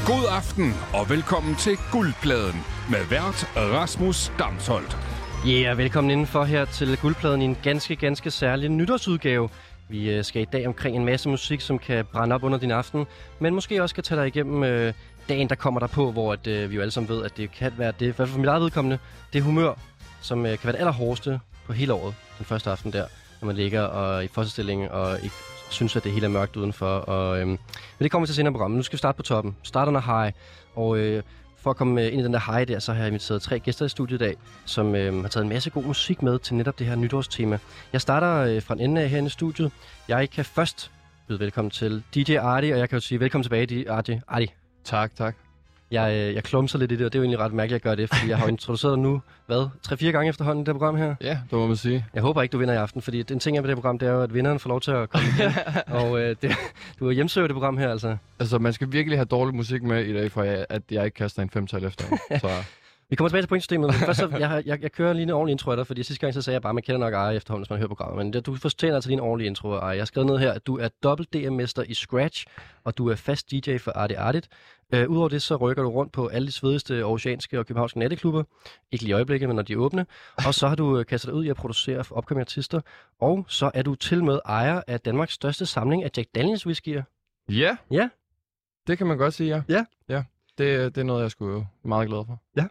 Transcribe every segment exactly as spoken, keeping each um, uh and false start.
God aften og velkommen til Guldpladen med vært Rasmus Damsholdt. Ja, yeah, velkommen indenfor her til Guldpladen i en ganske, ganske særlig nytårsudgave. Vi skal i dag omkring en masse musik, som kan brænde op under din aften, men måske også kan tage dig igennem øh, dagen, der kommer der på, hvor at, øh, vi jo alle sammen ved, at det kan være det, i hvert fald for mit eget vedkommende, det humør, som øh, kan være det allerhårdeste på hele året, den første aften der, når man ligger og i fosterstilling og ikke synes, at det hele er mørkt udenfor. Og, øhm, men det kommer vi til senere i programmet. Nu skal vi starte på toppen. Start under high. Og øh, for at komme ind i den der high der, så har jeg inviteret tre gæster i studiet i dag, som øh, har taget en masse god musik med til netop det her nytårstema. Jeg starter øh, fra en ende af herinde i studiet. Jeg kan først byde velkommen til D J Arty, og jeg kan jo sige velkommen tilbage, Arty. Arty. Tak, tak. Jeg, øh, jeg klumser lidt i det, og det er jo egentlig ret mærkeligt at gøre det, fordi jeg har introduceret dig nu, hvad, tre-fire gange efterhånden i det her program her? Ja, det må man sige. Jeg håber ikke, du vinder i aften, fordi den ting, jeg ved det program, det er jo, at vinderen får lov til at komme igen. Og øh, det, du er hjemsøgt det program her, altså. Altså, man skal virkelig have dårlig musik med i dag, for jeg, at jeg ikke kaster en femtal efter. Så... Vi kommer tilbage til pointsystemet. Først så, jeg, jeg, jeg kører lige en ordentlig intro af dig, fordi sidste gang så sagde jeg bare, at man kender nok Ej efterhånden, hvis man hører programmet. Men du fortjener altså lige en ordentlig intro af Ej. Jeg har skrevet ned her, at du er dobbelt D M-mester i Scratch, og du er fast D J for Arty Artit. Uh, Udover det, så rykker du rundt på alle de svedigste aarhusianske og københavnske natteklubber. Ikke lige i øjeblikket, men når de er åbne. Og så har du kastet dig ud i at producere for opkommende artister. Og så er du til med ejer af Danmarks største samling af Jack Daniels whiskyer. Ja. Ja. Det kan man godt sige, ja. Ja. Ja. Det, det er noget, jeg skulle meget glad for. Ja.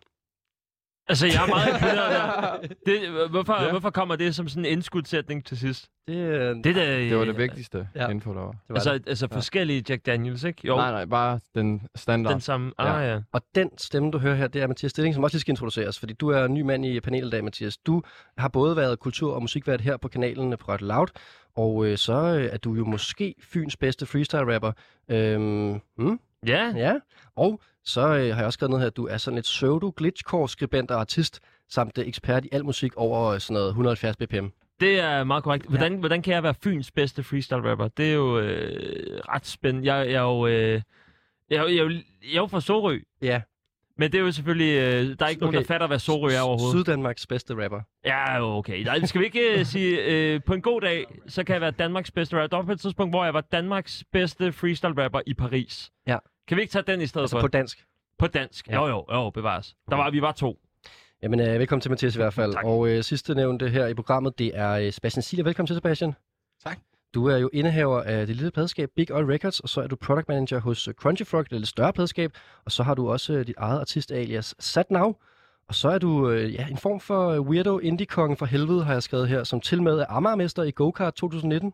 Altså, jeg er meget imponeret der. Det, hvorfor, ja. hvorfor kommer det som sådan en indskudsætning til sidst? Det, øh, det, der, det var det vigtigste ja. info, der var. Det var altså, det. altså forskellige Jack Daniels, ikke? Jo. Nej, nej, bare den standard. Den samme. Ah, ja. ja. Og den stemme, du hører her, det er Mathias Stilling, som også lige skal introduceres, fordi du er ny mand i panelet i dag, Mathias. Du har både været kultur- og musikvært her på kanalen på Radio Loud, og øh, så øh, er du jo måske Fyns bedste freestyle-rapper. Øhm, hmm? Ja. Ja, og så øh, har jeg også skrevet ned her, at du er sådan et pseudo-glitchcore-skribent og artist, samt øh, ekspert i al musik over sådan noget et hundrede og halvfjerds B P M. Det er meget korrekt. Hvordan, ja. hvordan kan jeg være Fyns bedste freestyle-rapper? Det er jo øh, ret spændende. Jeg, jeg, er jo, øh, jeg, jeg, jeg, jeg er jo fra Sorø. Ja. Men det er jo selvfølgelig... Øh, der er ikke okay. nogen, der fatter, hvad Sorø er overhovedet. Syddanmarks bedste rapper. Ja, okay. Nej, skal vi ikke uh, sige... Øh, på en god dag, så kan jeg være Danmarks bedste rapper. Der var på et tidspunkt, hvor jeg var Danmarks bedste freestyle-rapper i Paris. Ja. Kan vi ikke tage den i stedet altså for? på dansk? På dansk. Ja. Jo, jo, jo, bevares. Der var, vi var to. Jamen, øh, velkommen til Mathias i hvert fald. Tak. Og øh, sidste nævnte her i programmet, det er øh, Sebastian Siller. Velkommen til, Sebastian. Tak. Du er jo indehaver af det lille pladeskab Big Oil Records, og så er du product manager hos Crunchy Frog, det lidt større pladeskab, og så har du også øh, dit eget artist-alias Sat Now. Og så er du øh, ja, en form for weirdo indie-kongen for helvede, har jeg skrevet her, som til med er Amagermester i Go-Kart to tusind nitten.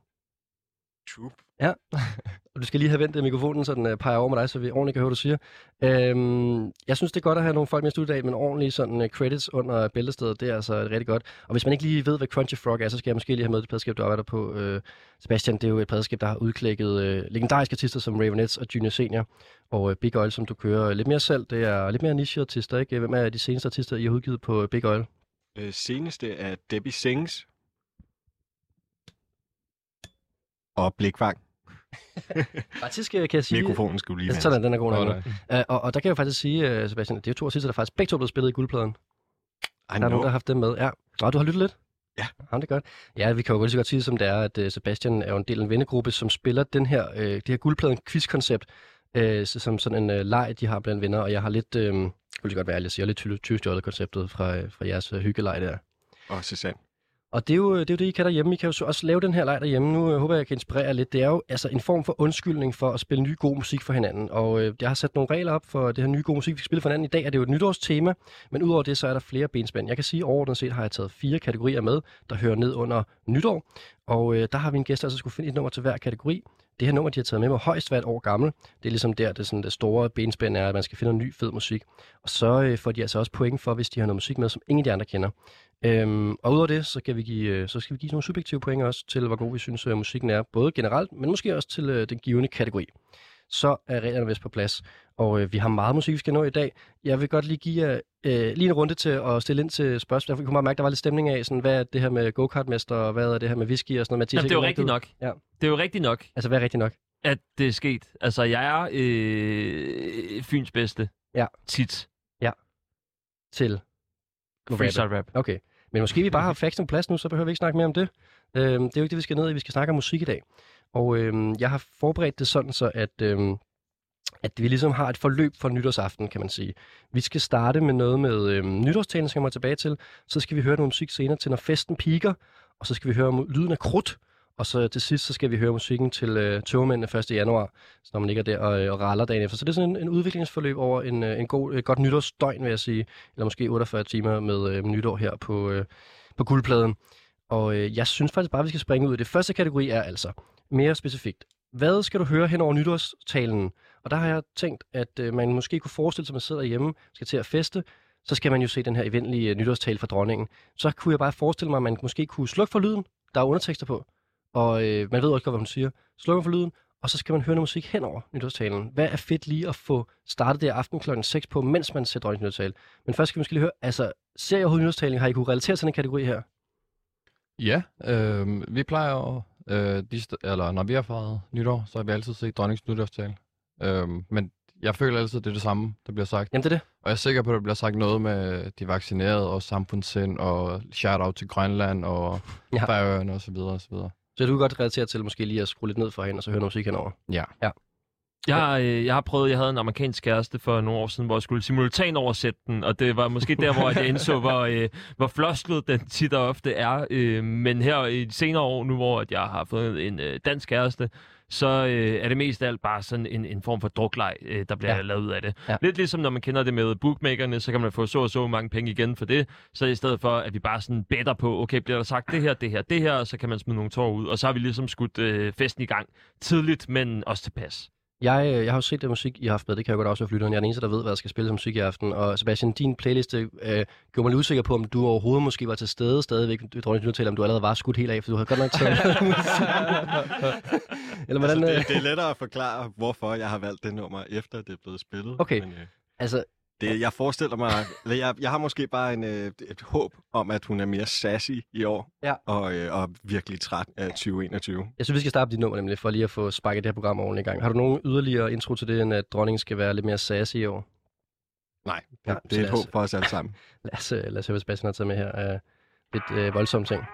True. Ja, og du skal lige have vendt mikrofonen, så den uh, peger over med dig, så vi ordentligt kan høre, hvad du siger. Øhm, jeg synes, det er godt at have nogle folk med i studiet af, men ordentlige sådan, uh, credits under bæltestedet, det er altså rigtig godt. Og hvis man ikke lige ved, hvad Crunchy Frog er, så skal jeg måske lige have med det pladeskab, du arbejder på. Uh, Sebastian, det er jo et pladeskab, der har udklækket uh, legendariske artister som Ravenettes og Junior Senior. Og uh, Big Oil, som du kører lidt mere selv, det er lidt mere niche-artister, ikke? Hvem er de seneste artister, I har udgivet på Big Oil? Øh, seneste er Debbie Sings og Blikvang. Faktisk kan jeg sige... Mikrofonen skulle lige... Sådan, den er god nok. Uh, og, og der kan jeg jo faktisk sige, uh, Sebastian, at det er jo to artister, der faktisk begge to er blevet spillet i Guldpladen. I der er nogen, der har haft dem med. Ja. Og du har lyttet lidt? Ja. Ja, det er godt. Ja, vi kan jo godt så godt sige, som det er, at uh, Sebastian er jo en del af en vennegruppe, som spiller den her, uh, det her Guldpladen-quiz-koncept, uh, som sådan en uh, leg, de har blandt venner, og jeg har lidt, uh, jeg vil godt være ærlig at sige, jeg har lidt tyvstjålet konceptet fra, uh, fra jeres uh, hyggeleg der. Og Susanne. Og det er, jo, det er jo det, I kan derhjemme. I kan jo så også lave den her leg derhjemme. Nu øh, håber jeg, jeg kan inspirere lidt. Det er jo altså en form for undskyldning for at spille ny god musik for hinanden. Og øh, jeg har sat nogle regler op for det her nye god musik, vi skal spille for hinanden. I dag er det jo et nytårstema, men udover det, så er der flere benspænd. Jeg kan sige, overordnet set har jeg taget fire kategorier med, der hører ned under nytår. Og øh, der har vi en gæst, der altså skulle finde et nummer til hver kategori. Det her nummer, de har taget med mig, højst hvert år gammel. Det er ligesom der, det, sådan, det store benspænd er, at man skal finde ny fed musik. Og så øh, får de altså også point for, hvis de har noget musik med, som ingen af de andre kender. Øhm, og udover det, så, kan vi give, så skal vi give nogle subjektive point også til, hvor god vi synes, at musikken er. Både generelt, men måske også til øh, den givende kategori. Så er reglerne vist på plads. Og øh, vi har meget musik, vi skal nå i dag. Jeg vil godt lige give jer øh, lige en runde til at stille ind til spørgsmål. Jeg kunne bare mærke, at der var lidt stemning af, sådan, hvad er det her med go-kartmester, og hvad er det her med whisky og sådan noget. Mathias, Jamen, det er jo rigtigt nok. Ja. Det er jo rigtigt nok. Altså, hvad er rigtigt nok? At det er sket. Altså, jeg er øh, Fyns bedste. Ja. Tit. Ja. Til? Freestyle rap. Okay. Men måske vi bare har facts på plads nu, så behøver vi ikke snakke mere om det. Øhm, det er jo ikke det, vi skal ned i. Vi skal snakke om musik i dag. Og øhm, jeg har forberedt det sådan, så at øhm, at vi ligesom har et forløb for nytårsaften, kan man sige. Vi skal starte med noget med øh, nytårstalen, som jeg kommer tilbage til. Så skal vi høre noget musik senere til, når festen piker. Og så skal vi høre lyden af krudt. Og så til sidst, så skal vi høre musikken til øh, tømmermændene første januar, så når man ligger der og, og raller dagen efter. Så det er sådan en, en udviklingsforløb over en, en god, et godt nytårsdøgn, vil jeg sige. Eller måske otteogfyrre timer med øh, nytår her på, øh, på guldpladen. Og øh, jeg synes faktisk bare, at vi skal springe ud i det. Første kategori er altså mere specifikt. Hvad skal du høre hen over nytårstalen? Og der har jeg tænkt, at øh, man måske kunne forestille sig, at man sidder hjemme, skal til at feste, så skal man jo se den her eventlige øh, nytårstale fra dronningen. Så kunne jeg bare forestille mig, at man måske kunne slukke for lyden. Der er undertekster på. Og øh, man ved også godt, hvad hun siger. Slukker for lyden, og så skal man høre noget musik hen over nytårstalen. Hvad er fedt lige at få startet det aften klokken seks på, mens man ser dronningens nytårstale? Men først skal vi måske lige høre, altså, ser jeg overhovedet nytårstalen? Har I kunne relatere til den kategori her? Ja, øh, vi plejer at, øh, de st- eller når vi har fejret nytår, så har vi altid set dronningens nytårstale. Øh, men jeg føler altid, at det er det samme, der bliver sagt. Jamen det er det. Og jeg er sikker på, at der bliver sagt noget med de vaccinerede og samfundssind og shout-out til Grønland og ja. Færøerne osv. osv. Så du kan godt relatere til måske lige at skrue lidt ned for hende, og så høre noget musik henover. Ja. ja. Jeg, øh, jeg har prøvet, jeg havde en amerikansk kæreste for nogle år siden, hvor jeg skulle simultan oversætte den, og det var måske der, hvor jeg indså, hvor, øh, hvor flosklet den tit og ofte er. Øh, men her i de senere år, nu hvor jeg har fået en øh, dansk kæreste, så øh, er det mest af alt bare sådan en, en form for drukleg, øh, der bliver ja. lavet ud af det. Ja. Lidt ligesom når man kender det med bookmakerne, så kan man få så og så mange penge igen for det. Så i stedet for, at vi bare sådan better på, okay, bliver der sagt det her, det her, det her, og så kan man smide nogle tår ud. Og så har vi ligesom skudt øh, festen i gang tidligt, men også tilpas. Jeg, jeg har jo set det musik, I har haft med. Det kan jeg godt afsløre for lytteren. Jeg er den eneste, der ved, hvad der skal spille som musik i aften. Og Sebastian, din playliste øh, gjorde mig lidt usikker på, om du overhovedet måske var til stede stadigvæk. Du tror ikke, om du allerede var skudt helt af, for du har godt nok taget Eller hvordan, altså, det, det er lettere at forklare, hvorfor jeg har valgt det nummer, efter det er blevet spillet. Okay, men, øh, altså... Det, jeg forestiller mig, jeg, jeg har måske bare en, et, et håb om, at hun er mere sassy i år, ja. og, øh, og virkelig træt af tyve enogtyve. Jeg synes, vi skal starte dit nummer nemlig, for lige at få sparket det her program ordentligt i gang. Har du nogen yderligere intro til det, end at dronningen skal være lidt mere sassy i år? Nej, ja, det er et håb for os alle sammen. lad, os, lad os høre, hvad Sebastian har taget med her. Uh, lidt uh, voldsomme ting.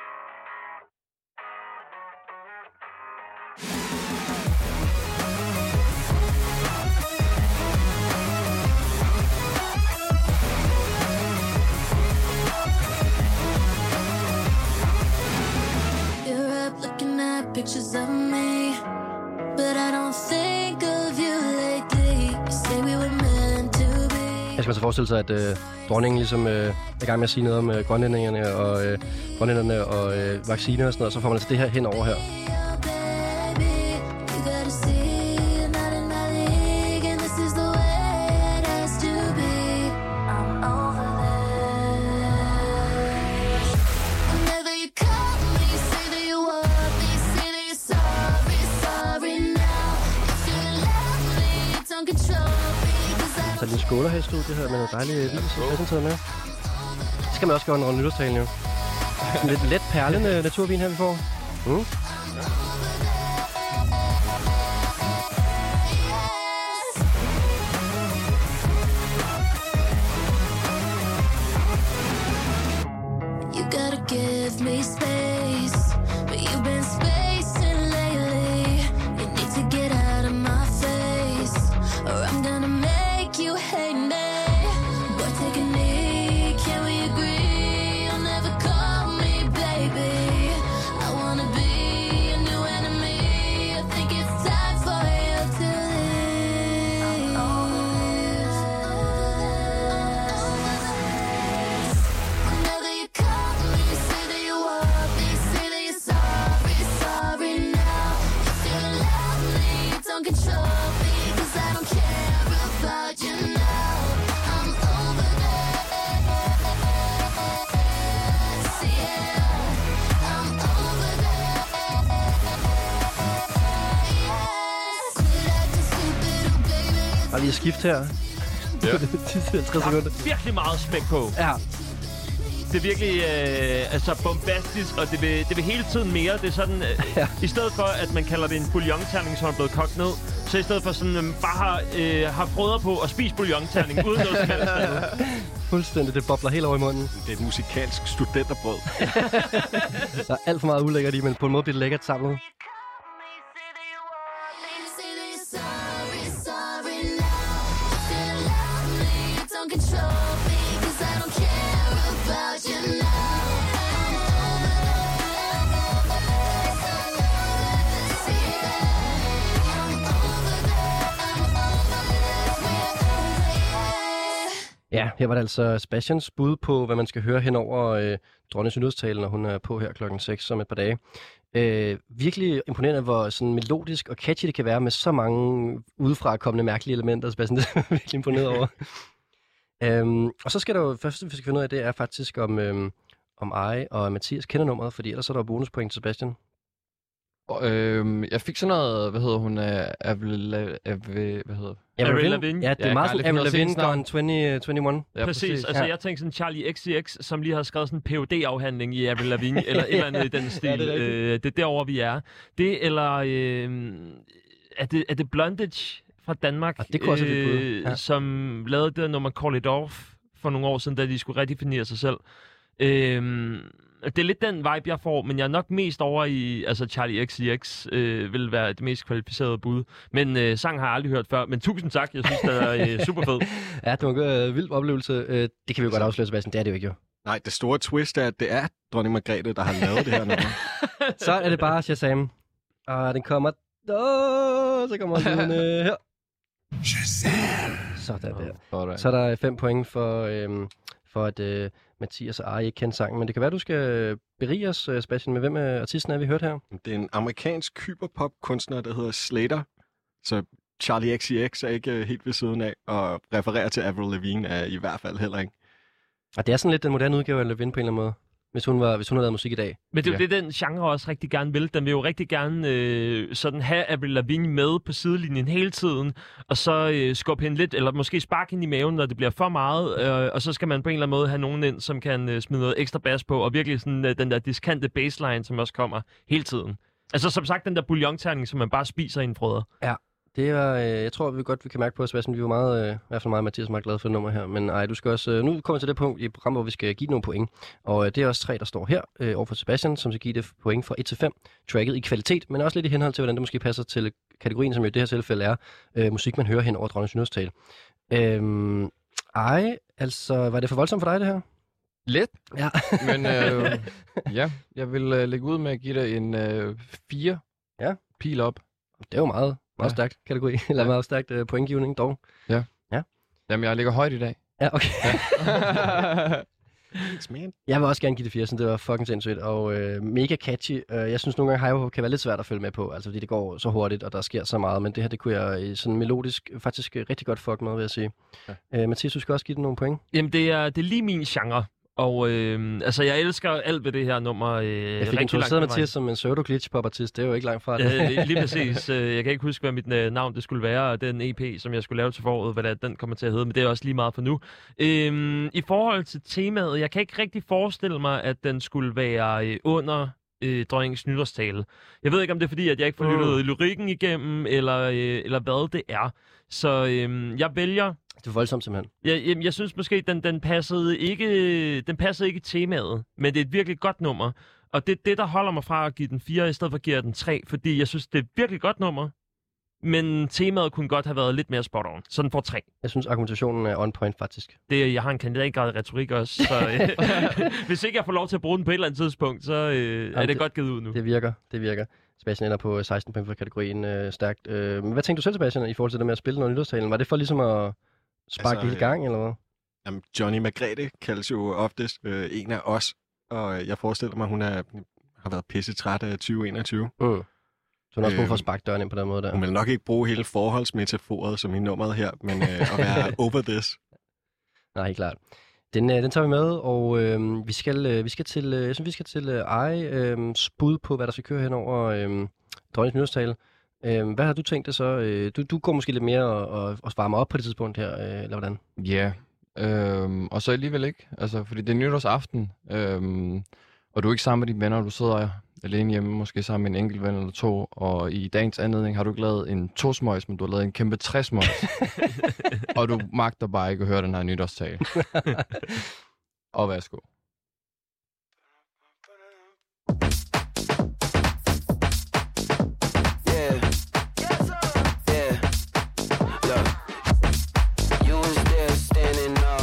Pictures of me, but I don't think of you lately. You say we were meant to be. Jeg skal så forestille sig, at øh, dronningen ligesom øh, er i gang med at sige noget om øh, grønlændingerne og øh, grønlænderne og øh, vacciner og sådan noget, og så får man altså det her hen over her. Så lige skåler her i studiet her med noget dejligt vin, som jeg har taget med. Det skal man også gøre under nytårstalen jo. Lidt let perlende naturvin her, vi får. Mm. You gotta give me space, but you've been spacing lately. You need to get out of my face, or I'm gonna make you hate me. Boy, take a knee, can we agree? You'll never call me baby. I wanna be a new enemy. I think it's time for you to leave. Whenever you call me, say that you want me, say that you're sorry, sorry now. You still love me, don't control me, 'cause I don't care about you now. I'm over this, yeah. I'm over this, yes. Quit acting stupid, oh baby. Bare lige at skifte her. Ja. De sidste halvtreds sekunder. Virkelig meget smæk på. Ja. Det er virkelig øh, altså bombastisk, og det vil, det vil hele tiden mere. Det er sådan, øh, Ja. i stedet for, at man kalder det en bouillonterning, som er blevet kogt ned, så i stedet for sådan, øh, bare har, øh, har frøder på og spise bouillonterning uden noget som helst andet. Fuldstændig. Det bobler helt over i munden. Det er et musikalsk studenterbrød. Der er alt for meget ulækkert i, men på en måde bliver det lækkert samlet. Say that you're sorry, sorry don't control me, 'cause I don't care about you now. Ja, her var det altså Sebastians bud på, hvad man skal høre hen over øh, dronningens nytårstale, når hun er på her klokken seks om et par dage. Øh, virkelig imponerende, hvor sådan melodisk og catchy det kan være med så mange udefra kommende mærkelige elementer. Sebastian, det er virkelig imponeret over. øhm, og så skal der jo, først vi skal finde ud af, det er faktisk om, øhm, om Ari og Mathias kender nummeret, fordi ellers er der bonuspoint til Sebastian. Og, øhm, jeg fik sådan noget, hvad hedder hun, uh, Avril, Avril, hvad hedder Avril Lavigne. Ja, det er Ja, meget jeg kan sådan aldrig Avril finde Lavigne hendes gone tyve enogtyve. Ja, Præcis. præcis. Altså, Ja. jeg tænkte sådan Charlie X C X, som lige har skrevet sådan en P H D-afhandling i Avril Lavigne, eller et eller andet i den stil. Ja, det er rigtigt. øh, det er derovre, vi er. Det, eller øh, er, det, er det Blondage fra Danmark, Og det kunne også være et bud. Ja. som lavede det nummer Call It Off for nogle år siden, da de skulle redefinere sig selv. Øh, det er lidt den vibe, jeg får, men jeg er nok mest over i, altså Charlie X C X øh, vil være det mest kvalificerede bud. Men øh, sang har jeg aldrig hørt før, men tusind tak, jeg synes, det er øh, super fed. Ja, det var en øh, vild oplevelse. Øh, det kan vi jo godt afsløre, Sebastian. Det er det jo ikke, jo. Nej, det store twist er, at det er dronning Margrethe, der har lavet det her nummer. Så er det bare Shazam. Og den kommer... Åh, så kommer den øh, her. Shazam! Sådan der. Sådan. Så er der fem point for, øhm, for at øh, Mathias og Ari ikke kender sangen. Men det kan være, du skal berige os, øh, Sebastian, med hvem af artisten er, vi hørt her? Det er en amerikansk hyperpop-kunstner, der hedder Slater. Så Charlie X C X er ikke øh, helt ved siden af, og refererer til Avril Lavigne er i hvert fald heller ikke. Og det er sådan lidt den moderne udgave af Lavigne på en eller anden måde. Hvis hun, var, hvis hun havde lavet musik i dag. Men det er jo Ja. det, den genre også rigtig gerne vil. Den vil jo rigtig gerne øh, sådan have Avril Lavigne med på sidelinjen hele tiden, og så øh, skubbe hende lidt, eller måske sparke hende i maven, når det bliver for meget, øh, og så skal man på en eller anden måde have nogen ind, som kan øh, smide noget ekstra bas på, og virkelig sådan øh, den der diskante baseline, som også kommer hele tiden. Altså som sagt, den der bouillonterning, som man bare spiser i en frøder. Det var, øh, jeg tror, vi godt vi kan mærke på, Sebastian, vi var meget, øh, i hvert fald meget Mathias, meget glade for det nummer her. Men ej, du skal også, øh, nu kommer vi til det punkt i programmet, hvor vi skal give nogle point. Og øh, det er også tre, der står her øh, overfor Sebastian, som skal give det point fra et til fem. Tracket i kvalitet, men også lidt i henhold til, hvordan det måske passer til kategorien, som jo i det her tilfælde er øh, musik, man hører hen over dronningens nytårstale. Øh, ej, altså, var det for voldsomt for dig, det her? Lidt, Ja. men øh, ja, jeg vil øh, lægge ud med at give dig en øh, fire Ja. pil op. Det er jo meget, meget Ja. stærkt kategori, eller Ja. meget stærkt øh, pointgivning dog. Jamen, jeg ligger højt i dag. Ja, okay. Thanks, man. Jeg vil også gerne give det fire, det var fucking sindssygt, og øh, mega catchy. Uh, jeg synes nogle gange, hyperpop kan være lidt svært at følge med på, altså fordi det går så hurtigt, og der sker så meget, men det her, det kunne jeg øh, sådan melodisk faktisk øh, rigtig godt fuck med, vil jeg sige. Ja. Uh, Mathias, du skal også give det nogle point. Jamen, det er, det er lige min genre. Og øh, altså, jeg elsker alt ved det her nummer. Øh, Jeg fik introduceret Mathias som en pseudo-glitch-pop-artist, det er jo ikke langt fra det. Ja, lige, lige præcis. Øh, Jeg kan ikke huske, hvad mit øh, navn det skulle være, og den E P, som jeg skulle lave til foråret, hvad det er, den kommer til at hedde, men det er også lige meget for nu. Øhm, I forhold til temaet, jeg kan ikke rigtig forestille mig, at den skulle være øh, under øh, dronningens nytårstale. Jeg ved ikke, om det er fordi, at jeg ikke får lyttet uh. lyrikken igennem, eller, øh, eller hvad det er. Så øh, jeg vælger... Det er voldsomt simpelthen. Jeg, jeg, jeg synes måske, den, den, passede ikke, den passede ikke temaet, men det er et virkelig godt nummer. Og det er det, der holder mig fra at give den fire, i stedet for at give den tre, fordi jeg synes, det er et virkelig godt nummer. Men temaet kunne godt have været lidt mere spot on, så den får tre. Jeg synes, argumentationen er on point faktisk. Det, jeg har en kandidatgrad i retorik også, så øh, hvis ikke jeg får lov til at bruge den på et eller andet tidspunkt, så øh, er Jamen, det, det- godt givet ud nu. Det virker, det virker. Sebastian ender på seksten point for kategorien øh, stærkt. Øh, men hvad tænkte du selv, Sebastian, i forhold til det med at spille under nytårstalen? Var det for ligesom at sparke Altså, det hele i gang, eller hvad? Jamen, Johnny Margrethe kaldes jo oftest øh, en af os, og øh, jeg forestiller mig, hun er, har været pisse træt af tyve enogtyve. Mm. Så hun har også brug for at Øhm, sparke døren ind på den måde der. Hun vil nok ikke bruge hele forholdsmetaforet som i nummeret her, men øh, at være over this. Nej, helt klart. Den, øh, den tager vi med, og øh, vi skal øh, vi skal til øh, jeg synes vi skal til øh, Ari øh, bud på hvad der skal køre hen over øh, dronningens nytårstale. Øh, hvad har du tænkt dig så? Øh, du, du går måske lidt mere og, og, og varmer op på det tidspunkt her, øh, eller hvordan? Ja, øhm, og så alligevel ikke. Altså, fordi det er nytårsaften, øhm, og du er ikke sammen med dine venner, du sidder alene hjemme, måske sammen med en enkelt ven eller to, og i dagens anledning har du ikke lavet en tosmøjs, men du har lavet en kæmpe træsmøjs. Og du magter bare ikke at høre den her nytårstale. Og værsgo. Yeah. Yeah. Look. You was there standing up.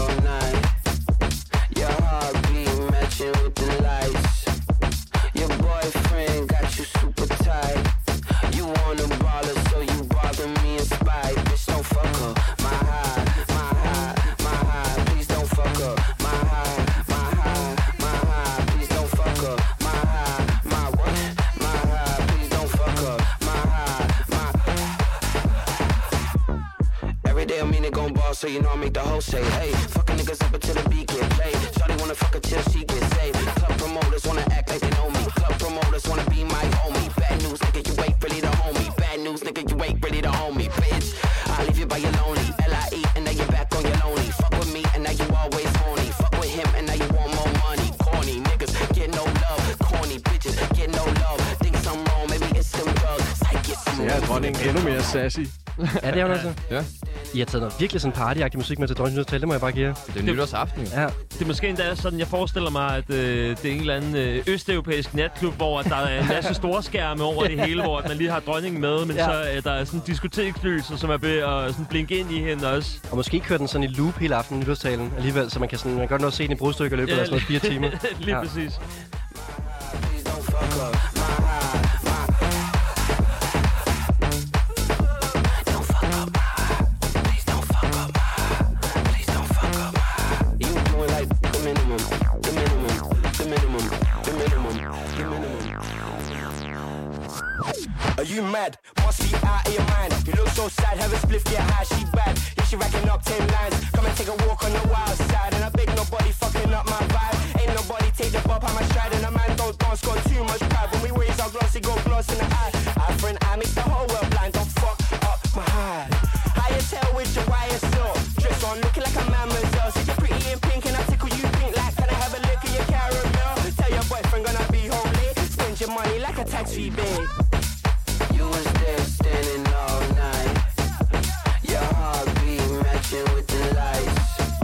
nigga gon' ball, so you know I make the whole say, hey, fucking niggas up until the beat get played. Shawty wanna fuck her till she get saved. Club promoters wanna act like they know me. Club promoters wanna be my homie. Bad news, nigga, you ain't really the homie. Bad news, nigga, you ain't really the homie, bitch. I'll leave you by your lonely. L I E, and now you're back on your lonely. Fuck with me, and now you always horny. Fuck with him, and now you want more money. Corny niggas get no love. Corny bitches get no love. Think something wrong, maybe it's some drugs. I get some. Så er dronningen endnu mere sassy. Ja, det er hun altså. Ja. I har taget noget virkelig sådan partyagtig musik med til Dronningens Nytårstal, det må jeg bare give jer. Det er nytårsaften, jo. Ja. Det er måske endda sådan, jeg forestiller mig, at øh, det er en eller anden øh, østeuropæisk natklub, hvor der er en masse store skærme over det hele, hvor man lige har dronningen med, men ja. så er der sådan diskotekslyser, som er ved at sådan blinke ind i hende også. Og måske kører den sådan i loop hele aftenen, nytårstalen alligevel, så man kan sådan, man kan godt nå at se den i brudstykker i løbet af sådan noget fire timer. Lige ja. præcis. Are you mad? Must be out of your mind. You look so sad, have a spliff, get high, she bad. Yeah, she racking up ten lines. Come and take a walk on the wild side. And I beg nobody fucking up my vibe. Ain't nobody take the bop on my stride. And a man don't dance, got too much pride. When we raise our glass, it go gloss in the eye. Eye for an eye, makes the whole world blind. Don't fuck up my high. High as hell with your wire soul. Dress on, looking like a mademoiselle. See you pretty in pink and I tickle you pink. Like, can I have a lick of your caramel? Tell your boyfriend gonna be home late. Spend your money like a tax rebate. You was there standing all night. Your heartbeat matching with the lights.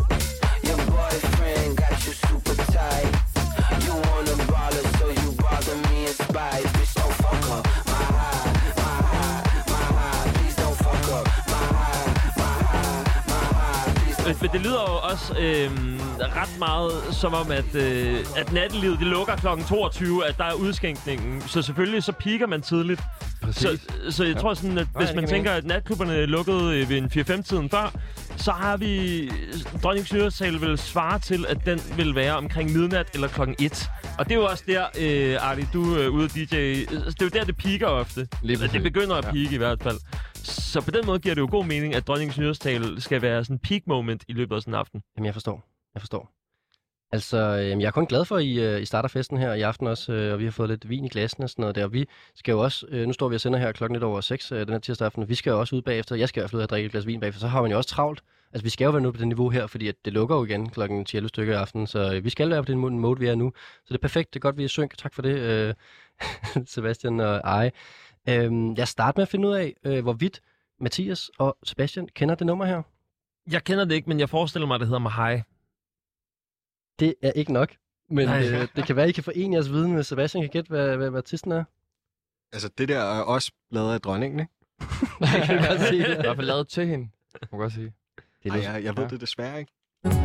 Your boyfriend got you super tight. You want a baller, so you bother me in spite. Bitch, don't fuck up my high, my high, my high. Please don't fuck up my high, my high, my high. Please don't. Men det lyder jo også øh, ret meget som om, at, øh, at nattelivet det lukker klokken toogtyve, at der er udskænkningen. Så selvfølgelig så piker man tidligt. Så, så jeg ja. tror sådan, at hvis Nå, man tænker, at natklubberne lukkede ved en fire-fem-tiden før, så har vi Dronningens Nytårstal vil svare til, at den vil være omkring midnat eller klokken et. Og det er jo også der, øh, Artie, du er ude af D J. Det er jo der, det piker ofte. Det begynder at pike ja. i hvert fald. Så på den måde giver det jo god mening, at Dronningens Nytårstal skal være sådan en peak moment i løbet af sådan en aften. Jamen, jeg forstår. Jeg forstår. Altså, øh, jeg er kun glad for, at I, øh, I starter festen her i aften også, øh, og vi har fået lidt vin i glassene og sådan noget der. Vi skal jo også, øh, nu står vi og sender her klokken lidt over seks øh, den her tirsdag aften, og vi skal jo også ud bagefter. Jeg skal i hvert fald ud og drikke et glas vin bagefter, så har man jo også travlt. Altså, vi skal jo være nu på det niveau her, fordi at det lukker jo igen klokken ti elleve stykker i aften, så øh, vi skal være på den mode, vi er nu. Så det er perfekt, det er godt, vi er synk. Tak for det, øh, Sebastian og Ej. Øh, jeg starter med at finde ud af, øh, hvorvidt Mathias og Sebastian kender det nummer her. Jeg kender det ikke, men jeg forestiller mig, at det hedder Mahai. Det er ikke nok, men øh, det kan være, at I kan forene jeres viden med Sebastian kan gætte, hvad, hvad, hvad artisten er. Altså, det der er også lavet af dronningen, ikke? Det kan jeg godt sige. Det er i hvert fald lavet til hende, må jeg godt sige. Det er Ej, jeg, jeg ved ja. det desværre ikke.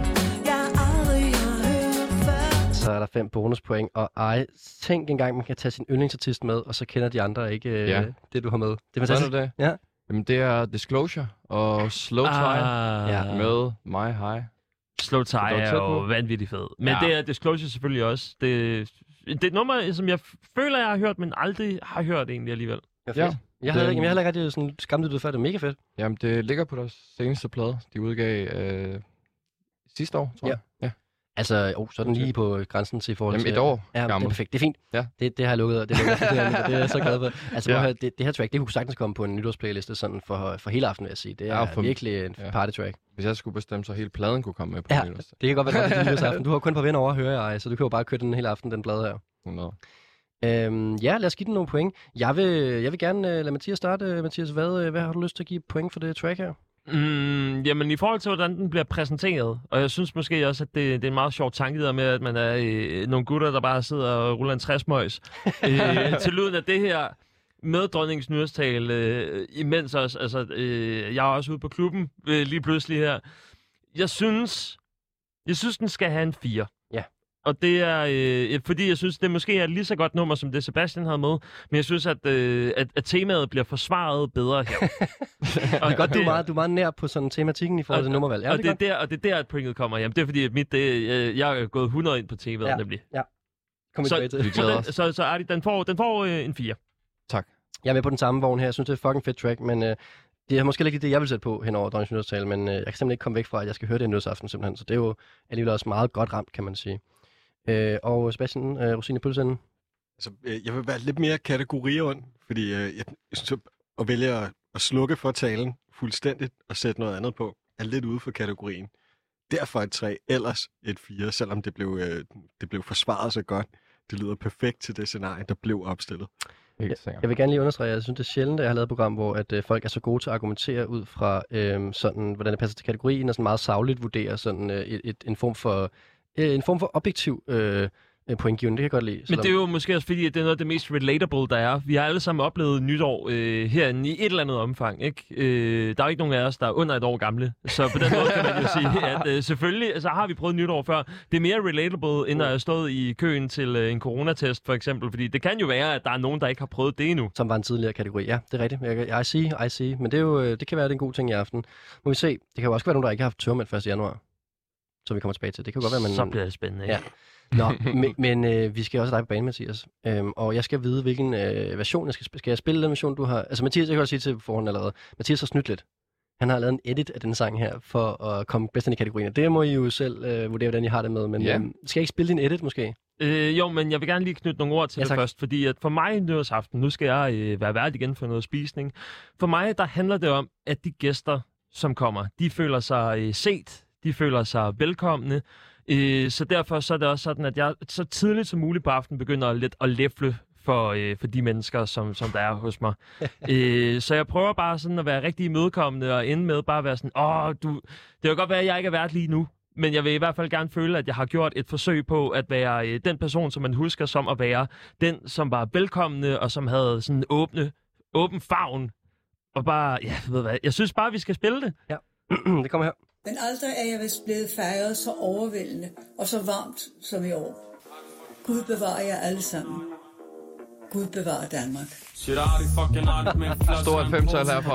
Så er der fem bonuspoint, og ej, tænk engang, man kan tage sin yndlingsartist med, og så kender de andre ikke øh, ja. det, du har med. Det er fantastisk. Det? Ja. Jamen, det er Disclosure og Slow Tie ah, ja. med My High. Slow Tie er jo vanvittigt fed. Men ja. det er Disclosure selvfølgelig også. Det, det er et nummer, som jeg føler, jeg har hørt, men aldrig har hørt egentlig alligevel. Ja, ja. Jeg havde ikke, jeg havde ikke rigtig sådan skammet ud før, det er mega fedt. Jamen, det ligger på deres seneste plade, de udgav øh, sidste år, tror ja. jeg. Ja. Altså, oh, så er den lige på grænsen til i forhold til... Jamen, et år ja, gammel. Det er perfekt. Det er fint. Ja. Det, det har jeg lukket, det, lukket, det, er, det er jeg så glad for. Altså, ja. det, det her track, det kunne sagtens komme på en nytårsplayliste sådan for, for hele aftenen, vil jeg sige. Det er ja, for, virkelig en ja. party-track. Hvis jeg skulle bestemme, så hele pladen kunne komme med på ja, nytårsaften. Det kan godt være godt til nytårsaften. Du har kun på venner over at høre, jeg, så du kan jo bare køre den hele aften, den plade her. hundrede Øhm, ja, lad os give den nogle point. Jeg vil, jeg vil gerne uh, lade Mathias starte. Mathias, hvad, hvad har du lyst til at give point for det track her? Mm, jamen i forhold til, hvordan den bliver præsenteret, og jeg synes måske også, at det, det er en meget sjov tanke der med, at man er øh, nogle gutter, der bare sidder og ruller en tres-møjs øh, til lyden af det her med Dronningens Nytårstal, øh, imens også, altså, øh, jeg er også ude på klubben øh, lige pludselig her. Jeg synes, jeg synes, den skal have en fire. Ja. Og det er, øh, fordi jeg synes, det måske er et lige så godt nummer, som det Sebastian havde med, men jeg synes, at, øh, at, at temaet bliver forsvaret bedre her. og, det er godt, du er, meget, du er meget nær på sådan tematikken i forhold til nummervalg. Ja, og, det det er der, og det er der, at pointet kommer. Jamen, det er fordi, at mit, det, jeg, jeg er gået hundrede ind på temaet, ja, nemlig. Ja, kom så, til. Så, den, så, så Artie, den får, den får øh, en fire. Tak. Jeg er med på den samme vogn her. Jeg synes, det er fucking fedt track, men øh, det er måske ikke det, jeg vil sætte på hen over dronningens nytårstale, men øh, jeg kan simpelthen ikke komme væk fra, at jeg skal høre det nytårsaften simpelthen. Så det er jo alligevel også meget godt ramt, kan man sige. Øh, og Sebastian, øh, Rosine i pølseenden? Altså, øh, jeg vil være lidt mere kategoriond, fordi øh, jeg synes, at vælge at, at slukke for talen fuldstændigt og sætte noget andet på, er lidt ude for kategorien. Derfor et tre, ellers et fire, selvom det blev, øh, det blev forsvaret så godt. Det lyder perfekt til det scenarie, der blev opstillet. Jeg, jeg vil gerne lige understrege, at jeg synes, det er sjældent, at jeg har lavet et program, hvor at, øh, folk er så gode til at argumentere ud fra, øh, sådan, hvordan det passer til kategorien, og sådan meget sagligt vurdere sådan, øh, et, et, en, form for, øh, en form for objektiv øh, pointgivning. Det kan jeg godt lide. Men det er jo måske også fordi, at det er noget af det mest relatable, der er. Vi har alle sammen oplevet nytår øh, herinde i et eller andet omfang. Ikke? Øh, der er jo ikke nogen af os, der er under et år gamle. Så på den måde kan man jo sige, at øh, selvfølgelig altså, har vi prøvet nytår før. Det er mere relatable, end at have stået i køen til øh, en coronatest, for eksempel. Fordi det kan jo være, at der er nogen, der ikke har prøvet det endnu. Som var en tidligere kategori. Ja, det er rigtigt. Jeg, I see, I see. Men det, er jo, det kan være, det er en god ting i aften. Må vi se. Det kan jo også være nogen, der ikke har haft tørmænd første januar. Så vi kommer tilbage til. Det kan jo godt være, man... Så bliver det spændende, ikke? Ja. Nå, men, men øh, vi skal også have dig på banen, Mathias. Øhm, og jeg skal vide, hvilken øh, version jeg skal spille. Skal jeg spille den version, du har... Altså, Mathias, jeg kan også sige til forhånd allerede. Mathias har snydt lidt. Han har lavet en edit af den sang her, for at komme bedst ind i kategorien. Det må I jo selv øh, vurdere, hvordan I har det med. Men yeah. øh, skal jeg ikke spille din edit, måske? Øh, jo, men jeg vil gerne lige knytte nogle ord til ja, det først. Fordi at for mig nytårsaften, nu skal jeg øh, være vært igen for noget spisning. For mig, der handler det om, at de gæster, som kommer, de føler sig øh, set. De føler sig velkomne. Øh, så derfor så er det også sådan, at jeg så tidligt som muligt på aftenen begynder lidt at læfle for, øh, for de mennesker, som, som der er hos mig. øh, så jeg prøver bare sådan at være rigtig imødekommende og ende med bare at være sådan, åh, du, det kan godt være, at jeg ikke er vært lige nu, men jeg vil i hvert fald gerne føle, at jeg har gjort et forsøg på at være øh, den person, som man husker som at være den, som var velkommende og som havde sådan åbne, åben favn. Og bare, ja, ved hvad, jeg synes bare, vi skal spille det. Ja, det kommer her. Men aldrig er jeg vist blevet fejret så overvældende og så varmt som i år. Gud bevarer jer alle sammen. Gud bevarer Danmark. Stort femtal herfra.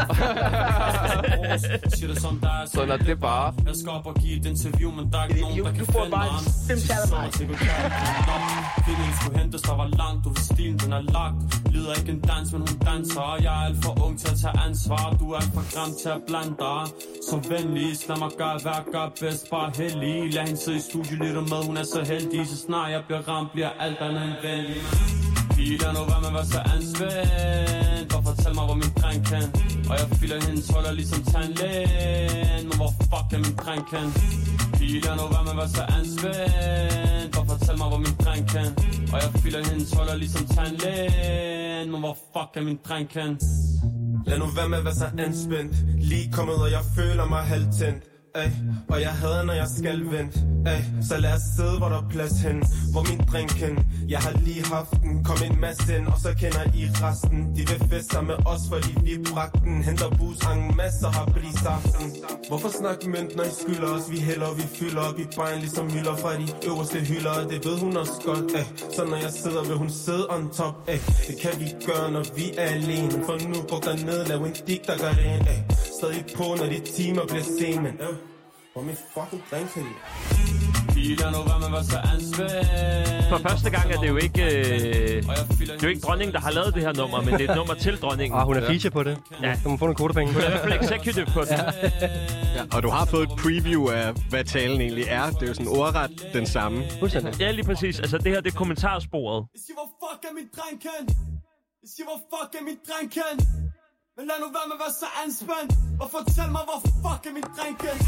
Sådan er det bare. Jeg skal op og give et interview, men der er ikke nogen, der kan finde mig. Femtal af mig. Feeling skulle hentes, der var langt. Du ved stilen, den er lagt. Lyder ikke en dans, men hun danser. Jeg er alt for ung til at tage ansvar. Du er alt for grim til at blande dig. Som venligst, lad mig gøre, hvad jeg gør bedst. Bare heldig. Lad hende sidde i studiet, lytter med. Hun er så heldig. Så snart jeg bliver ramt, bliver alt andet end venlig. Lad nu være med at være så anspændt. Bare fortæl mig, hvor min dreng kan. Og jeg føler hendes holder ligesom tandlægen. Men hvor fuck er min dreng kan? Lad nu være med at være så anspændt. Bare fortæl mig, hvor min dreng kan. Og jeg føler hendes holder ligesom tandlægen. Men hvor fuck er min dreng kan? Lad nu være med at være så anspændt. Lige kommet, og jeg føler mig halvtændt. Ay, og jeg hader, når jeg skal vente. Ay, så lad os sidde, hvor der er plads hen. Hvor min drink hen. Jeg har lige haft den. Kom en masse ind, og så kender I resten. De vil feste med os, fordi vi bragte den. Henter bus, hang masser, har pris aften. Hvorfor snakke mønt, når I skylder os? Vi hælder, vi fylder op i bejen, ligesom hylder fra de øverste hylder. Og det ved hun også godt. Ay, så når jeg sidder, vil hun sidde on top. Ay, det kan vi gøre, når vi er alene. For nu går der ned, lav en dik, der gør det ind. Ay, stadig på, når de timer bliver sen, men øh. Hvor min fucking dreng kan For første gang er det jo ikke øh, det er jo ikke dronningen, der har lavet det her nummer, men det er et nummer til dronningen. Ah, hun er feature på det. Ja. Du må få nogle kodepenge. Hun er i hvert fald executive på det. Ja. Ja, og du har fået et preview af, hvad talen egentlig er. Det er jo sådan ordret den samme. Ja, lige præcis. Altså, det her, det er kommentarsporet. Jeg siger, hvor fuck er min dreng kan? Jeg siger, hvor fuck er min dreng kan? Men lad nu være med at være så anspændt. Og fortæl mig, hvor fuck er min dreng kan?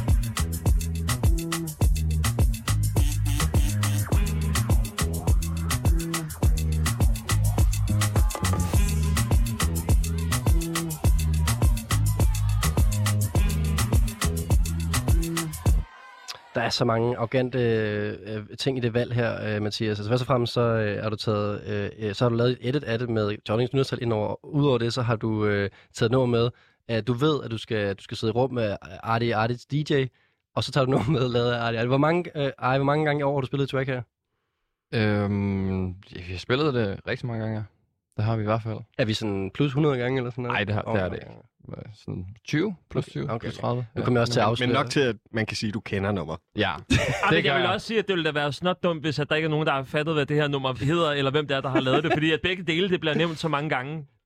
Der er så mange arrogante øh, ting i det valg her, øh, Mathias. Altså først og fremmest så øh, har du taget, øh, så har du lavet et edit af det med dronningens nytårstal indover. Udover det, så har du øh, taget noget med, at du ved, at du skal, du skal sidde i rum med Artie Artie's D J, og så tager du noget med lavet af Artie. Hvor mange, øh, ej, hvor mange gange i år har du spillet track her? Øhm, ja, vi har spillet det rigtig mange gange. Det har vi i hvert fald. Er vi sådan plus hundrede gange eller sådan noget? Nej, det, har, det er det ikke. Sådan tyve plus tyve okay, okay. plus tredive. Nu kommer jeg også til at afsløre. Men nok til, at man kan sige, at du kender nummer. Ja. det jeg vil også sige, at det ville da være snot dumt, hvis at der ikke er nogen, der har fattet, hvad det her nummer hedder, eller hvem det er, der har lavet det. Fordi at begge dele, det bliver nævnt så mange gange.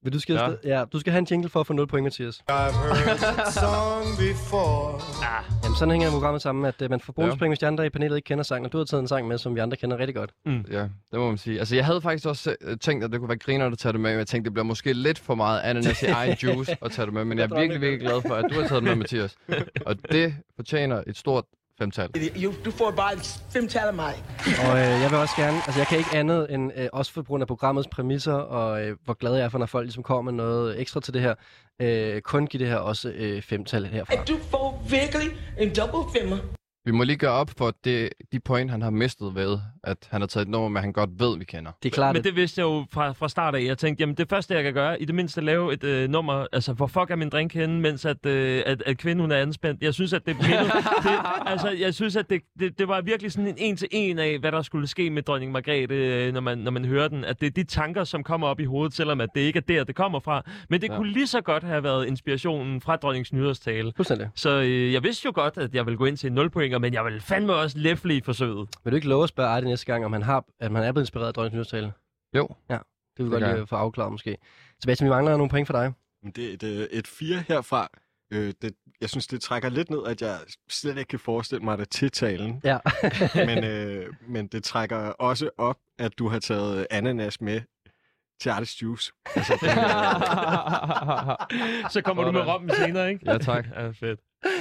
Vil du skal, ja. ja, du skal have en jingle for at få nul point, Mathias. I've heard that song before. Ah. Jamen, sådan hænger programmet sammen, at uh, man får bonuspoint, ja. hvis de andre i panelet ikke kender sangen, og du har taget en sang med, som vi andre kender rigtig godt. Mm. Ja, det må man sige. Altså, jeg havde faktisk også tænkt, at det kunne være griner at tage det med, men jeg tænkte, det bliver måske lidt for meget ananas i egen juice at tage det med, men jeg er virkelig, virkelig glad for, at du har taget det med, Mathias. Og det fortjener et stort femtal. Du får bare et femtal af mig. Og øh, jeg vil også gerne, altså jeg kan ikke andet end, øh, også for grund af programmets præmisser, og øh, hvor glad jeg er for, når folk ligesom kommer med noget ekstra til det her, øh, kun give det her også øh, femtal herfra. Du får virkelig en double femmer. Vi må lige gøre op for det, de point, han har mistet ved, at han har taget et nummer, men han godt ved, vi kender. Det er klart. Men det vidste jeg jo fra, fra start af. Jeg tænkte, jamen det første, jeg kan gøre, i det mindste lave et øh, nummer, altså hvor fuck er min drink henne, mens at, øh, at, at kvinden hun er anspændt. Jeg synes, at det mindede, det, altså jeg synes, at det, det, det var virkelig sådan en en til en af, hvad der skulle ske med dronning Margrethe, øh, når man, når man hører den. At det er de tanker, som kommer op i hovedet, selvom at det ikke er der, det kommer fra. Men det ja. kunne lige så godt have været inspirationen fra dronningens nytårstale. Fuldstændig. Så øh, jeg vidste jo godt, at jeg ville gå ind til nul pointer, men jeg ville fandme også læfle i forsøget. Vil du ikke love at spørge Ejde næste gang, om han, har, at man er blevet inspireret af dronningens nytårstale? Jo. Ja, det vil vi godt lige få afklaret måske. Sebastian, vi mangler nogle point for dig. Det, det, et fire herfra. Øh, det, jeg synes, det trækker lidt ned, at jeg slet ikke kan forestille mig det til talen. Ja. men, øh, men det trækker også op, at du har taget ananas med til Artist Juice. Altså, det, så kommer du med rommen senere, ikke? Ja, tak. Ja, fedt.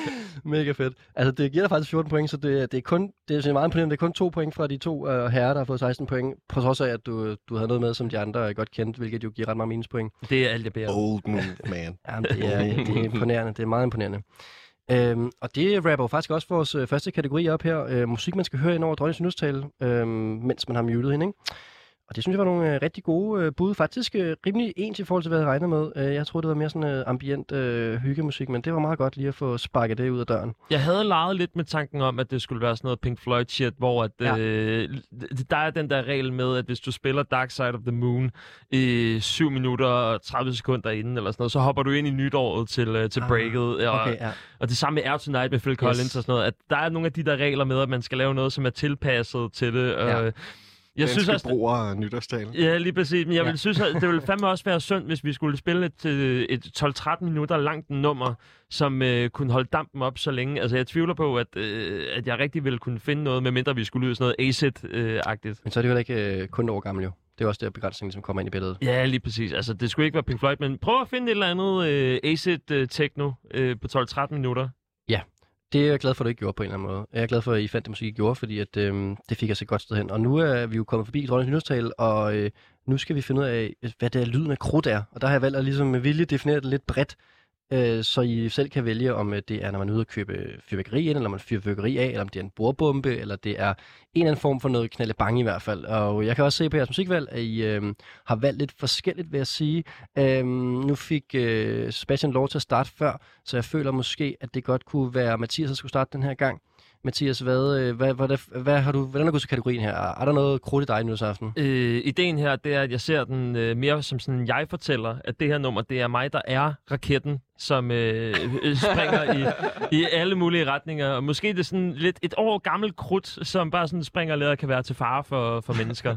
Mega fedt. Altså, det giver dig faktisk fjorten point, så det, det er kun, det er meget imponerende. Det er kun to point fra de to uh, herrer, der har fået seksten point, på trods af, at du, du havde noget med, som de andre godt kendte, hvilket jo giver ret meget minuspoint. Det er alt, jeg beder. Old move, man. Jamen, det er, det er imponerende. Det er meget imponerende. Øhm, og det rapper faktisk også vores øh, første kategori op her. Øh, musik, man skal høre ind over dronningens nytårstale, øh, mens man har muted hende, ikke? Og det synes jeg var nogle øh, rigtig gode øh, bud. Faktisk øh, rimelig ens i forhold til, hvad jeg regner med. Øh, jeg troede, det var mere sådan øh, ambient øh, hyggemusik, men det var meget godt lige at få sparket det ud af døren. Jeg havde leget lidt med tanken om, at det skulle være sådan noget Pink Floyd-shit, hvor at, ja. øh, der er den der regel med, at hvis du spiller Dark Side of the Moon i syv minutter og tredive sekunder inden, eller sådan noget, så hopper du ind i nytåret til, øh, til ah, breaket. Og, okay, ja. og det samme med Air Tonight med Phil Collins yes. og sådan noget. At der er nogle af de der regler med, at man skal lave noget, som er tilpasset til det. Ja. Øh, Jeg synes også, bruger nytårstalen. Ja, lige præcis. Men jeg ja. vil synes, at det ville fandme også være synd, hvis vi skulle spille et, et tolv tretten minutter langt nummer, som øh, kunne holde dampen op så længe. Altså, jeg tvivler på, at, øh, at jeg rigtig ville kunne finde noget, medmindre vi skulle lyde sådan noget acid-agtigt. Men så er det jo ikke øh, kun år gammel, jo. Det er også der begrænsning, som kommer ind i billedet. Ja, lige præcis. Altså, det skulle ikke være Pink Floyd, men prøv at finde et eller andet øh, acid-techno øh, på tolv tretten minutter. Ja. Det er jeg glad for, at du ikke gjorde på en eller anden måde. Jeg er glad for, at I fandt det musik, I gjorde, fordi at, øhm, det fik os et godt sted hen. Og nu er vi jo kommet forbi dronningens nytårstale, og øh, nu skal vi finde ud af, hvad det er, lyden af krudt er. Og der har jeg valgt at ligesom med vilje definere det lidt bredt, øh, så I selv kan vælge, om det er, når man er ude at købe fyrværkeri ind, eller man fyrer fyrværkeri af, eller om det er en bordbombe, eller det er en eller anden form for noget knaldebang i hvert fald. Og jeg kan også se på jeres musikvalg, at I øh, har valgt lidt forskelligt, vil jeg sige. Øh, nu fik øh, Sebastian lov til at starte før, så jeg føler måske, at det godt kunne være Mathias, der skulle starte den her gang. Mathias, hvad, hvad, hvad, hvad har du, hvordan har du gået til kategorien her? Er der noget krudt i dig nytårsaften? Øh, ideen her, det er, at jeg ser den øh, mere som sådan en jeg-fortæller, at det her nummer, det er mig, der er raketten, som øh, springer i, i alle mulige retninger. Og måske det er sådan lidt et år gammelt krudt, som bare sådan springer lidt og kan være til fare for, for mennesker.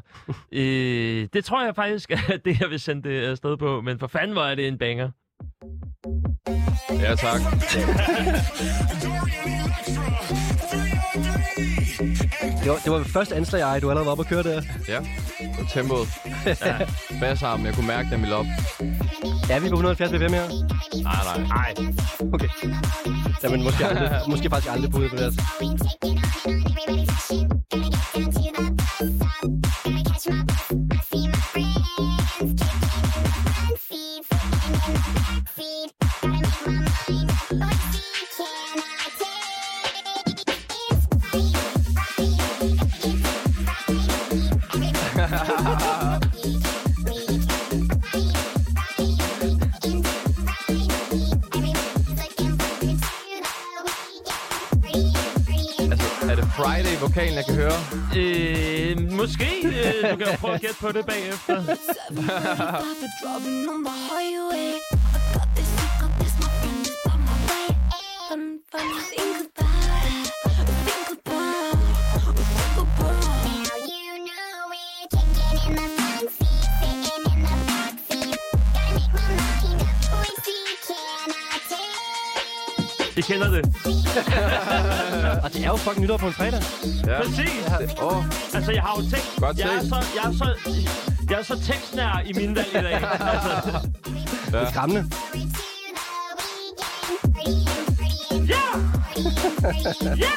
øh, det tror jeg faktisk, at det jeg vil sende det afsted på, men for fanden var det en banger. Ja, tak. Det var, det var første anslag, ej, du allerede var oppe at køre der. Ja, og tempoet. Ja. Bassarmen, jeg kunne mærke den ville op. Ja, vi er på et hundrede og halvfjerds B P M her. Nej, nej. Nej. Okay. Jamen, måske, aldrig, måske faktisk aldrig på det på det. Friday-vokalen, jeg kan høre? Øh, måske. Øh, du kan jo prøve at gætte på det bagefter. I kender det. Og det er jo fucking nytår på en fredag. Ja. Præcis. Ja. Oh. Altså, jeg har jo tænkt... Godt jeg, er set. så, jeg, er så, jeg er så tekstnær i mine valg i dag. Altså, Det er skræmmende. ja! Ja!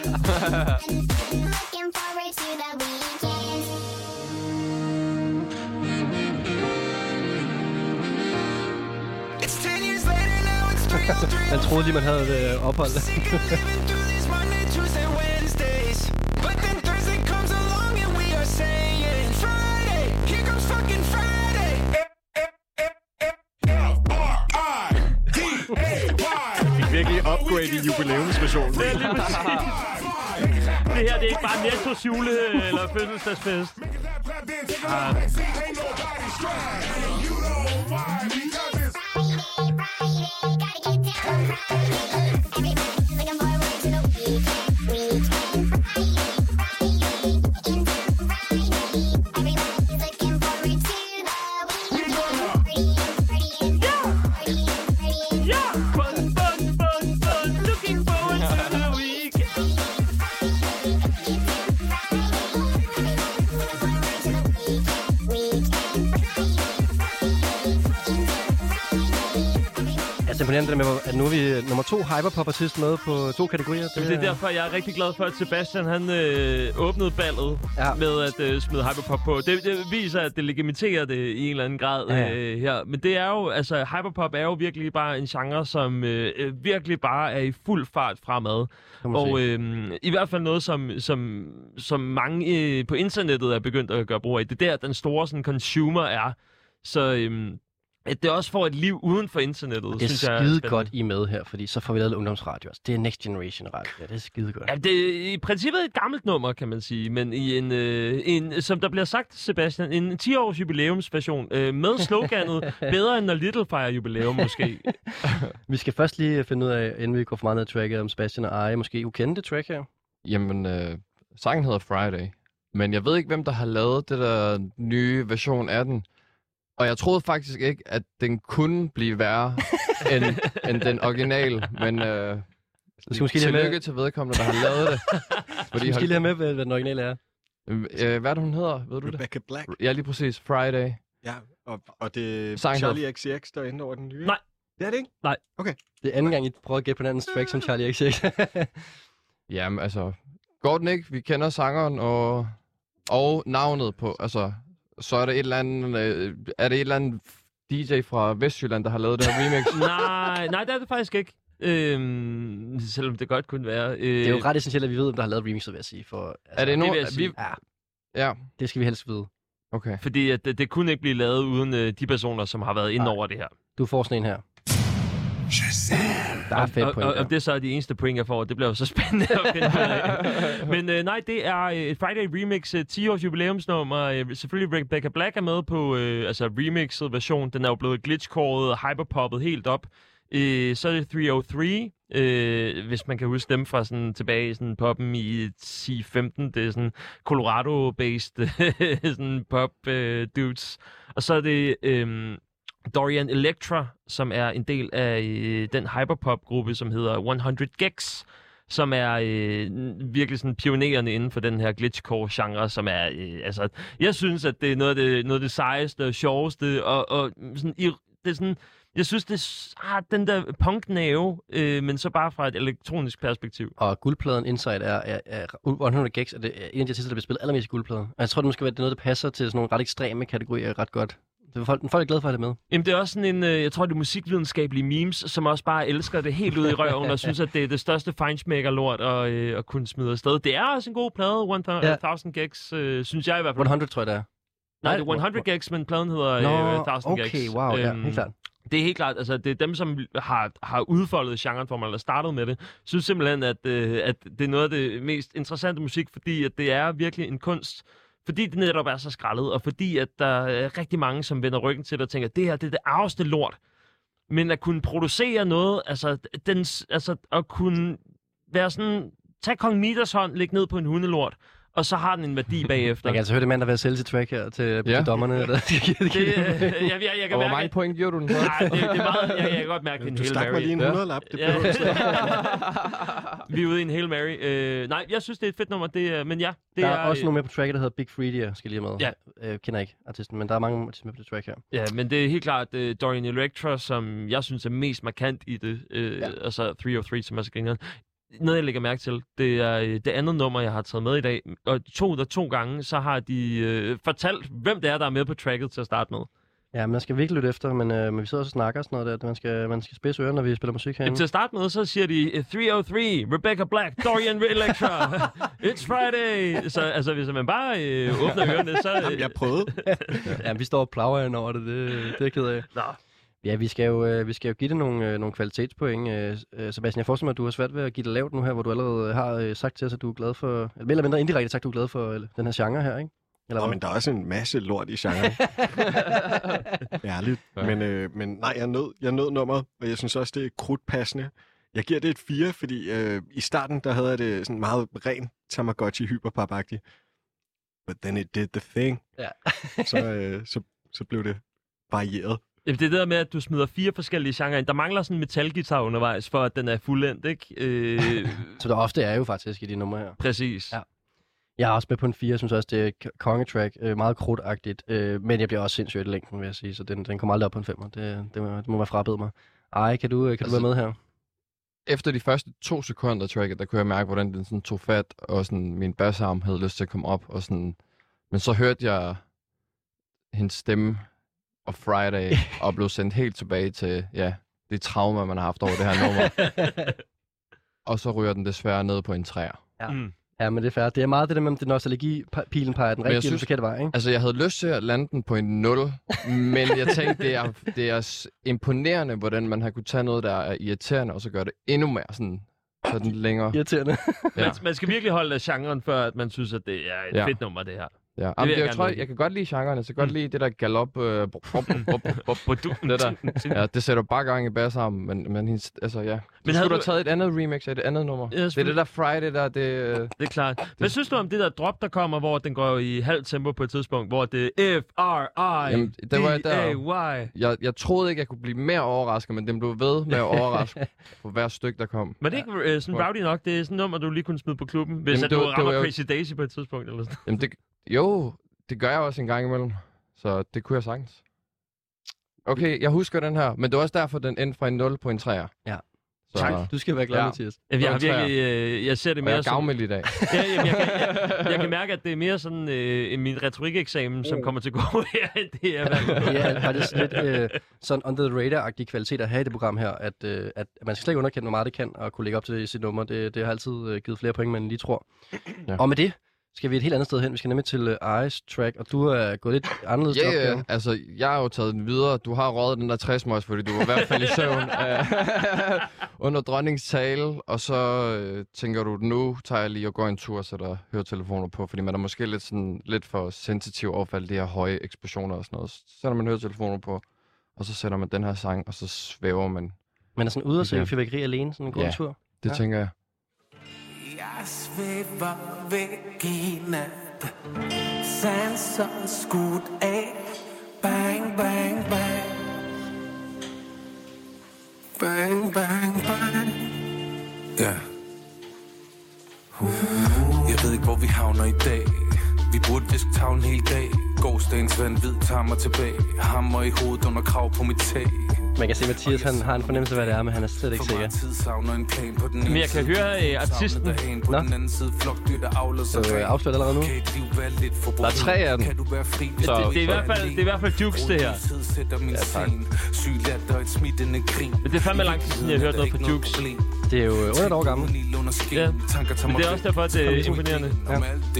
Man troede lige, man havde et øh, ophold. Virkelig upgrade i jubilæumsversionen. Det er lige præcis. Det her, det er ikke bare Nettos jule- eller fødselsdagsfest. Ah. Imponerende det med, at nu er vi nummer to hyperpop-artist med på to kategorier. Det, det er derfor, jeg er rigtig glad for, at Sebastian han øh, åbnede ballet ja. med at øh, smide hyperpop på. Det, det viser, at det legitimerer det i en eller anden grad ja, ja. Øh, her. Men det er jo, altså hyperpop er jo virkelig bare en genre, som øh, virkelig bare er i fuld fart fremad. Og øh, i hvert fald noget, som, som, som mange øh, på internettet er begyndt at gøre brug af. Det er der, den store sådan, consumer er. Så... Øh, at det også får et liv uden for internettet, det er synes jeg skide er godt, I er med her, fordi så får vi lavet ungdomsradio. Altså. Det er Next Generation Radio. Ja, det er skide godt. Ja, det er i princippet et gammelt nummer, kan man sige, men i en, øh, en som der bliver sagt, Sebastian, en ti-års jubilæumsversion øh, med sloganet bedre end når Little fejrer jubilæum, måske. Vi skal først lige finde ud af, inden vi går for meget ned i tracket, om Sebastian og Ari måske ukendte det track her. Jamen, øh, sangen hedder Friday, men jeg ved ikke, hvem der har lavet det der nye version af den. Og jeg troede faktisk ikke, at den kunne blive værre end, end den original, men øh, tillykke med... til vedkommende, der har lavet det. Fordi måske lige have med, hvad den originale er. Øh, hvad er det, hun hedder? Ved du Rebecca det? Black. Ja, lige præcis. Friday. Ja, og, og det er Sang Charlie X C X, der er inde over den nye. Nej. Det er det ikke? Nej. Okay. Det er anden gang, I prøver at gætte på den anden track som Charlie X C X. Jamen, altså... Går den ikke? Vi kender sangeren og, og navnet på... Altså... Så er det et eller andet, øh, er det et eller andet D J fra Vestjylland, der har lavet det her remix? nej, nej, det er det faktisk ikke. Øhm, selvom det godt kunne være. Øh... Det er jo ret essentielt, at vi ved, om der har lavet remixet, vil jeg sige. For, altså, er det nogen? Vi... Ja. ja, det skal vi helst vide. Okay. Fordi at det, det kunne ikke blive lavet uden øh, de personer, som har været inde over det her. Du får sådan en her. Der er fedt og, point, og, og det er så de eneste point, jeg får. Det bliver jo så spændende at finde ud af. Men øh, nej, det er et Friday Remix øh, ti-års jubilæumsnummer. Øh, selvfølgelig Rebecca Black er med på øh, altså remixet version. Den er jo blevet glitchkåret og hyperpoppet helt op. Øh, så er det tre nul tre, øh, hvis man kan huske dem fra sådan tilbage i sådan poppen i ti femten. Det er sådan Colorado-based sådan pop øh, dudes. Og så er det... Øh, Dorian Electra, som er en del af øh, den hyperpop-gruppe, som hedder hundrede Gex, som er øh, virkelig sådan pionerende inden for den her glitchcore-genre, som er, øh, altså, jeg synes, at det er noget af det, noget af det sejeste og sjoveste, og, og sådan, i, det er sådan, jeg synes, det har den der punk-nerve, øh, men så bare fra et elektronisk perspektiv. Og guldpladen Inside er, er, er hundrede Gex, er det en af de artister, der bliver spillet allermest i guldpladen. Og jeg tror, det måske er noget, der passer til sådan nogle ret ekstreme kategorier ret godt. Det folk, folk er glade for at have det med. Jamen, det er også sådan en, jeg tror, det er musikvidenskabelige memes, som også bare elsker det helt ud i røven, og synes, at det er det største feinschmecker-lort at, øh, at kunne smide afsted. Det er også en god plade, tusind Gex, øh, synes jeg i hvert fald. hundrede tror jeg, det er. Nej, det er hundrede Gex, men pladen hedder Nå, øh, tusind okay, Gex. wow, ja, helt klart. Det er helt klart, altså det er dem, som har, har udfoldet genren for mig, eller startet med det. Jeg synes simpelthen, at, øh, at det er noget af det mest interessante musik, fordi at det er virkelig en kunst, fordi det netop er så skrællet, og fordi at der er rigtig mange, som vender ryggen til det og tænker, at det her det er det arveste lort. Men at kunne producere noget, altså, den, altså at kunne være sådan, tag Kong Midas hånd, lægge ned på en hundelort, og så har den en værdi bagefter. Jeg kan altså høre det mand, der vil sælge til track her til, ja. til dommerne. Der. det, det, øh, jeg, jeg, jeg kan og hvor mærke, mange point giver du den? Nej, det, det er meget, jeg, jeg kan godt mærke, det er en du Hail Mary. Du stak mig lige en hundrede-lap, det ja. blev Vi er ude i en Hail Mary. Øh, nej, jeg synes, det er et fedt nummer, det, men ja. Det der er, er også nogle med på tracket, der hedder Big Freedia, skal lige have med. Ja. Jeg kender ikke artisten, men der er mange artister med på det track her. Ja, men det er helt klart uh, Dorian Electra, som jeg synes er mest markant i det. Uh, ja. Altså tre nul tre, som er så gængeren. Noget, jeg lægger mærke til, det er uh, det andet nummer, jeg har taget med i dag. Og to der to gange, så har de uh, fortalt, hvem det er, der er med på tracket til at starte med. Ja, man skal virkelig lytte efter, men, øh, men vi sidder og snakker og sådan noget der. Man skal, man skal spidse ører, når vi spiller musik herinde. Jamen, til at starte med, så siger de tre nul tre, Rebecca Black, Dorian Electra, It's Friday. Så altså, hvis man bare øh, åbner ørerne, så... Øh... Jamen, jeg prøvede. Ja, vi står og plager ind over det, det, det er jeg ked af. Nå. Ja, vi skal jo, øh, vi skal jo give det nogle, øh, nogle kvalitetspoint. Øh, Sebastian, jeg forestiller mig, at du har svært ved at give det lavt nu her, hvor du allerede har øh, sagt til os, at du er glad for... Eller mere eller mindre indirekte sagt, at du er glad for øh, den her genre her, ikke? Eller Nå, men der er også en masse lort i genren. Ærligt. Ja. Men, øh, men nej, jeg nød, jeg nød nummeret, og jeg synes også, det er krudtpassende. Jeg giver det et fire, fordi øh, i starten, der havde jeg det sådan meget ren Tamagotchi-hyperpop-agtigt. But then it did the thing. Ja. så, øh, så, så blev det varieret. Det er det der med, at du smider fire forskellige genrer ind. Der mangler sådan en metalguitar undervejs, for at den er fuldendt, ikke? Øh... så der ofte er jo faktisk i de numre her. Præcis. Ja. Jeg er også med på en fire. Jeg synes også, det er kongetrack. Øh, meget krudtagtigt. Øh, men jeg bliver også sindssygt i længden, vil jeg sige. Så den, den kommer aldrig op på en femmer. Det, det, må, det må være frabedt mig. Ej, kan du, kan altså, du være med her? Efter de første to sekunder tracket, der kunne jeg mærke, hvordan den sådan tog fat, og sådan, min bassarm havde lyst til at komme op. Og sådan, men så hørte jeg hendes stemme og Friday, og blev sendt helt tilbage til, ja, det trauma, man har haft over det her nummer. Og så ryger den desværre ned på en træer. Ja. Mm. Ja, men det er fair. Det er meget det der med, at det nostalgi-pilen peger den rigtige forkerte vej, ikke? Altså, jeg havde lyst til at lande den på en nul, men jeg tænkte, det er, det er imponerende, hvordan man har kunnet tage noget, der er irriterende, og så gøre det endnu mere sådan, sådan længere. Irriterende. Ja. Man, man skal virkelig holde af genren, før at man synes, at det er et ja. fedt nummer, det her. Ja, det jeg, jeg, tror, jeg, jeg kan godt lide genren, jeg kan godt lide det der galop, øh, bop, bop, bop, bop, bop, det der. Ja, det sætter bare gang i bassarmen, men, men hendes, altså ja. Men skulle du have taget et andet remix af et andet nummer? Ja, det er det der Friday der, det... Det er klart. Det... Hvad synes du om det der drop, der kommer, hvor den går i halvt tempo på et tidspunkt, hvor det er F R I D A Y? Jeg, jeg troede ikke, jeg kunne blive mere overrasket, men den blev ved med at overraske på hver stykke, der kom. Men det er ikke uh, sådan rowdy nok, det er sådan nummer, du lige kunne smide på klubben, hvis Jamen, at du var, rammer var, Crazy Daisy på et tidspunkt eller sådan. Jamen det... Jo, det gør jeg også en gang imellem, så det kunne jeg sagtens. Okay, jeg husker den her, men det var også derfor, den endte fra en nul på en treer. Ja. Så... Tak, du skal være glad, ja. Mathias. Jeg, jeg, virkelig, øh, jeg ser det mere som... Jeg er i dag. ja, jamen, jeg, kan, jeg, jeg kan mærke, at det er mere sådan øh, min retorikeksamen, oh. som kommer til at gå her, end det er. Ja, faktisk lidt øh, sådan under the radar-agtig kvalitet at have i det program her, at, øh, at man skal slet ikke underkende, hvor meget det kan, og kunne lægge op til sit nummer. Det, det har altid øh, givet flere point, end man lige tror. Ja. Og med det skal vi et helt andet sted hen. Vi skal nemlig til uh, Ice Track, og du er gået lidt anderledes yeah, op. Ja, yeah. Altså, jeg har jo taget den videre. Du har røget den der tres møjs, fordi du var i hvert fald i søvn under dronningens tale, og så øh, tænker du, nu tager jeg lige og går en tur og sætter høretelefoner på, fordi man er måske lidt, sådan, lidt for sensitiv overfald de her høje eksplosioner og sådan noget. Så sætter man høretelefoner på, og så sætter man den her sang, og så svæver man. Man er sådan ude og se fyrværkeri alene, sådan en god ja, tur? det ja. tænker jeg. Jeg svæver væk i nat, sanser skudt af, bang, bang, bang, bang, bang, bang, ja. Uh. Jeg ved ikke, hvor vi havner i dag, vi burde viske tavlen hele dag, gårdsdagens vanvid tager mig tilbage, hammer i hovedet under krav på mit tag. Man kan se, at Mathias han har en fornemmelse af, hvad det er, men han er slet ikke sikker. Men jeg kan høre uh, artisten. Nå. Så uh, afsløret allerede nu. Der er tre af dem. Så, det, det, er i hvert fald, det er i hvert fald Jukes, det her. Ja, tak. Men det er fandme lang tid siden, jeg har hørt noget på Jukes. Det er jo under et år gammel. Ja, men det er også derfor, at det er imponerende. Ja.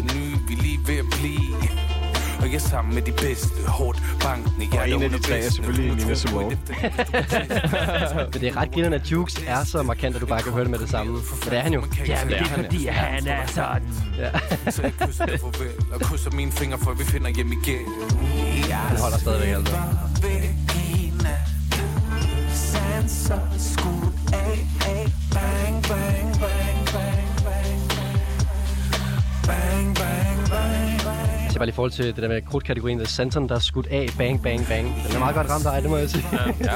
Og jeg er sammen med de bedste, hårdt bankende. Og en af de tre er selvfølgelig Nina Simone. Men det er ret grinerne, at Jukes er så markant, at du bare kan høre det med det samme. For det er han jo. Ja, men det er fordi, han er sådan. Ja. Så jeg kysser dig farvel, og kysser mine fingre, for vi finder hjem igen. Han holder stadigvæk altså. Sanser skudt af, af, bang, bang, bang, bang, bang, bang, bang. bare i forhold til det der med krudtkategorien, der Santon, der er skudt af, bang, bang, bang. Den er meget godt ramt af, det må jeg sige. Ja. ja.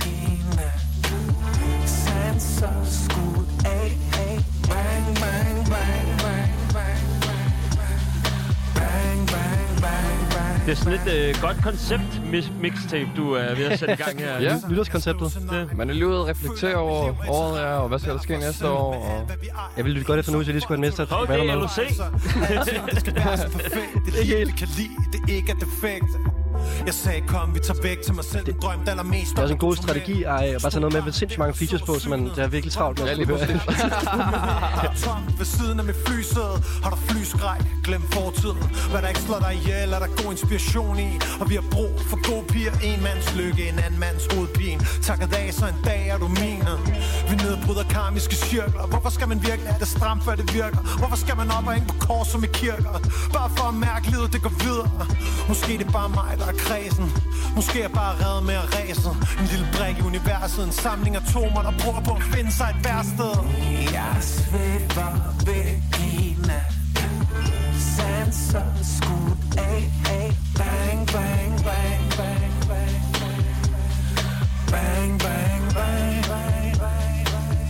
Sanser skudt af, af, bang, bang, bang, bang, bang, bang, bang, bang, bang. Det er sådan et øh, godt koncept-mixtape, du er ved at sætte i gang her. Ja, nytårskonceptet. Det. Man er lige ude at reflektere over året er, og hvad skal der ske næste år. Og... Jeg vil lytte godt efter nu, hvis jeg lige skulle have en mestre. Okay, jeg vil se. Det skal være så perfekt. Det er helt kan lide, det ikke er defekt. Jeg sagde, kom, vi tager væk til mig selv. Den drømte allermest. Det er også en god strategi, ej, at bare tage noget med med sindssygt mange features på, så man det er virkelig travlt med at skulle høre. Tom, ved siden af mit flysæde har der flyskræk. Glem fortiden. Hvad der ikke slår dig ihjel, er der god inspiration i. Og vi har brug for gode piger. En mands lykke, en anden mands hovedpine. Takket af, så en dag er du mine. Vi nedbryder karmiske cirkler. Hvorfor skal man virkelig have det stramt, før det virker? Hvorfor skal man op og ind på kors som i kirker? Bare for at mærke livet, det går videre. Måske det er bare mig, der er kredsen. Måske er bare reddet med at ræse. En lille brik i universet. En samling af atomer, der prøver på at finde sig et værsted. Jeg svæver væk i nat. Sanser skudt af, af. Bang, bang, bang, bang, bang, bang, bang, bang, bang, bang.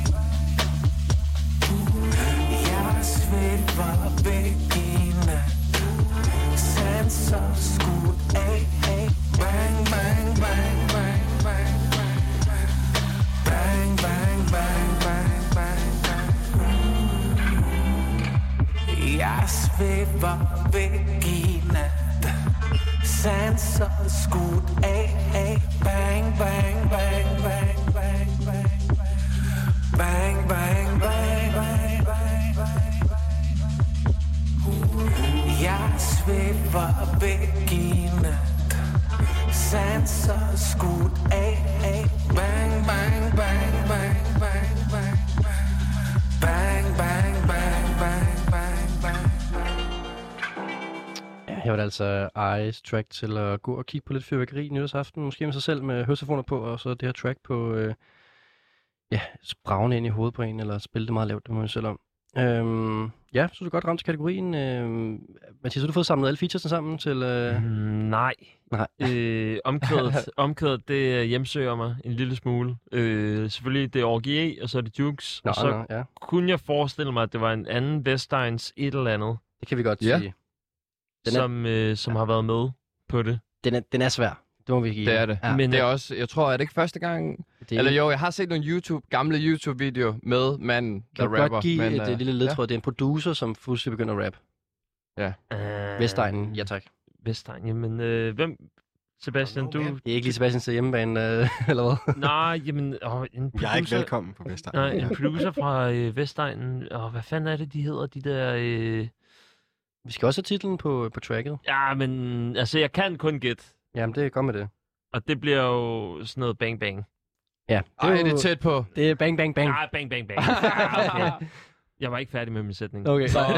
Jeg svæver væk i nat. Sanser skudt af, af. Bang, bang, bang, bang, bang, bang, bang, bang, bang, bang, bang. Jeg svæver væk i nat. Sanser skudt af, af. Bang, bang, bang, bang, bang, bang, bang, bang, bang, bang, bang, bang. Jeg svæver væk i nat. Sanser skudt af, af. Bang, bang, bang, bang, bang, bang. Bang, bang, bang, bang, bang, bang. Ja, her var det altså Eyes track til at gå og kigge på lidt fyrværkeri nytårsaften. Måske med sig selv med høretelefoner på, og så det her track på, øh, ja, spragende ind i hovedet på en, eller spille det meget lavt, det må man selv om. Øhm, ja, så er du godt ramt til kategorien. Øhm, Mathias, har du fået samlet alle featuresne sammen til... Øh... Mm, nej. Nej. øh, omkvædet, omkvædet, det hjemsøger mig en lille smule. Øh, selvfølgelig, det er O G E, og så er det Jukes. Nå, og så nå, ja. kunne jeg forestille mig, at det var en anden Vestegns et eller andet. Det kan vi godt ja. sige. Den er... Som, øh, som ja. har været med på det. Den er, den er svær. Det må vi give. Det er det. Ja. Men det er også, jeg tror, er det ikke første gang... Det... Eller jo, jeg har set nogle YouTube, gamle YouTube-videoer med manden, der rapper. Kan du godt give men, et, et lille ledtråd? Ja. Det er en producer, som fuldstændig begynder at rap. Ja. Uh... Vestegnen, ja tak. Vestegn, jamen øh, hvem... Sebastian, du... Det er ikke lige Sebastian til hjemmebane, øh, eller hvad? Nej, jamen... Åh, en producer... Jeg er ikke velkommen på Vestegnen. Nej, en producer fra øh, Vestegnen. Åh, hvad fanden er det, de hedder, de der... Øh... Vi skal også have titlen på, på tracket. Ja, men altså, jeg kan kun gætte. Jamen, det er godt med det. Og det bliver jo sådan noget bang bang. Ja, det er, Ej, jo... det er tæt på. Det er bang bang bang. Ja, bang bang bang. Ja, okay. Jeg var ikke færdig med min sætning. Okay. Så...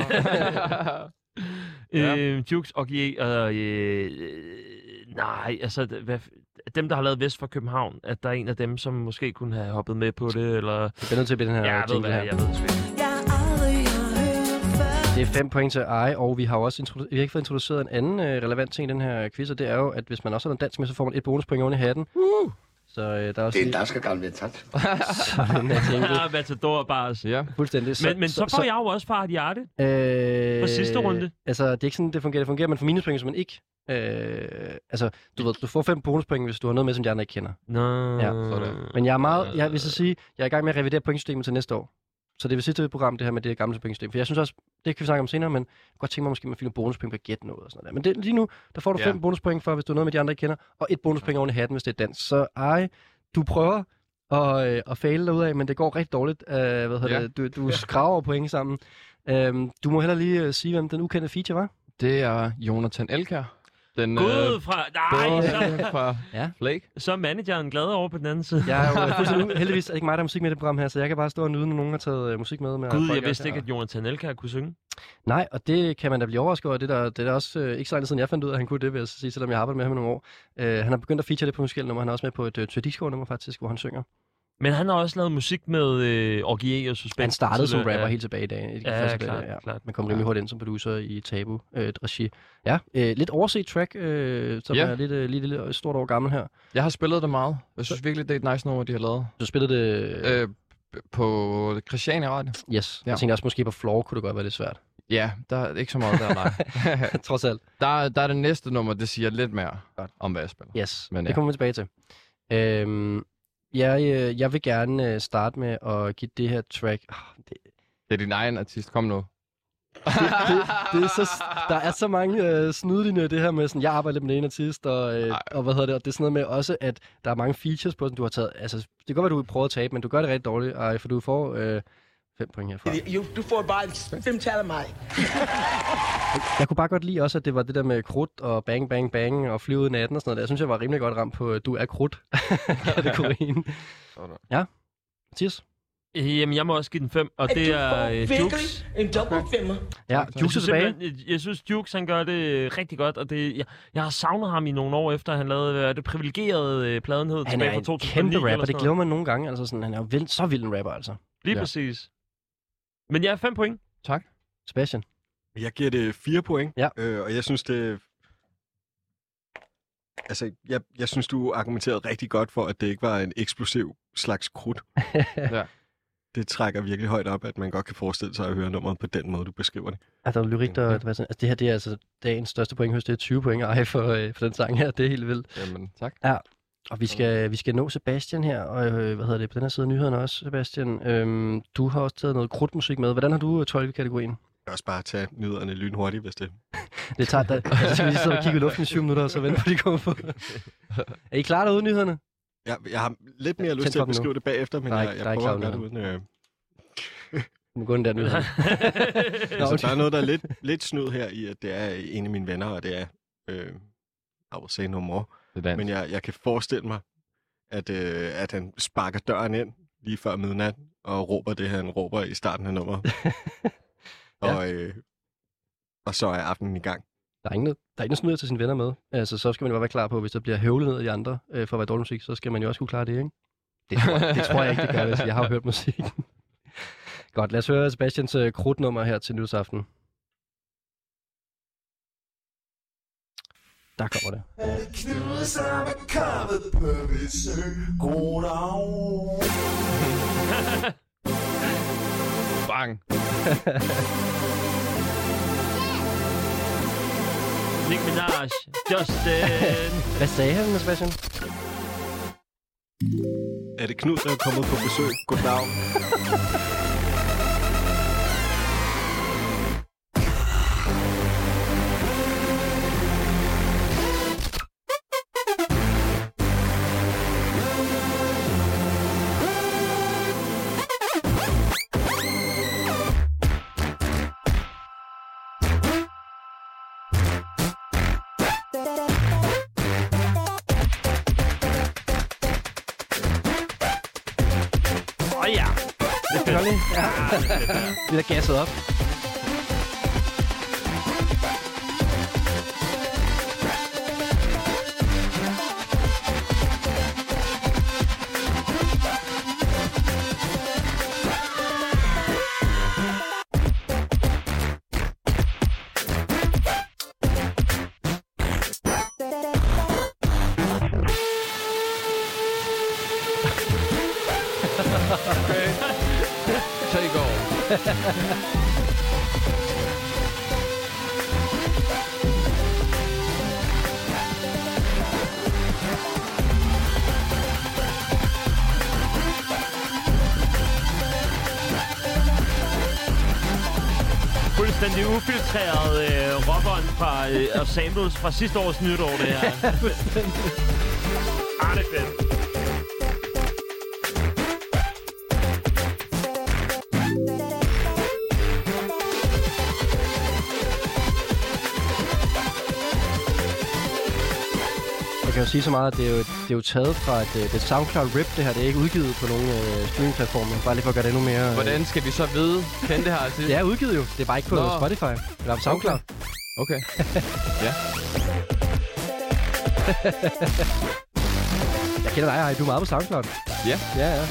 øh, Jukes, O G E og... Øh, nej, altså... Hvad, dem, der har lavet Vest for København, at der er en af dem, som måske kunne have hoppet med på det, eller... Det bliver nødt til at blive den her ja, jeg ved, hvad, her. Jeg ved det sgu ikke. Det er fem point til Ej, og vi har også introdu- vi har ikke fået introduceret en anden øh, relevant ting i den her quiz, og det er jo, at hvis man også har en dansk med, så får man et bonuspoint oven i hatten. Uh! Så øh, der er også det er en dansk gammel ventat. Ja, Matador bare. Ja, fuldstændig. Så, men, men så, så får så, jeg jo også fart i hjerte. Øh, på sidste runde. Altså, det er ikke sådan, det fungerer. Det fungerer, man får minuspoint, hvis man ikke... Øh, altså, du, ved, du får fem bonuspoint, hvis du har noget med, som de andre ikke kender. Nå. Ja. Men jeg er meget... Jeg vil så sige, jeg er i gang med at revidere pointsystemet til næste år. Så det vil sidste program, det her med det gamle pointsystem. For jeg synes også, det kan vi snakke om senere, men jeg kan godt tænke mig, måske man fik nogle bonuspoint på at gætte noget og sådan noget. Men det, lige nu, der får du ja. fem bonuspoint for, hvis du er noget med de andre, ikke kender, og et bonuspoint oven i hatten, hvis det er dans. Så ej, du prøver at, øh, at faile derudad, men det går rigtig dårligt. Øh, hvad hedder ja. det? Du, du skraver over point sammen. Øh, du må heller lige uh, sige, hvem den ukendte feature var. Det er Jonathan Elkjær. Den, Gud øh, fra... Nej, så... fra ja. Flake. Så er manageren glad over på den anden side. Jeg er jo heldigvis er det ikke mig, der har musik med det program her, så jeg kan bare stå og nyde, når nogen har taget uh, musik med. med Gud, jeg vidste ikke, at Jonathan Elkjær kunne synge. Nej, og det kan man da blive overrasket over. Det, der, det er da også uh, ikke så lang tid siden, jeg fandt ud af, at han kunne det, vil jeg sige, selvom jeg har arbejdet med ham i nogle år. Uh, han har begyndt at feature det på musikalnummer. Han er også med på et uh, Tødisgaard-nummer faktisk, hvor han synger. Men han har også lavet musik med øh, Orgie og Suspense. Han startede som rapper ja. helt tilbage i dag. I Ja, første klart, dag, ja. klart. Man kom rimelig hurtigt ind som producer i Tabu øh, regi. Ja, øh, lidt overset track, øh, som Ja. er lidt, øh, lidt, lidt stort år gammel her. Jeg har spillet det meget. Jeg synes virkelig, det er et nice nummer, de har lavet. Du spillede det... Øh, på Christiania Radio. Yes. Ja. Jeg tænkte også, måske på Floor kunne det godt være lidt svært. Ja, der er ikke så meget der, nej. Trods alt. Der, der er det næste nummer, det siger lidt mere godt om, hvad jeg spiller. Yes, Men, det ja. kommer vi tilbage til. Øhm, jeg, øh, jeg vil gerne øh, starte med at give det her track... Oh, det, det er din egen artist, kom nu. det, det, det er så, der er så mange øh, snydelinjer i det her med, sådan, jeg arbejder lidt med den ene artist, og, øh, og hvad hedder det, og det er sådan noget med også, at der er mange features på, som du har taget. Altså, det kan godt være, du prøver at tabe, men du gør det rigtig dårligt, ej, for du får øh, fem point herfra. You, du får bare fem tal af mig. Jeg kunne bare godt lide også, at det var det der med krudt og bang, bang, bang og flyve ud i natten og sådan noget. Jeg synes, jeg var rimelig godt ramt på, du er krudt-kategorien. Ja, Mathias? Jamen, jeg må også give den fem, og det er øh, Jukes. En dobbelt femmer. Ja, Jukes er tilbage. Jeg, jeg synes, Jukes han gør det rigtig godt, og det, jeg, jeg har savnet ham i nogle år efter, han lavede det privilegerede øh, pladen hed Han tilbage er fra en to tusind og ni. kæmpe rapper, det eller glemmer man nogle gange. Altså sådan, han er jo vild, så vild en rapper, altså. Lige ja. præcis. Men jeg er fem point. Tak. Sebastian? Jeg giver det fire point, ja. øh, og jeg synes, det... Altså, jeg, jeg synes, du argumenterede rigtig godt for, at det ikke var en eksplosiv slags krudt. ja. Det trækker virkelig højt op, at man godt kan forestille sig at høre nummeret på den måde, du beskriver det. Altså, der er lyrik, der... Ja. Altså, det her, det er altså dagens største pointhøst, det er tyve point ej for, øh, for den sang her. Det er helt vildt. Jamen, tak. Ja, og vi skal, vi skal nå Sebastian her, og øh, hvad hedder det, på den her side af nyhederne også, Sebastian. Øhm, du har også taget noget krudtmusik med. Hvordan har du tolket kategorien? Jeg kan også bare tage nyhederne lynhurtigt, hvis det... Det tager da. Så skal vi lige sidde og kigge i luften i syv minutter, og så vente på, de kommer på. Er I klar derude, nyhederne? Ja, jeg har lidt mere lyst til at beskrive det bagefter, men nej, jeg, jeg prøver at gøre det uden... Øh... Du må gå ind der nyhederne. Altså, der er noget, der er lidt, lidt snyd her i, at det er en af mine venner, og det er... Øh, I will say no more. Men jeg, jeg kan forestille mig, at, øh, at han sparker døren ind lige før midnat, og råber det, han råber i starten af nummeret. ja. og, øh, og så er aftenen i gang. Der er ingen, der er ingen snyd til sine venner med. Altså, så skal man jo bare være klar på, hvis der bliver høvlet ned i andre øh, for at være dårlig musik, så skal man jo også kunne klare det, ikke? Det tror, det tror jeg ikke, det gør, hvis jeg har hørt musikken. Godt, lad os høre Sebastians øh, krudtnummer her til nyhedsaften. Der kommer det. Knude sammen kommet på besøg. Goddag. Bang. Nicki Minaj, Justin. Hvad sagde han, Sebastian? Er det Knud, der er kommet på besøg? Goddag. Vi er gasset op. Okay. Take all. Fuldstændig ufiltreret øh, rockeren fra øh, og samples fra sidste års nytår, det her. Ah, det er fedt. Jeg kan jo sige så meget, at det er jo, det er jo taget fra et, det er SoundCloud-rip, det her. Det er ikke udgivet på nogen øh, streamingplatformer. Bare lige for at gøre det endnu mere... Øh... Hvordan skal vi så vide, kende det her artist? Det er udgivet jo. Det er bare ikke på Nå. Spotify. Det er på SoundCloud. Okay. Ja. Jeg kender dig, Ej. Du er meget på SoundCloud. Ja. Ja, ja.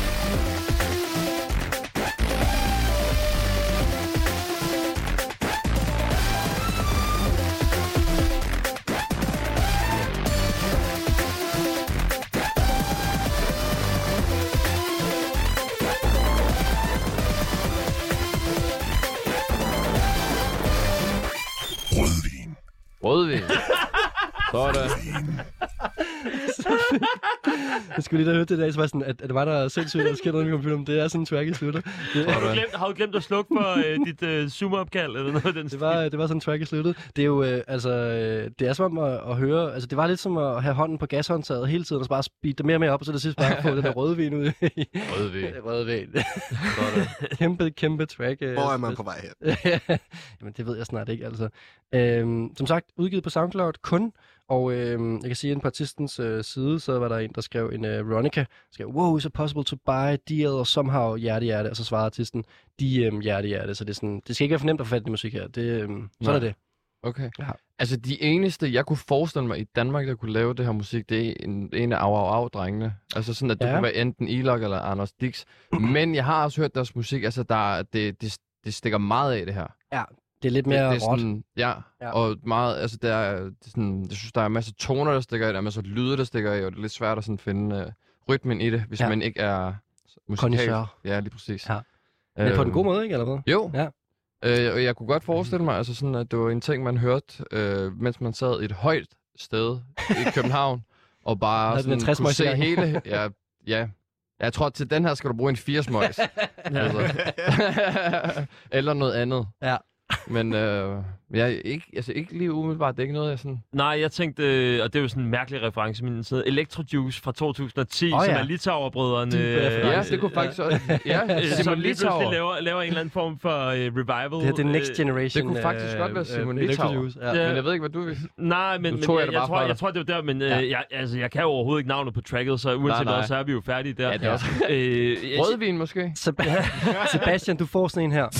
Rødvin. Rødvin. Sådan. Jeg skulle lige da høre det der, så var sådan, at, at det var der sindssygt, der sker noget med computeren. Det er sådan en track i slutter. Det, Har du glemt, har du glemt at slukke for øh, dit øh, Zoom-opkald eller noget af den det, var, det var sådan en track i sluttet. Det er jo, øh, altså, øh, det er som at, at høre, altså det var lidt som at have hånden på gashåndtaget hele tiden, og så bare speede det mere og mere op, og så det sidst bare få den der rødvin ud i. Rødvin. Rødvin. kæmpe, kæmpe track. Øh, Hvor er man på vej her? Jamen, det ved jeg snart ikke, altså. Øhm, som sagt, udgivet på SoundCloud kun, og øhm, jeg kan sige, at på artistens øh, side, så var der en, der skrev en øh, Veronica, skrev, wow, is it possible to buy deal, og somehow hjerte hjerte, og så svarede artisten, de øhm, hjerte hjerte, så det er sådan, det skal ikke være for nemt at få fat i musik her, det, øhm, sådan er det. Okay. Ja. Altså, de eneste, jeg kunne forestille mig i Danmark, der kunne lave det her musik, det er en, en af Au Au Au-drengene. Altså sådan, at det Ja. kunne være enten Elok eller Anders Dix. Men jeg har også hørt deres musik, altså, der, det, det, det stikker meget af det her. Ja, det er lidt mere det, det er råt. sådan, ja, Ja. og meget, altså, der er, det er sådan, jeg synes, der er masser af toner, der stikker af, der er masser af lyde, der stikker af, og det er lidt svært at sådan finde uh, rytmen i det, hvis Ja. man ikke er musikal. Connoisseur. Ja, lige præcis. Ja. Men på den gode måde, ikke, eller hvad? Jo. Ja. Øh, og jeg kunne godt forestille mig, altså sådan, at det var en ting, man hørte, øh, mens man sad et højt sted i København, og bare Havde den en sådan, tres kunne se smøjs i hele... Ja, ja. Jeg tror, til den her skal du bruge en fire smøjs. altså. Eller noget andet. Ja. Men øh, jeg er ikke, altså ikke lige umiddelbart, det er ikke noget, jeg sådan... Nej, jeg tænkte, øh, og det er jo sådan en mærkelig reference, men sådan Electrojuice fra to tusind og ti, Åh, oh, ja. som er Litauer-brødrene. Dyb øh, reference. Ja, det kunne faktisk også... Ja, øh, som Simon lige pludselig Litauer. laver, laver en eller anden form for uh, revival. Det her, det er Next Øh, Generation. Det kunne faktisk øh, godt være øh, Simon Electrojuice, Litauer. ja. Men jeg ved ikke, hvad du vil. Nej, men, Nu men tog jeg, jeg jeg, det bare jeg, tror, fra jeg dig. tror, det var der, men Ja. øh, jeg, altså, jeg kan jo overhovedet ikke navnet på tracket, så uanset Nej, nej. hvad, så er vi jo færdige der. Ja, det er også... Øh, jeg, Rødvin måske? Seb- Sebastian, du får sådan en her.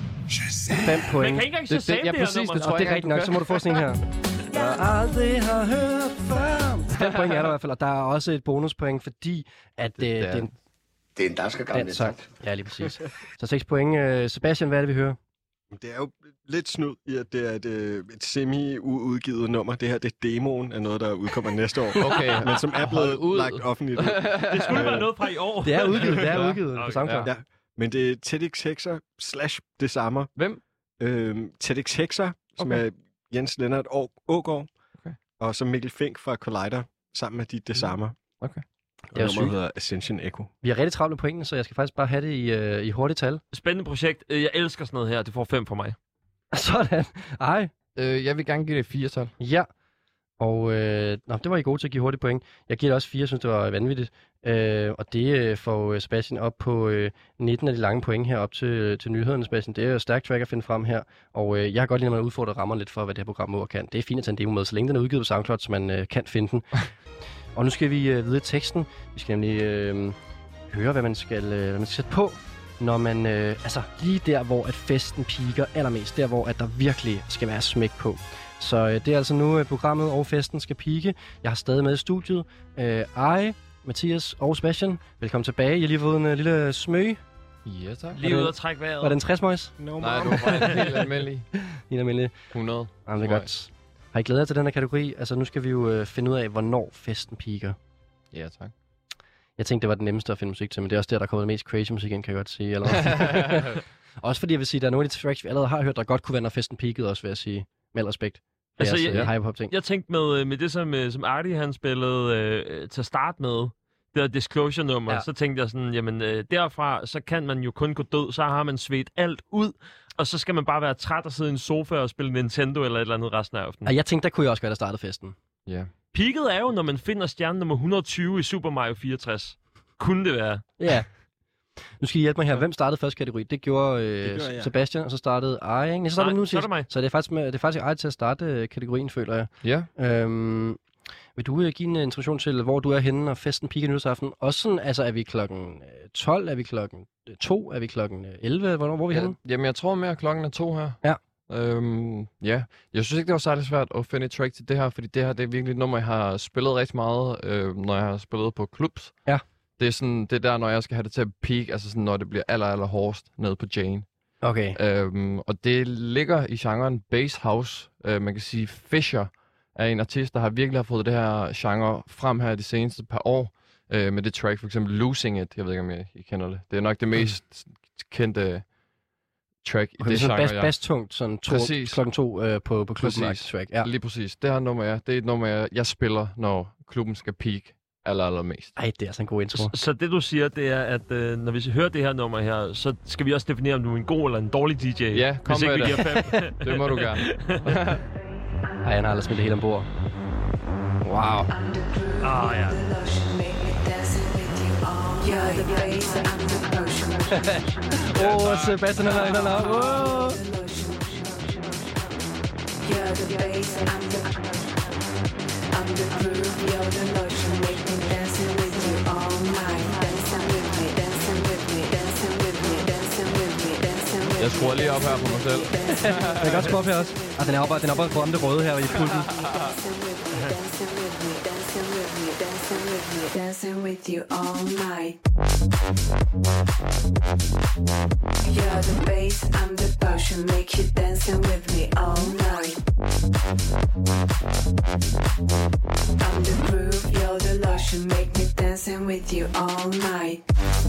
Fem point. man kan ikke engang Det- det- Shazam ja, det her præcis, nummer. det tror Og jeg det er ikke, rigtigt nok, du så må du få sådan en her. Jeg aldrig har hørt før. Fem point er der i hvert fald, og der er også et bonuspoint, fordi at øh, det, er- det er en Det er en dansk gammel dansk sang. Ja, lige præcis. Så seks point. Øh, Sebastian, hvad er det, vi hører? Det er jo lidt snud i, at det er et, øh, et semi-udgivet nummer. Det her, det er demoen af noget, der udkommer næste år. Okay. Men som er blevet ud. lagt offentligt ud. Det skulle være noget fra i år. Det er udgivet, det er udgivet på Okay. SoundCloud. Ja. Men det er TEDx Hexer slash det samme. Hvem? Øhm, TEDx Hexer, som Okay. er Jens Lennart Å- Ågaard. Okay. Og så Mikkel Fink fra Collider, sammen med de det samme. Okay. Det er jo Og nummeret sygt. hedder Ascension Echo. Vi har rigtig travlt med pointene, så jeg skal faktisk bare have det i, øh, i hurtigt tal. Spændende projekt. Øh, Jeg elsker sådan noget her. Det får fem for mig. Sådan. Ej. Øh, jeg vil gerne give det et fire-tal. Ja. Og øh, nå, det var I gode til at give hurtigt point. Jeg giver det også fire, jeg synes, det var vanvittigt. Øh, og det øh, får Sebastian op på øh, nitten af de lange point her op til, til nyhederne, Sebastian. Det er jo stærkt track at finde frem her. Og øh, jeg har godt lide, når man udfordrer rammerne lidt for, hvad det her program må og kan. Det er fint at tage en demo med, så længe den er udgivet på SoundCloud, så man øh, kan finde den. Og nu skal vi øh, videre i teksten. Vi skal nemlig øh, høre, hvad man skal, øh, hvad man skal sætte på, når man, øh, altså lige der, hvor at festen piker allermest. Der, hvor at der virkelig skal være smæk på. Så øh, det er altså nu, øh, programmet og festen skal pike. Jeg har stadig med i studiet. Øh, Ej, Mathias og Sebastian, velkommen tilbage. Jeg har lige fået en øh, lille smøg. Ja, tak. Lige det- ud og trække vejret. Var det en tres møjs? No, Nej, du var bare en helt almindelig. En almindelig. hundrede. Jamen, det er godt. Har I glædet jer til den her kategori? Altså, nu skal vi jo øh, finde ud af, hvornår festen piker. Ja, tak. Jeg tænkte, det var den nemmeste at finde musik til, men det er også der, der er kommet mest crazy musik ind, kan jeg godt sige. Eller hvad? Også fordi jeg vil sige, der er nogle af de tracks, vi allerede har hørt, der godt kunne være, når festen peakede også, vil jeg sige. Med al respekt. Altså, Altså, jeg- jeg, hype ting. Jeg tænkte med, med det, som, øh, som Artie han spillede øh, til at starte med, det der Disclosure-nummer, Ja. ja. så tænkte jeg sådan, jamen øh, derfra, så kan man jo kun gå død, så har man svedt alt ud, og så skal man bare være træt og sidde i en sofa og spille Nintendo eller et eller andet resten af aftenen. Og jeg tænkte, der kunne jeg også være, der startede festen. Ja. Peaket er jo, når man finder stjerne nummer et hundrede og tyve i Super Mario fireogtres. Kunne det være? Ja. Nu skal I hjælpe mig her. Hvem startede første kategori? Det gjorde, øh, Det gjorde jeg. Sebastian, og så startede Ej, ikke? Nej, så startede Nej, nu så er sidst. det mig. Så det er faktisk, med, det er faktisk Ej til at starte øh, kategorien, føler jeg. Ja. Øhm, vil du øh, give en introduktion til, hvor du er henne, når festen piker nytårsaften? Også sådan, altså er vi klokken tolv, er vi klokken to, er vi klokken elleve? Hvornår, hvor er vi Ja, henne? jamen, jeg tror mere, at klokken er to her. Ja. Øhm, ja. Jeg synes ikke, det var særlig svært at finde et track til det her, fordi det her det er virkelig et nummer, jeg har spillet rigtig meget, øh, når jeg har spillet på clubs. Ja. Det er sådan, det er der, når jeg skal have det til at peak, altså sådan, når det bliver aller, aller hårdest nede på Jane. Okay. Øhm, og det ligger i genren bass house. Øh, man kan sige, Fisher er en artist, der har virkelig har fået det her genre frem her de seneste par år. Øh, med det track, for eksempel Losing It. Jeg ved ikke, om I, I kender det. Det er nok det mest mm. kendte track okay, i det genre. genre. Okay, så bass-tungt, sådan to, klokken to øh, på, på klubben track. Ja. Lige præcis. Det her nummer, ja, det er et nummer, jeg, jeg spiller, når klubben skal peak aller, aller mest. Ej, det er altså en god intro. Så, så det, du siger, det er, at øh, når vi hører det her nummer her, så skal vi også definere, om du er en god eller en dårlig D J. Ja, kom hvis med ikke det. Vi giver fem. Det må du gerne. Ej, han har aldrig smidt det hele ombord. Wow. Ah, ja. Åh, oh, Sebastian er der, der. Wow. Jeg skruer lige op her for mig selv. Jeg kan godt skrue op her også. Ah, den er oppe, den er oppe på om det røde her i pulten. Dancing with you all night. You're the bass, I'm the potion, make you dancing with me all night. I'm the groove, you're the lotion, make me dancing with you all night.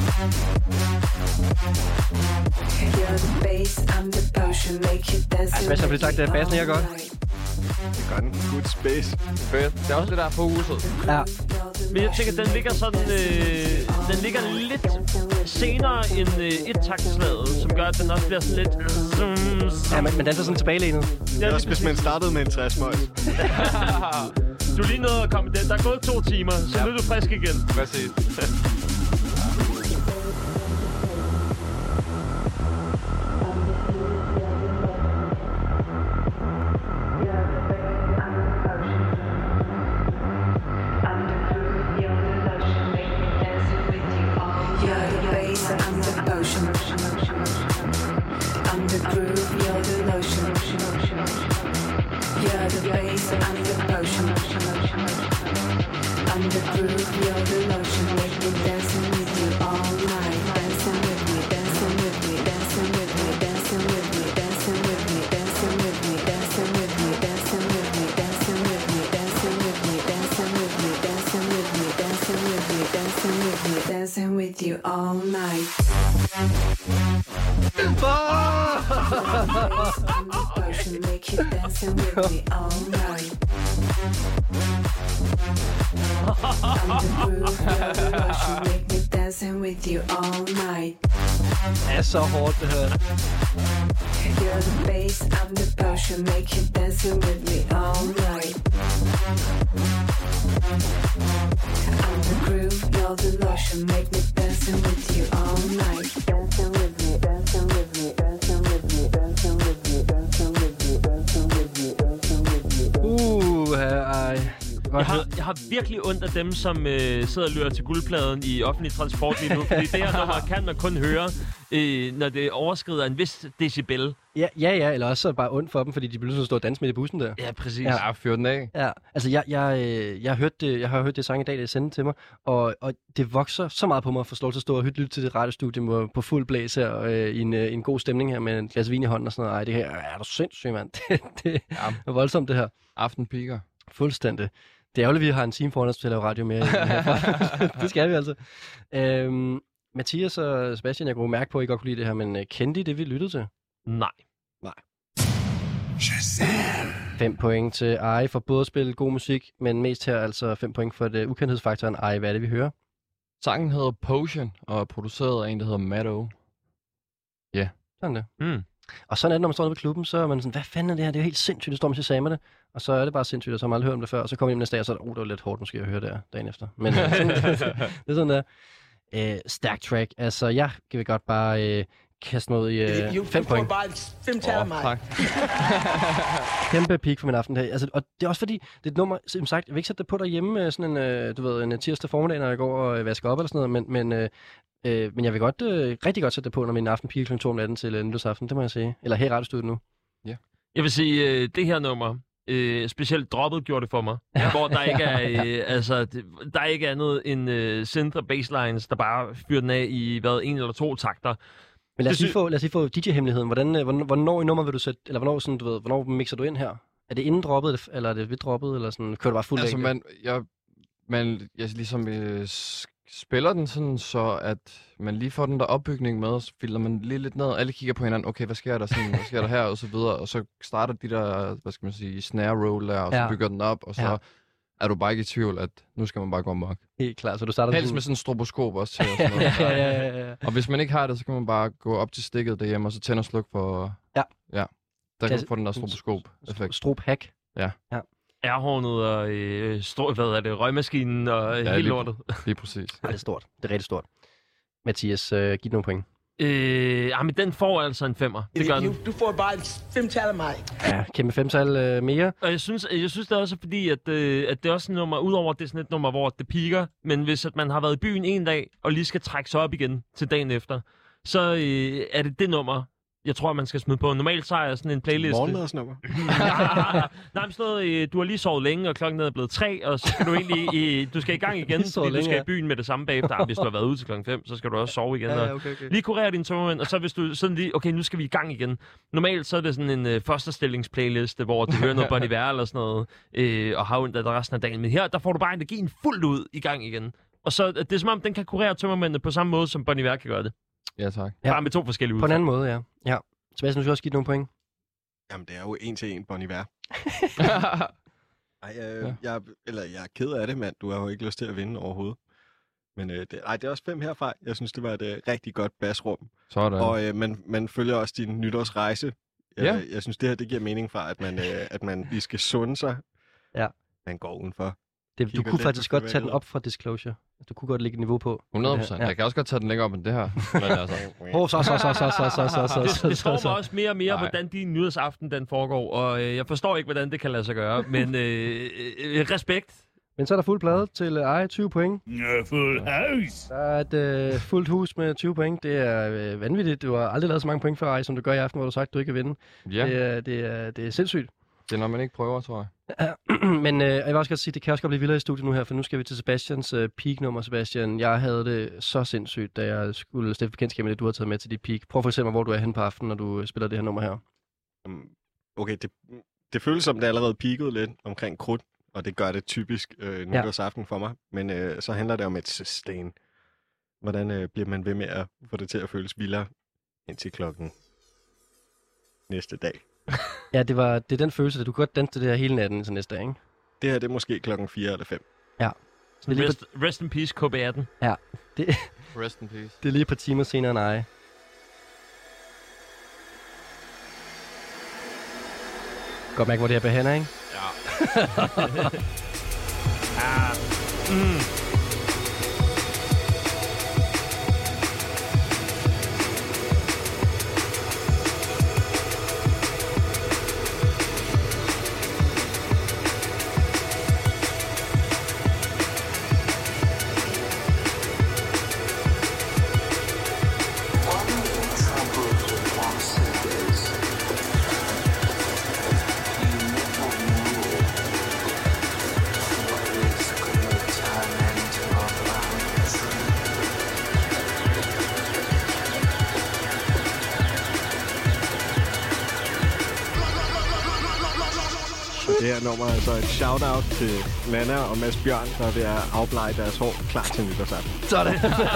You're the bass, I'm the potion, make you dancing with me all night. Det er bassen her godt. Det gør den. Good space. Fedt. Det er også det der på huset. Ja. Men jeg tænker, den ligger sådan, øh, den ligger lidt senere end øh, et-taktslaget, som gør, at den også bliver sådan lidt... Øh, ja, men, men den er sådan tilbagelænet. Det er også, hvis man startede med en tres-møj. Du er lige nået at komme den. Der er gået to timer, så ja. Nu er du frisk igen. Præcis. Dancing with you all night. Potion, make you dancing with me all night. I'm the groove, you're the lotion, make me dancing with you all night. Det er så hårdt, det her. You're the bass, I'm the potion, make you dancing with me all night. I'm the groove, you're the lotion, make me dancing with you all night. Dancing with me, dancing with me, dancing with me, dancing with me, dancing with me, dancing with me, dancing with me. Uh, ej. Jeg har, jeg har virkelig ondt af dem, som øh, sidder og lytter til guldpladen i offentlig transport lige nu. Fordi det her nummer kan man kun høre, øh, når det overskrider en vis decibel. Ja, ja, ja, eller også bare ondt for dem, fordi de bliver nødt til at stå og danse midt i bussen der. Ja, præcis. Ja, ja fyr den af. Ja, altså jeg, jeg, jeg, jeg, har hørt det, jeg har hørt det sang i dag, det er sendt til mig, og, og det vokser så meget på mig at få lov til at stå og lytte til det radiostudie på, på fuld blæs her, og, øh, i en, øh, en god stemning her med en glas vin i hånden og sådan noget. Ej, det her er du sindssygt, mand. Det, det ja. er voldsomt, det her. Aftenpiker. Fuldstændig. Det er ærgerligt, at vi har en time foran os til at lave radio mere. Det skal vi altså. Øhm, Mathias og Sebastian, jeg kunne mærke på, at I godt kunne lide det her, men uh, kendte I det, vi lyttede til? Nej. Nej. Fem point til Ej for både at spille god musik, men mest her altså fem point for det ukendthedsfaktoren. Ej, hvad er det, vi hører? Sangen hedder Potion, og er produceret af en, der hedder Maddo. Ja. Yeah. Sådan det. Mm. Og sådan er det, når man står nede på klubben, så er man sådan, hvad fanden er det her? Det er jo helt sindssygt, det står man til samer det. Og så er det bare sindssygt, og så har man aldrig hørt om det før. Og så kommer man hjem næste dag, og så er det, oh, det var lidt hårdt måske at høre det her dagen efter. Men øh, sådan, det er sådan der. Øh, stærk track. Altså, jeg vil godt bare øh, kaste mig ud i øh, you, fem you point. Bare fem tal oh, mig. Tak. Kæmpe peak for min aften her. Altså, og det er også fordi, det er et nummer, som sagt, jeg vil ikke sætte det på derhjemme, sådan en, øh, du ved, en tirsdag formiddag, når jeg går og øh, vasker op eller sådan noget, men, men øh, Øh, men jeg vil godt, øh, rigtig godt sætte det på, når min aften piger klokken to om natten til øh, nytårsaften, det må jeg sige. Eller her i radiostudiet nu. Ja. Jeg vil sige, øh, det her nummer, Øh, specielt droppet gjorde det for mig. Ja. Hvor der ikke er, øh, altså, det, der er ikke andet end øh, synth og basslines, der bare fyrer den af i hvad, en eller to takter. Men lad os, Det lige sy- få, lad os lige få D J-hemmeligheden. Hvordan, øh, hvornår, hvornår i nummer vil du sætte, eller hvornår, sådan, du ved, hvornår mixer du ind her? Er det inden droppet, eller er det ved droppet, eller sådan, kører du bare fuldt Altså, af? man, jeg, man, jeg ligesom øh, s- spiller den sådan, så at man lige får den der opbygning med, og så filter man lige lidt ned, alle kigger på hinanden, okay, hvad sker der sådan, hvad sker der her, og så videre, og så starter de der, hvad skal man sige, snare roll der, og så Ja. bygger den op, og så Ja. er du bare ikke i tvivl, at nu skal man bare gå amok. Helt klart, så du starter Helst sådan- med sådan en stroboskop også til. Og, sådan noget. Ja, ja, ja, ja. Og hvis man ikke har det, så kan man bare gå op til stikket derhjemme, og så tænde og slukke for... Ja. Ja. Der kan Klasse- du få den der stroboskop-effekt. Strop-hack. Ja. Ja. Airhornet og øh, stro, hvad er det, røgmaskinen og ja, Ja, hele lige- lortet. Lige præcis. Ja, det er stort. Det er rigtig stort. Mathias, øh, giv nogle point. Øh, ja, men den får altså en femmer. Det gør den. Du får bare et femtal af mig. Ja, kæmpe femtal øh, mere. Og jeg synes, jeg synes det er også fordi, at, øh, at det er også et nummer, udover at det er sådan et nummer, hvor det piker, men hvis at man har været i byen en dag, og lige skal trække sig op igen til dagen efter, så øh, er det det nummer, jeg tror, man skal smide på. Normalt så er sådan en playliste... Morgenmadsnummer. nej, nej, men sådan noget, øh, du har lige sovet længe, og klokken er blevet tre, og så skal du egentlig i, du skal i gang igen, Lige sovet fordi du længe, skal ja. i byen med det samme bagefter. Ah, hvis du har været ude til klokken fem, så skal du også sove igen. Ja, ja, og okay, okay. Lige kurere dine tømmermænd, og så hvis du sådan lige, okay, nu skal vi i gang igen. Normalt så er det sådan en øh, førstestillingsplayliste, hvor du hører noget Bon Iver eller sådan noget, øh, og har ondt af det resten af dagen. Men her, der får du bare energien fuldt ud i gang igen. Og så det er som om, den kan kurere tømmermændene på samme måde, som Bon Iver kan gøre det. Ja, tak. Ja. Bare med to forskellige På en anden måde, ja. ja. Sebastian, du skal også give nogle point. Jamen, det er jo en til en Bon Iver. Ej, øh, Ja. jeg, eller jeg er ked af det, mand. Du har jo ikke lyst til at vinde overhovedet. Men øh, det, ej, det er også fem herfra. Jeg synes, det var et øh, rigtig godt basrum. Sådan. Og øh, man, man følger også din nytårsrejse. Jeg, Ja. jeg synes, det her det giver mening fra, at man, øh, at man lige skal sunde sig. Ja. Man går udenfor. Det, du Kigger kunne lidt faktisk på godt tage den privatlivet. op fra Disclosure. Du kunne godt lægge et niveau på. hundrede procent. Ja. Jeg kan også godt tage den længere op end det her. Men altså... Åh, så, så, så, så, så, så, så, så, Det, så, det så, slår så. mig også mere og mere, Nej. hvordan din nyhedsaften den foregår, og øh, jeg forstår ikke, hvordan det kan lade sig gøre, men øh, øh, respekt. Men så er der fuld plade til øh, Ej, tyve point. Ja, fuld hus. Der er et øh, fuldt hus med tyve point. Det er øh, vanvittigt. Du har aldrig lavet så mange point før, Ej, som du gør i aften, hvor du har sagt, at du ikke kan vinde. Ja. Det, er, det, er, det er sindssygt. Det er, når man ikke prøver, tror jeg. Men øh, jeg vil også godt sige, det kan også godt blive vildere i studiet nu her, for nu skal vi til Sebastians øh, peak-nummer, Sebastian. Jeg havde det så sindssygt, da jeg skulle stifte bekendtskab med det, du har taget med til dit peak. Prøv for eksempel, hvor du er hen på aftenen, når du spiller det her nummer her. Um, Okay, det, det føles som, det allerede peakede lidt omkring krudt, og det gør det typisk øh, nytårsaften for mig. Men øh, så handler det om et sustain. Hvordan øh, bliver man ved med at få det til at føles vildere indtil klokken næste dag? Ja, det, var, det er den følelse, at du kan godt danse til det her hele natten til næste dag, ikke? Det her det er måske klokken fire eller fem. Ja. Så det er lige Rest, rest in peace, K B atten. på, ja, det, Rest in peace. det er lige et par timer senere end Ej. Godt mærke, hvor det her behandler, ikke? Ja. ah, mm. Og det her nummer er altså et shout-out til Nana og Mads Bjørn, der er ved at afblege deres hår klar til nytårsaften. Sådan.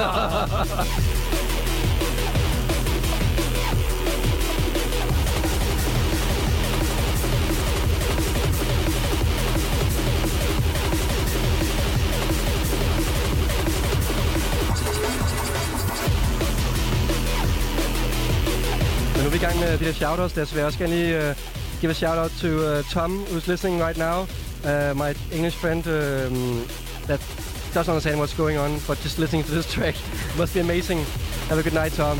Men nu er vi i gang med de der shoutouts, der så vil jeg også gerne lige uh, give a shout out to uh, Tom, who's listening right now. Uh, my English friend um, that doesn't understand what's going on, but just listening to this track must be amazing. Have a good night, Tom.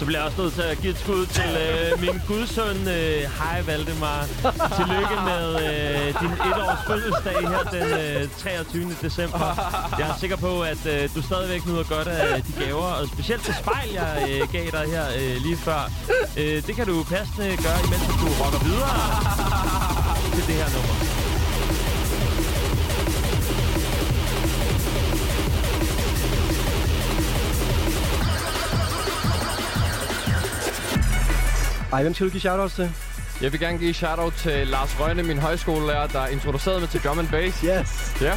bliver også nødt til at give et skud til øh, min gudsøn. Øh, hej Valdemar. Tillykke med øh, din etårs fødselsdag her den øh, treogtyvende december. Jeg er sikker på, at øh, du stadigvæk nyder godt af de gaver, og specielt det spejl, jeg øh, gav dig her øh, lige før. Øh, det kan du passende gøre, imens du rocker videre til det her nummer. Ej, hvem skal du give shoutouts til? Jeg vil gerne give shoutout til Lars Rønne, min højskolelærer, der introducerede mig til drum and bass. Yes. Ja.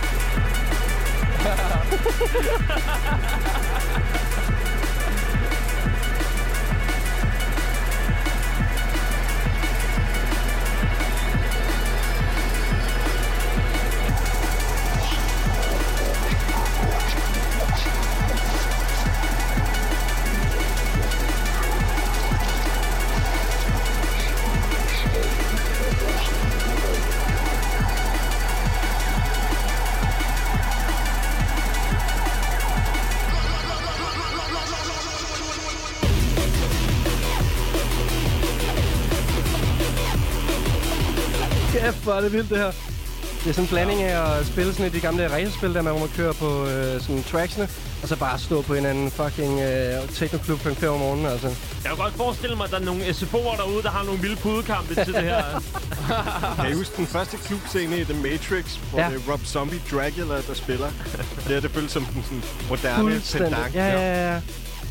Kæft, hvor er det vildt, det her. Det er sådan en blanding af at spille sådan et de gamle racerspil, der man må køre på øh, sådan tracksene, og så bare stå på en anden fucking øh, technoklub klokken fem om morgenen, altså. Jeg kan godt forestille mig, at der er nogle S F O'er derude, der har nogle vilde pudekampe til det her. Kan I huske den første klubscene i The Matrix, hvor ja. det er Rob Zombie Dracula, der spiller? Det er det føles som den sådan moderne pendant. Ja, ja, ja.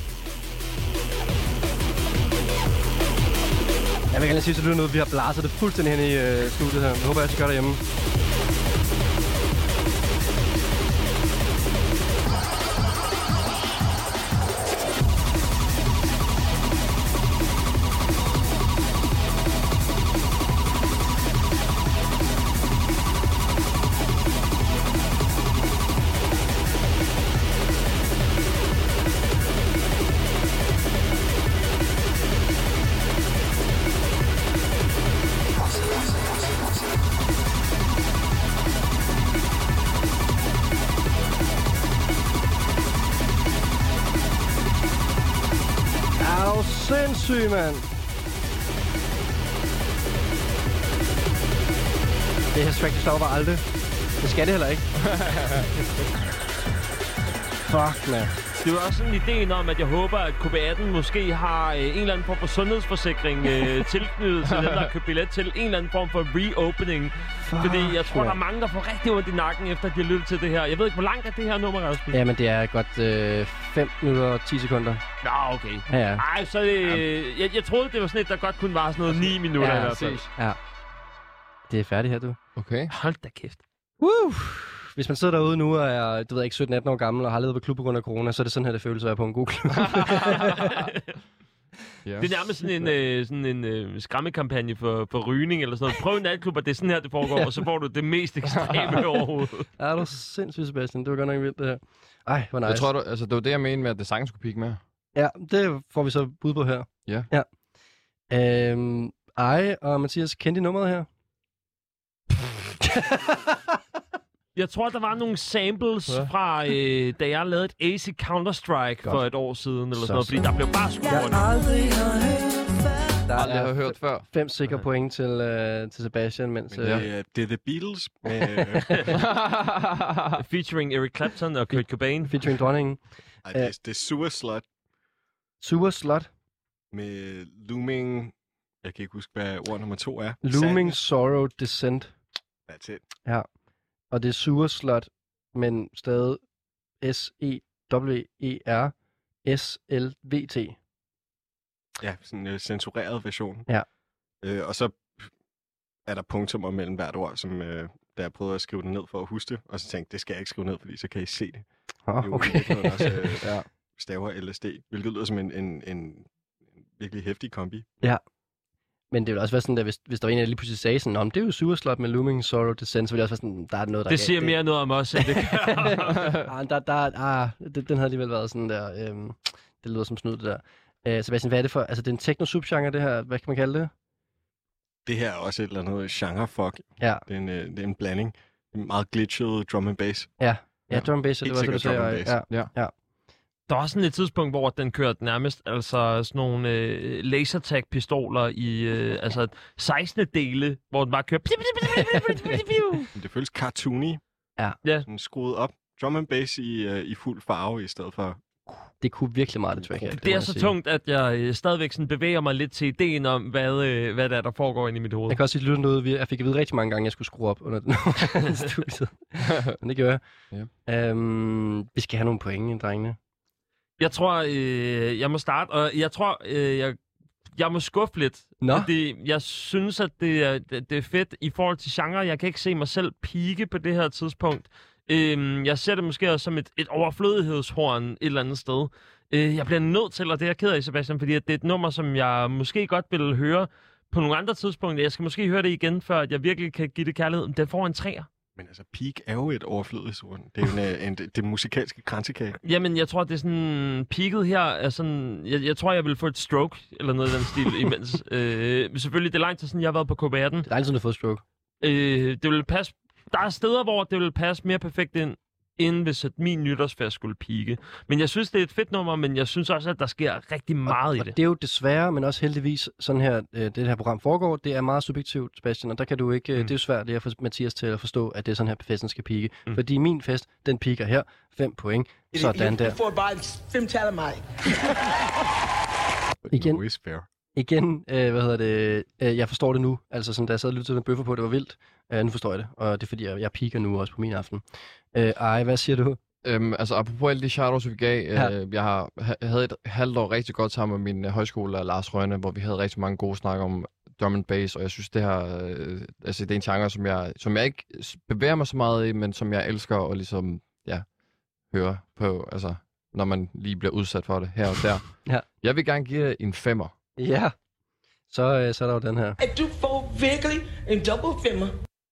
Jeg vil gerne sige, at det er noget, vi har blaset det fuldstændig hen i øh, studiet her. Jeg håber, at jeg gør derhjemme. Sindssygt, mand. Det her track, det stopper aldrig. Det skal det heller ikke. Fuck, man. Det var også sådan ideen om, at jeg håber, at K B atten måske har øh, en eller anden form for sundhedsforsikring øh, tilknyttet til dem, der har købt billet til en eller anden form for reopening. Fuck, fordi jeg tror, man. der er mange, der får rigtig ondt i nakken, efter at de har lyttet til det her. Jeg ved ikke, hvor langt er det her nummer, Rasmus? Ja, men det er godt øh, fem minutter og ti sekunder. Nå, okay. Ja, ja. Ej, så øh, jeg, jeg troede, det var sådan et, der godt kunne vare sådan noget ni minutter ja, i hvert fald. Ja. Det er færdigt her, du. Okay. Hold da kæft. Woo! Hvis man sidder derude nu og er, du ved ikke, sytten atten år gammel og har levet på klub på grund af corona, så er det sådan her, det føles at være på en god klub. Yes. Det er nærmest sådan en, øh, sådan en øh, skræmmekampagne for, for rygning eller sådan noget. Prøv en natklub, og det er sådan her, det foregår, og så får du det mest ekstreme overhovedet. Ja, det var sindssygt, Sebastian. Det var godt nok vildt, det her. Ej, hvor nice. Jeg tror, du, altså, det var det, jeg mente med, at det sagtens skulle pikke med. Ja, det får vi så bud på her. Ja. Ja. Øhm, ej, og Mathias, kendte I nummeret her? Jeg tror, der var nogle samples ja. fra, øh, da jeg lavede et A C Counter-Strike Godt. for et år siden, eller sådan noget, fordi der blev bare skudt rundt. Der er aldrig har hørt før. Fem sikre point til, øh, til Sebastian, mens... Øh... Det, det er The Beatles med... Featuring Eric Clapton og Kurt Cobain. Featuring dronningen. Ej, det, er, det er Sewer Slut. Sewer Slut? Med Looming... Jeg kan ikke huske, hvad ord nummer to er. Looming Sorrow Descent. That's it. Ja. Og det er Sewer Slut, men stadig S E W E R S L V T. Ja, sådan en uh, censureret version. Ja. Øh, og så er der punktummer mellem hvert ord, som øh, da jeg prøvede at skrive det ned for at huske det, og så tænkte det skal jeg ikke skrive ned, fordi så kan I se det. Oh, okay. Det også øh, ja. staver L S D, hvilket lyder som en, en, en virkelig heftig kombi. Ja. Men det ville også være sådan, at hvis, hvis der var en, der lige pludselig sagde sådan, om det er jo Sewer Slut med Looming Sorrow Descent, så ville det også være sådan, der er noget, der... Det siger det... mere noget om os, end det gør. ah, der, der, ah, det, den havde alligevel været sådan der, øhm, det lyder som snud, det der. Uh, Sebastian, hvad er det for, altså det er en techno-subgenre, det her, hvad kan man kalde det? Det her er også et eller andet genre-fuck. Ja. Det er en, øh, det er en blanding. En meget glitchet drum and bass. Ja, ja, drum and bass, det var det, du sagde. Ja. Ja, ja. Der var sådan et tidspunkt, hvor den kørte nærmest altså sådan nogle øh, lasertag-pistoler i øh, altså seksten dele, hvor den bare kørte... Det føles cartoony. Ja. ja. Sådan skruet op. Drum and bass i, uh, i fuld farve i stedet for... Det kunne virkelig meget, det track her. Det, det er så sige. tungt, at jeg øh, stadigvæk sådan bevæger mig lidt til ideen om, hvad, øh, hvad der er, der foregår inde i mit hoved. Jeg kan også sige, at noget, jeg fik at vide rigtig mange gange, at jeg skulle skrue op under den studiet. Men det gør jeg. Ja. Um, vi skal have nogle point, drengene. Jeg tror, øh, jeg må starte, og jeg tror, øh, jeg, jeg må skuffe lidt. Nå. Fordi jeg synes, at det er, det, det er fedt i forhold til genre. Jeg kan ikke se mig selv pike på det her tidspunkt. Øh, jeg ser det måske også som et, et overflødighedshorn et eller andet sted. Øh, jeg bliver nødt til, og det er jeg ked af, Sebastian, fordi at det er et nummer, som jeg måske godt vil høre på nogle andre tidspunkter. Jeg skal måske høre det igen, før jeg virkelig kan give det kærlighed. Den får en træer. Men altså, peak er jo et overflødighedshorn. Det er jo en, en, det musikalske kransekage. Jamen, jeg tror, det er sådan... Peaket her er sådan... Jeg, jeg tror, jeg vil få et stroke, eller noget i den stil, imens. øh, selvfølgelig, det er lang tid siden, jeg har været på K B atten. Det er lang tid, du har fået stroke. Øh, det vil passe... Der er steder, hvor det vil passe mere perfekt ind, end hvis at min nytårsfest skulle pike. Men jeg synes, det er et fedt nummer, men jeg synes også, at der sker rigtig meget og, i og det. det er jo desværre, men også heldigvis, sådan her, det her program foregår. Det er meget subjektivt, Sebastian, og der kan du ikke... Mm. Det er jo svært det at få Mathias til at forstå, at det er sådan her, festen skal pike. Mm. Fordi min fest, den piker her. Fem point. Sådan der. Du får bare fem tal af mig. Igen. Igen, øh, hvad hedder det, øh, jeg forstår det nu. Altså sådan, da jeg sad og lyttede til den bøffer på, det var vildt. Øh, nu forstår jeg det, og det er fordi, jeg, jeg piker nu også på min aften. Øh, ej, hvad siger du? Øhm, altså, apropos alle de shoutouts, vi gav, ja. øh, jeg, har, jeg havde et halvt år rigtig godt sammen med min øh, højskole, Lars Rønne, hvor vi havde rigtig mange gode snakker om drum and bass, og jeg synes, det her, øh, altså, det er en genre, som jeg, som jeg ikke bevæger mig så meget i, men som jeg elsker at ligesom, ja, høre på, altså, når man lige bliver udsat for det her og der. Ja. Jeg vil gerne give det en femmer. Ja, så, øh, så er der jo den her. At du får virkelig en double femmer.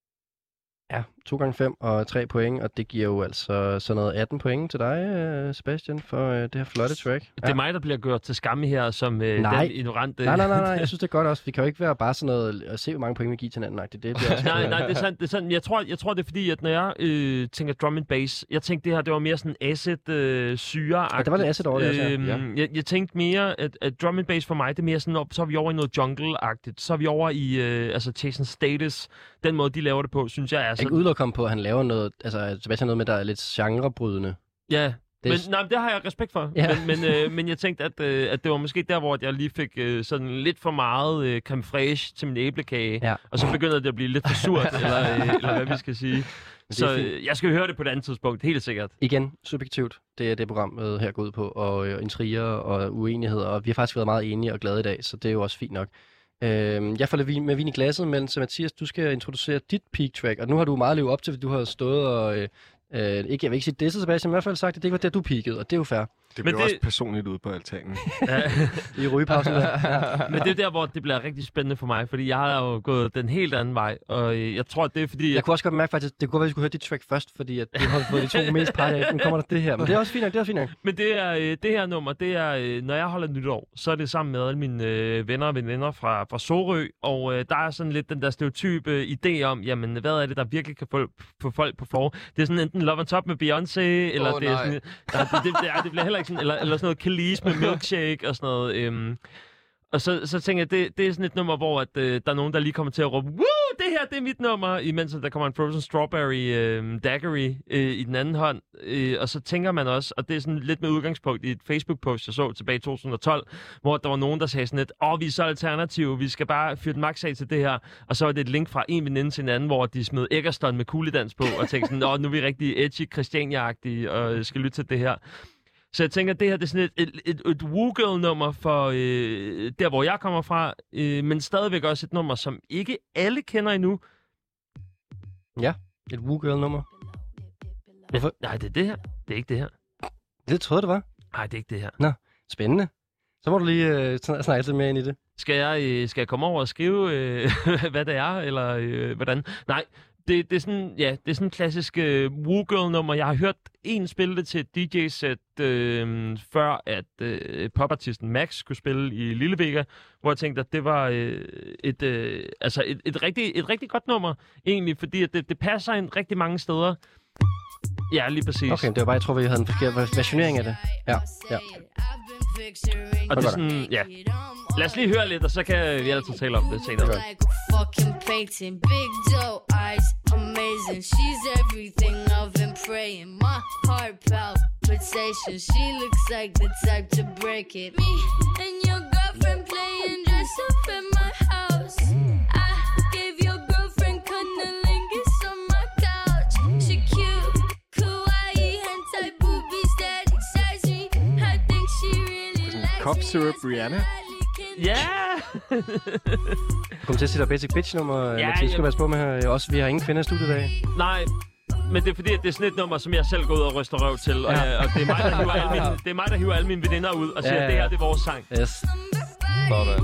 Ja, to gange fem og tre point, og det giver jo altså sådan noget atten point til dig, Sebastian, for øh, det her flotte track. Det er ja. mig, der bliver gjort til skamme her, som øh, nej. den ignorante... Nej, nej, nej, nej, jeg synes det er godt også. Vi kan jo ikke være bare sådan noget, at se, hvor mange point vi giver til hinanden. Det, det også nej, nej, det er sandt. Det er sandt. Jeg, tror, jeg tror, det er fordi, at når jeg øh, tænker drum and bass, jeg tænkte, det her, det var mere sådan acid øh, syre-agtigt. Ja, det var lidt acid over det, altså. øh, ja. jeg, jeg tænkte mere, at, at drum and bass for mig, det er mere sådan, op, så er vi over i noget jungle-agtigt. Så er vi over i, øh, altså, Jason Status. Den måde, de laver det på, synes jeg er sådan... Jeg kan udelukke komme på, at han laver noget, altså Sebastian noget med, der er lidt genrebrydende. Ja, det men er... nej, det har jeg respekt for. Ja. Men, men, øh, men jeg tænkte, at, øh, at det var måske der, hvor jeg lige fik øh, sådan lidt for meget øh, creme fraiche til min æblekage. Ja. Og så begyndte det at blive lidt for surt, eller, øh, eller hvad vi skal sige. Så øh, jeg skal høre det på et andet tidspunkt, helt sikkert. Igen, subjektivt. Det er det program her går ud på, og øh, intriger og uenigheder. Og vi har faktisk været meget enige og glade i dag, så det er jo også fint nok. Øh, jeg falder med vin i glasset, men så Mathias, du skal introducere dit peak track, og nu har du meget levet op til, at du har stået og... Øh, Øh, ikke, jeg vil ikke sige det, Sebastian, men i hvert fald sagt, at det ikke var der, du peakede, og det er jo fair. Det bliver det... også personligt ude på altanen. Ja. I rygepausen. Ja. Men det er der, hvor det bliver rigtig spændende for mig, fordi jeg har jo gået den helt anden vej, og jeg tror, det er fordi... Jeg at... kunne også godt mærke faktisk, det kunne være, at vi skulle høre dit track først, fordi at du har fået de to mest parter af, nu kommer der det her. Men det er også fint nok, det er også fint nok. Men det, er, det her nummer, det er, når jeg holder nytår, så er det sammen med alle mine øh, venner og veninder fra, fra Sorø, og øh, der er sådan lidt den der stereotype idé om, jamen, hvad er det, der virkelig kan få, få folk på for? Det er sådan enten Love on Top med Beyoncé, eller oh, det er sådan... Der, det, det, det, det bliver heller ikke sådan... Eller, eller sådan noget Khalees med Milkshake og sådan noget. Øhm. Og så, så tænker jeg, det, det er sådan et nummer, hvor at, øh, der er nogen, der lige kommer til at råbe, woo, det her, det er mit nummer, imens der kommer en Frozen Strawberry øh, Daiquiri øh, i den anden hånd. Øh, og så tænker man også, og det er sådan lidt med udgangspunkt i et Facebook-post, jeg så tilbage i to tusind og tolv, hvor der var nogen, der sagde sådan lidt, åh, vi er så alternative, vi skal bare fyre den max af til det her. Og så var det et link fra en veninde til en anden, hvor de smed Eggerstone med kugledans på, og tænkte sådan, åh, nu er vi rigtig edgy, Christiania-agtige, og skal lytte til det her. Så jeg tænker, at det her det er sådan et, et, et, et woo-girl-nummer for øh, der, hvor jeg kommer fra, øh, men stadigvæk også et nummer, som ikke alle kender endnu. Ja, et woo-girl-nummer. Hvorfor? Nej, det er det her. Det er ikke det her. Det troede det var. Nej, det er ikke det her. Nå, spændende. Så må du lige øh, snakke lidt mere ind i det. Skal jeg, øh, skal jeg komme over og skrive, øh, hvad det er, eller øh, hvordan? Nej. Det, det er sådan, ja, det er sådan en klassisk uh, woo-girl-nummer. Jeg har hørt en spille det til et D J-sæt, øh, før at øh, popartisten Max skulle spille i Lille Vega, hvor jeg tænkte, at det var øh, et, øh, altså et, et, rigtig, et rigtig godt nummer, egentlig, fordi at det, det passer ind rigtig mange steder. Ja, lige præcis. Okay, det var bare, jeg tror, vi havde en forkert versionering af det. Ja, ja. Og det er sådan, ja. Lad os lige høre lidt, og så kan vi altid tale om det senere. Like a fucking painting, big doe eyes, amazing. She's everything I've been praying. My heart palpitation. She looks like the type to break it. Me and your girlfriend playing dress up at my house. I gave your girlfriend cunnilingus on my couch. She cute, kawaii, hentai boobies that excite me. I think she really likes Cough me. Syrup Rihanna. Ja! Kom til at sætte Basic Bitch-nummer, Ja, Mathias. Skal jeg- passe på med her. Også, vi har ingen kvinder i studiet i dag. Nej, men det er fordi, at det er sådan et nummer, som jeg selv går ud og ryster røv til. Og, Ja. ja. og det, er mig, der hiver alle mine, det er mig, der hiver alle mine veninder ud og siger, Ja, ja, at det ja. her det er vores sang. Yes. Sådan.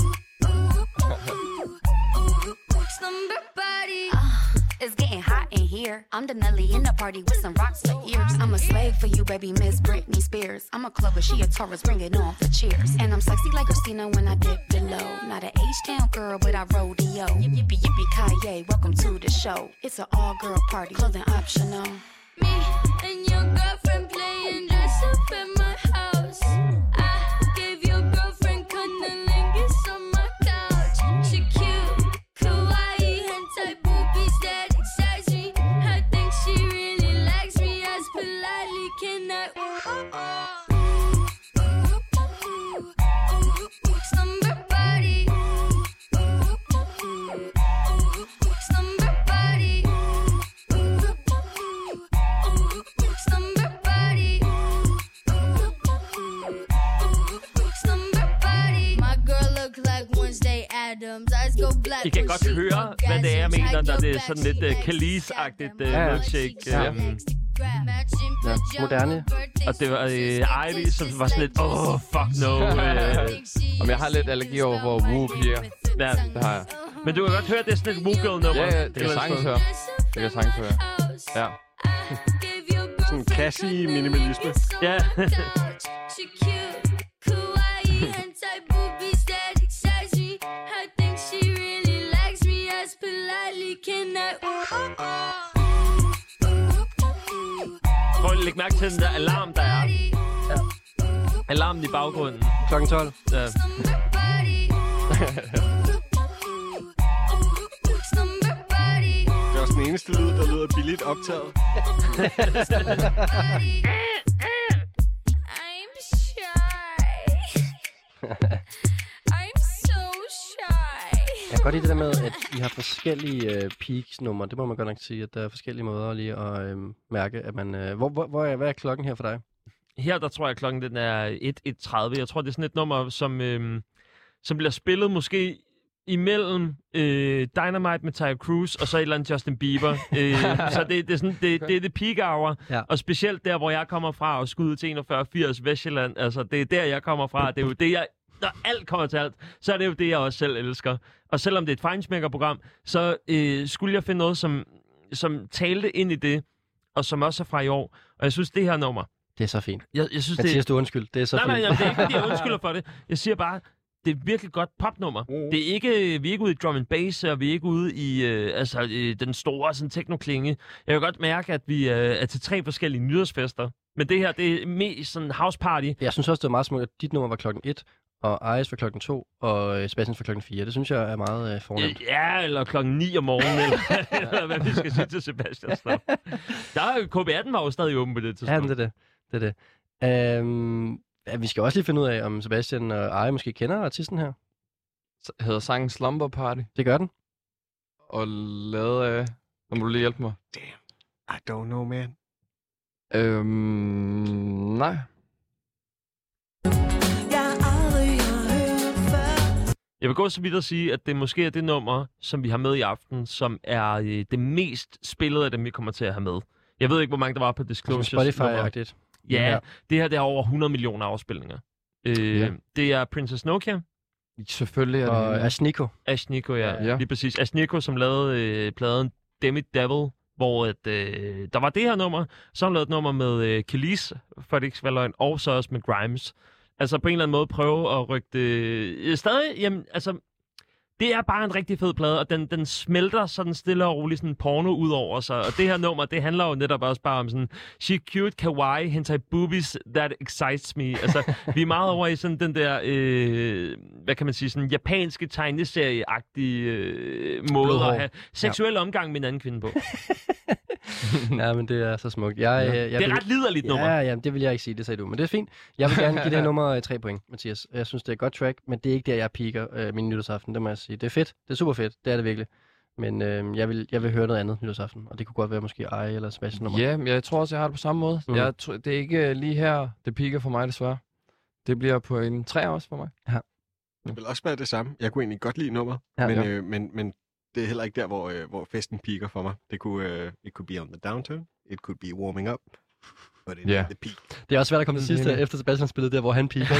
Uh, it's getting hot in here. I'm the Nelly in the party with some rocks for ears. I'm a slave for you, baby, Miss Britney Spears. I'm a clubber, she a Taurus, bring it on for cheers. And I'm sexy like Christina when I dip below. Not an H-Town girl, but I rodeo. Yippee, yippee, Kanye, welcome to the show. It's an all-girl party, clothing optional. Me and your girlfriend playing dress up at my house. I gave your girlfriend cunnilingus on my couch. She cute, kawaii, hentai boobies that excite me. I think she really likes me as politely can I. Slumber party. Slumber party. Slumber party. Slumber party. My girl look like Wednesday Addams. Eyes go black. I kan godt høre, hvad det er, jeg mener, når det er sådan lidt uh, Khalees-agtigt uh, Ja. milkshake. Ja. Um, Ja, moderne. og det var uh, Ivy, som var sådan lidt, oh, fuck no. Uh, Om jeg har lidt allergi over, hvor Woo piger. ja. Det har jeg. Men du kan godt høre, det er sådan et Woo-girl-nummer. Ja, ja, det kan jeg sagtens høre. Det kan jeg sagtens høre. Ja. Sådan Cassie minimalisme. Ja. She cute, kawaii, hentai boobies that excite me. I think she really likes me as politely can I. Prøv at lægge mærke til den der alarm, der er. Ja. Alarmen i baggrunden. Klokken tolv. Ja. Det er også den eneste lyd, der lyder billigt optaget. I'm shy. I'm so shy. Jeg kan godt lide det der med, at I har forskellige øh, peaks-numre. Det må man godt nok sige, at der er forskellige måder lige at øh, mærke, at man... Øh, hvor, hvor, hvor er, hvad er klokken her for dig? Her, der tror jeg, klokken den er et et tredive. Jeg tror, det er sådan et nummer, som, øhm, som bliver spillet måske imellem øh, Dynamite med Tyler Cruz og så et eller andet Justin Bieber. øh, så det, det, er sådan, det, det er det peak hour. Ja. Og specielt der, hvor jeg kommer fra og skud til enogfyrre firs Vestjylland. Altså, det er der, jeg kommer fra. Det er jo det, jeg... Når alt kommer til alt, så er det jo det, jeg også selv elsker. Og selvom det er et feinschmecker-program, så øh, skulle jeg finde noget, som, som talte ind i det, og som også er fra i år. Og jeg synes, det her nummer... Det er så fint. Jeg, jeg synes, Mathias, det... du undskyld. Det er så nej, fint. nej, nej, det er ikke, fordi jeg undskylder for det. Jeg siger bare, det er et virkelig godt popnummer. Mm. Det er ikke, vi er ikke ude i drum and bass, og vi er ikke ude i øh, altså, øh, den store sådan, techno-klinge. Jeg kan godt mærke, at vi øh, er til tre forskellige nytårsfester. Men det her, det er mest sådan house party. Jeg synes også, det var meget smukt, at dit nummer var klokken et, og Iris var klokken to, og Sebastian var klokken fire. Det synes jeg er meget øh, fornemt. Ja, eller klokken ni om morgenen, eller, eller hvad vi skal sige til Sebastian. Der er K B atten var jo stadig åben på det tidspunkt. Ja, men det er det. det, er det. Øhm, ja, vi skal også lige finde ud af, om Sebastian og Ari måske kender artisten her. S- hedder sangen Slumber Party. Det gør den. Og lavet af... Nu må du lige hjælpe mig. I don't know, man. Øhm... Nej. Jeg vil gå så vidt at sige, at det måske er det nummer, som vi har med i aften, som er øh, det mest spillede af dem, vi kommer til at have med. Jeg ved ikke, hvor mange der var på Disclosure. Spotify-agtigt. Ja, Ja. det her det er over hundrede millioner afspilninger. Øh, Ja. Det er Princess Nokia. Selvfølgelig er det Og hende. Ashniko. Ashniko, ja. Ja. Lige præcis. Ashniko, som lavede øh, pladen Demi Devil, hvor et, øh, der var det her nummer. Så har hun lavet et nummer med øh, Khalees, for det ikke skal være løgn, og så også med Grimes. Altså på en eller anden måde prøve at rykke det... Øh, stadig, jamen, altså... det er bare en rigtig fed plade, og den, den smelter sådan stille og roligt sådan porno ud over sig. Og det her nummer, det handler jo netop også bare om sådan, she cute, kawaii, hentai boobies, that excites me. Altså, vi er meget over i sådan den der, øh, hvad kan man sige, sådan japanske tegneserie-agtige øh, måde at have seksuel ja. omgang med en anden kvinde på. Ja, men det er så smukt. Jeg, ja. jeg, jeg det er vil... ret liderligt nummer. Ja, ja, det vil jeg ikke sige, det sagde du. Men det er fint. Jeg vil gerne give det her nummer tre point, Mathias. Jeg synes, det er et godt track, men det er ikke der, jeg piker øh, min nytårsaften, det må jeg sige. Det er fedt. Det er super fedt. Det er det virkelig. Men øh, jeg, vil, jeg vil høre noget andet nytårsaften, og det kunne godt være måske Ej eller Smash nummer. Ja, men jeg tror også, jeg har det på samme måde. Mm. Jeg, det er ikke lige her, det piker for mig desværre. Det bliver på en tre også for mig. Ja. Det vil også være det samme. Jeg kunne egentlig godt lide nummer, ja, men, ja. Øh, men, men det er heller ikke der, hvor, øh, hvor festen piker for mig. Det kunne, øh, it could be on the downturn, it could be warming up, but it yeah. the peak. Det er også svært at komme til sidst, efter Sebastian spillede der, hvor han piker.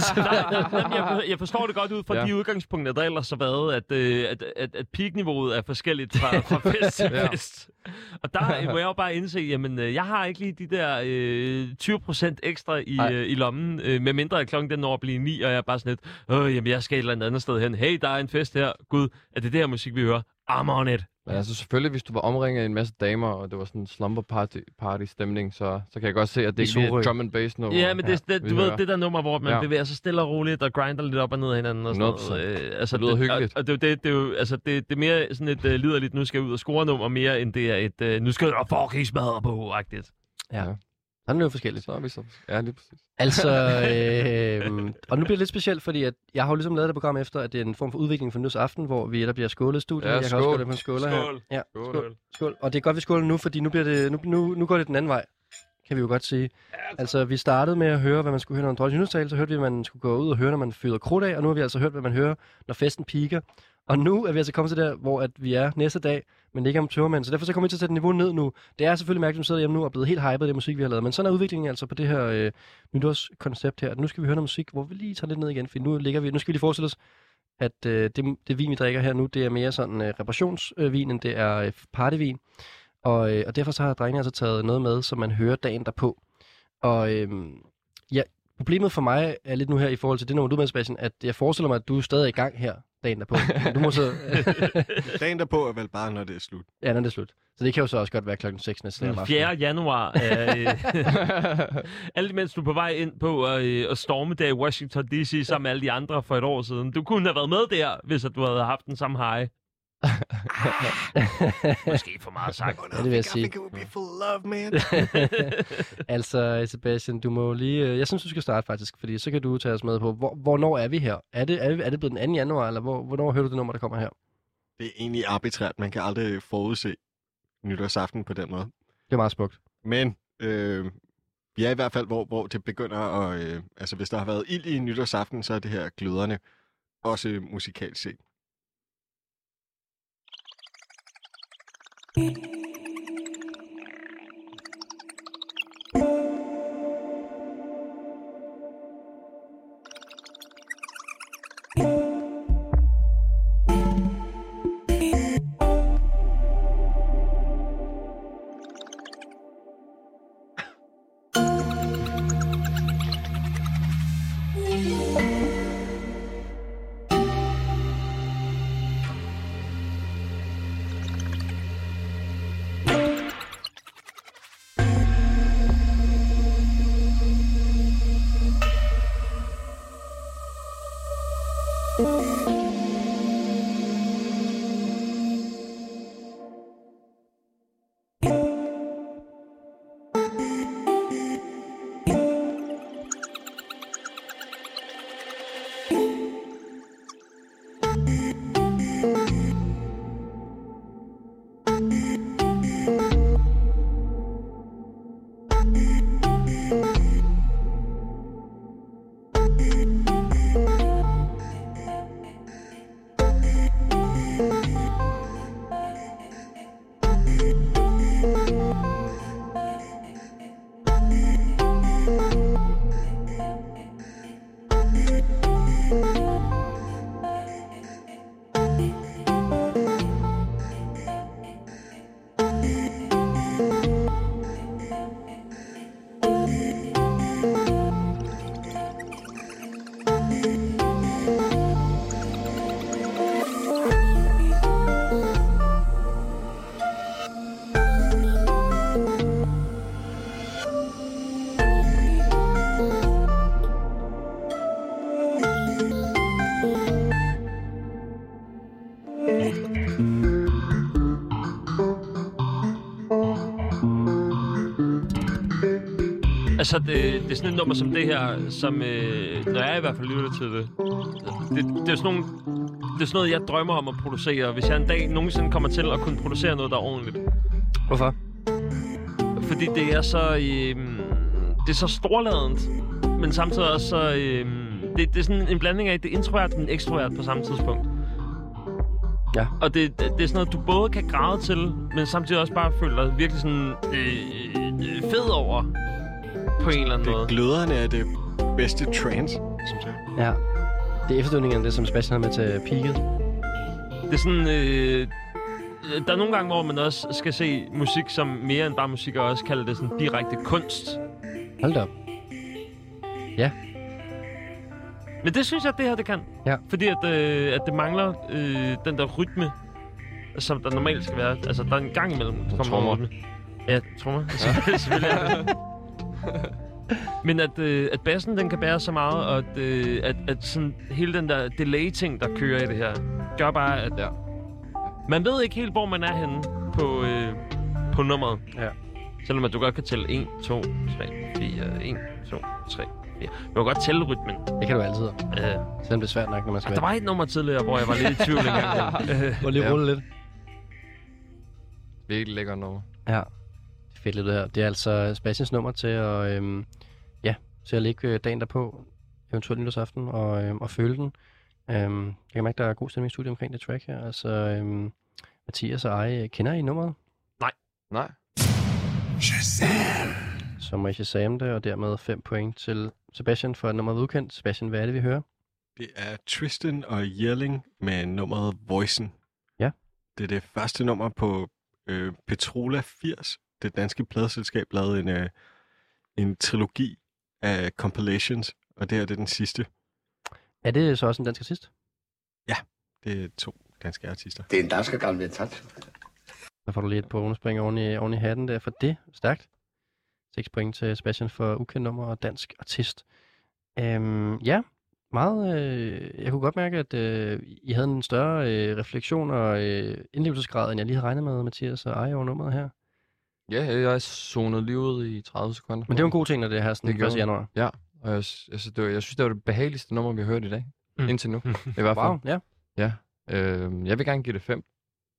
jeg, jeg forstår det godt ud fra ja. de udgangspunkter, der ellers har været, at, at, at, at peakniveauet er forskelligt fra, fra fest til ja. fest. Og der må jeg jo bare indse, jamen, jeg har ikke lige de der øh, tyve procent ekstra i, øh, i lommen, øh, med mindre at klokken den når at blive ni, og jeg er bare sådan lidt, øh, jamen, jeg skal et eller andet sted hen. Hey, der er en fest her. Gud, er det det her musik, vi hører? I'm on it. Men altså selvfølgelig, hvis du var omringet af en masse damer, og det var sådan en slumber party, party stemning, så, så kan jeg godt se, at det ikke er drum and bass nummer. Ja, men det, det, du ved, det der nummer, hvor man ja. bevæger sig stille og roligt og grinder lidt op og ned af hinanden og sådan noget. Øh, altså, det lyder det, hyggeligt. Og, og det, det, det, er jo, altså, det, det er mere sådan et uh, liderligt, nu skal jeg ud og score nummer mere, end det er et, uh, nu skal jeg fucking smadre på-agtigt. Ja. ja. Sådan er det jo forskelligt. Så er vi så. Ja, lige præcis. Altså, øh, og nu bliver det lidt specielt, fordi at jeg har jo ligesom lavet det program efter, at det er en form for udvikling for nytårsaften, hvor vi der bliver skålet i studiet. Ja, jeg kan skål. også skåle på en skåler her. Skål. Ja, skål. skål. Skål. Og det er godt, vi skåler nu, fordi nu, bliver det, nu, nu, nu går det den anden vej, kan vi jo godt sige. Altså, vi startede med at høre, hvad man skulle høre, når en dronning nytårstale, så hørte vi, at man skulle gå ud og høre, når man fyrede krudt af, og nu har vi altså hørt, hvad man hører, når festen piker. Og nu er vi altså kommet til der, hvor at vi er næste dag, men ikke om tørmænd. Så derfor så kommer vi til at sætte niveau ned nu. Det er selvfølgelig mærkeligt, at vi sidder hjemme nu og er blevet helt hypet af det musik, vi har lavet. Men sådan er udviklingen altså på det her øh, nytårskoncept her. Nu skal vi høre noget musik, hvor vi lige tager lidt ned igen, for nu ligger vi. Nu skal vi lige forestille os, at øh, det, det vin, vi drikker her nu, det er mere sådan øh, reparationsvin, end det er øh, partyvin. Og, øh, og derfor så har drengene altså taget noget med, som man hører dagen derpå. Og øh, ja, problemet for mig er lidt nu her i forhold til det nummer, du med, Sebastian, at jeg forestiller mig, at du er stadig i gang her dagen derpå. Du må så... dagen derpå er vel bare, når det er slut. Ja, når det er slut. Så det kan jo så også godt være klokken seks næste dag. fjerde januar. Øh, alt imens du er på vej ind på øh, at storme der i Washington D C sammen med alle de andre for et år siden. Du kunne have været med der, hvis at du havde haft den samme high. Måske for meget sagt. Ja, det vil jeg sige. Altså, Sebastian, du må lige... Jeg synes, du skal starte faktisk, fordi så kan du tage os med på, hvor, hvornår er vi her? Er det, er, er det blevet den anden januar, eller hvor, hvornår hører du det nummer, der kommer her? Det er egentlig arbitrært. Man kan aldrig forudse nytårsaften på den måde. Det er meget smukt. Men øh, vi er i hvert fald, hvor, hvor det begynder at... Øh, altså, hvis der har været ild i nytårsaften, så er det her gløderne også musikalt set. Altså, det, det er sådan et nummer som det her, som, øh, når jeg i hvert fald lytter til det, det, det, er sådan nogle, det er sådan noget, jeg drømmer om at producere, hvis jeg en dag nogensinde kommer til at kunne producere noget, der er ordentligt. Hvorfor? Fordi det er så, øh, det er så storladent, men samtidig også så, øh, det, det er sådan en blanding af, det er introvert, men ekstrovert på samme tidspunkt. Ja. Og det, det, det er sådan noget, du både kan græde til, men samtidig også bare føler dig virkelig sådan øh, fed over på en eller anden det måde. Det gløderne er det bedste trance, synes jeg. Ja. Det er efterstødningen af det, som Sebastian havde med til peaket. Det er sådan... Øh, der er nogle gange, hvor man også skal se musik som mere end bare musik, og også kalde det sådan direkte kunst. Hold da op. Ja. Men det synes jeg, at det her, det kan. Ja. Fordi at, øh, at det mangler øh, den der rytme, som der normalt skal være. Altså, der er en gang imellem, der kommer trommer. rytme. Ja, trommer. Ja. Selvfølgelig er det. Men at, øh, at bassen, den kan bære så meget, og at, øh, at, at sådan, hele den der delay-ting, der kører i det her, gør bare, at ja. man ved ikke helt, hvor man er henne på, øh, på nummeret. Ja. Selvom at du godt kan tælle en, to, tre, fire, en, to, tre, fire. Du kan godt tælle rytmen. Det kan du altid. Øh. Selvom det er svært nok, når man skal Der var et nummer tidligere, hvor jeg var lidt i tvivl engang. Må lige rulle lidt. Virkelig lækker nummer. Ja. Det er fedt lidt det her. Det er altså Sebastians nummer til at, øhm, ja, til at lægge dagen derpå, eventuelt nytårsaften, og, øhm, og føle den. Øhm, jeg kan mærke, der er god stemning i studiet omkring det track her. Altså, øhm, Mathias og jeg, kender I nummeret? Nej. Nej. Shazam! Så må I Shazam det, og dermed fem point til Sebastian for nummeret udkendt. Sebastian, hvad er det, vi hører? Det er Tristan og Yelling med nummeret Voicen. Ja. Det er det første nummer på øh, Petrola firs. Det danske pladeselskab lavede en, øh, en trilogi af compilations, og det her det er den sidste. Er det så også en dansk artist? Ja, det er to danske artister. Det er en dansk gammel tand. Så får du lige et på underspring oven i, oven i hatten der for det. Stærkt. seks point til Sebastian for ukendt nummer og dansk artist. Øhm, ja, meget. Øh, jeg kunne godt mærke, at øh, I havde en større øh, refleksion og øh, indlevelsesgrad, end jeg lige havde regnet med, Mathias og Ej over nummeret her. Ja, jeg zonede lige ud i tredive sekunder. Men det er jo en god ting, når det er her sådan den første januar. Ja, og jeg, altså, det var, jeg synes, det var det behageligste nummer, vi har hørt i dag. Mm. Indtil nu. I hvert fald. Wow, ja. Ja. Øh, jeg vil gerne give det fem.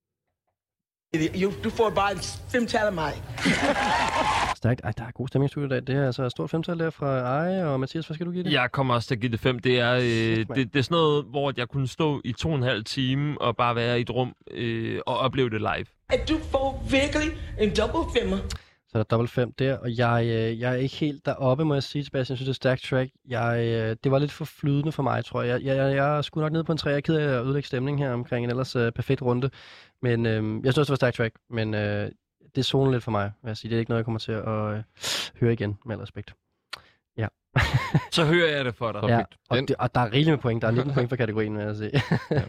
You, du får bare et femtal af mig. Stærkt. Ej, der er god stemning i studiet i dag. Det er altså et stort femtal der fra Ej, og Mathias, hvad skal du give det? Jeg kommer også til at give det fem. Det er, øh, det, det er sådan noget, hvor jeg kunne stå i to og en halv time og bare være i et rum øh, og opleve det live. At du får virkelig en double femmer. Så er der dobbelt fem der, og jeg, øh, jeg er ikke helt deroppe, må jeg sige, Sebastian. Jeg synes, det er et stærkt track. Jeg, øh, det var lidt for flydende for mig, tror jeg. Jeg, jeg, jeg er sgu nok nede på en tre. Jeg er ked af at ødelægge stemning her omkring en ellers øh, perfekt runde. Men øh, jeg synes, det var et stærkt track, men øh, det zoner lidt for mig, vil jeg sige. Det er ikke noget, jeg kommer til at øh, høre igen, med al respekt. Ja. Så hører jeg det for dig. Ja, og, det, og der er rigeligt med point. Der er nitten point for kategorien, vil jeg sige. Ja.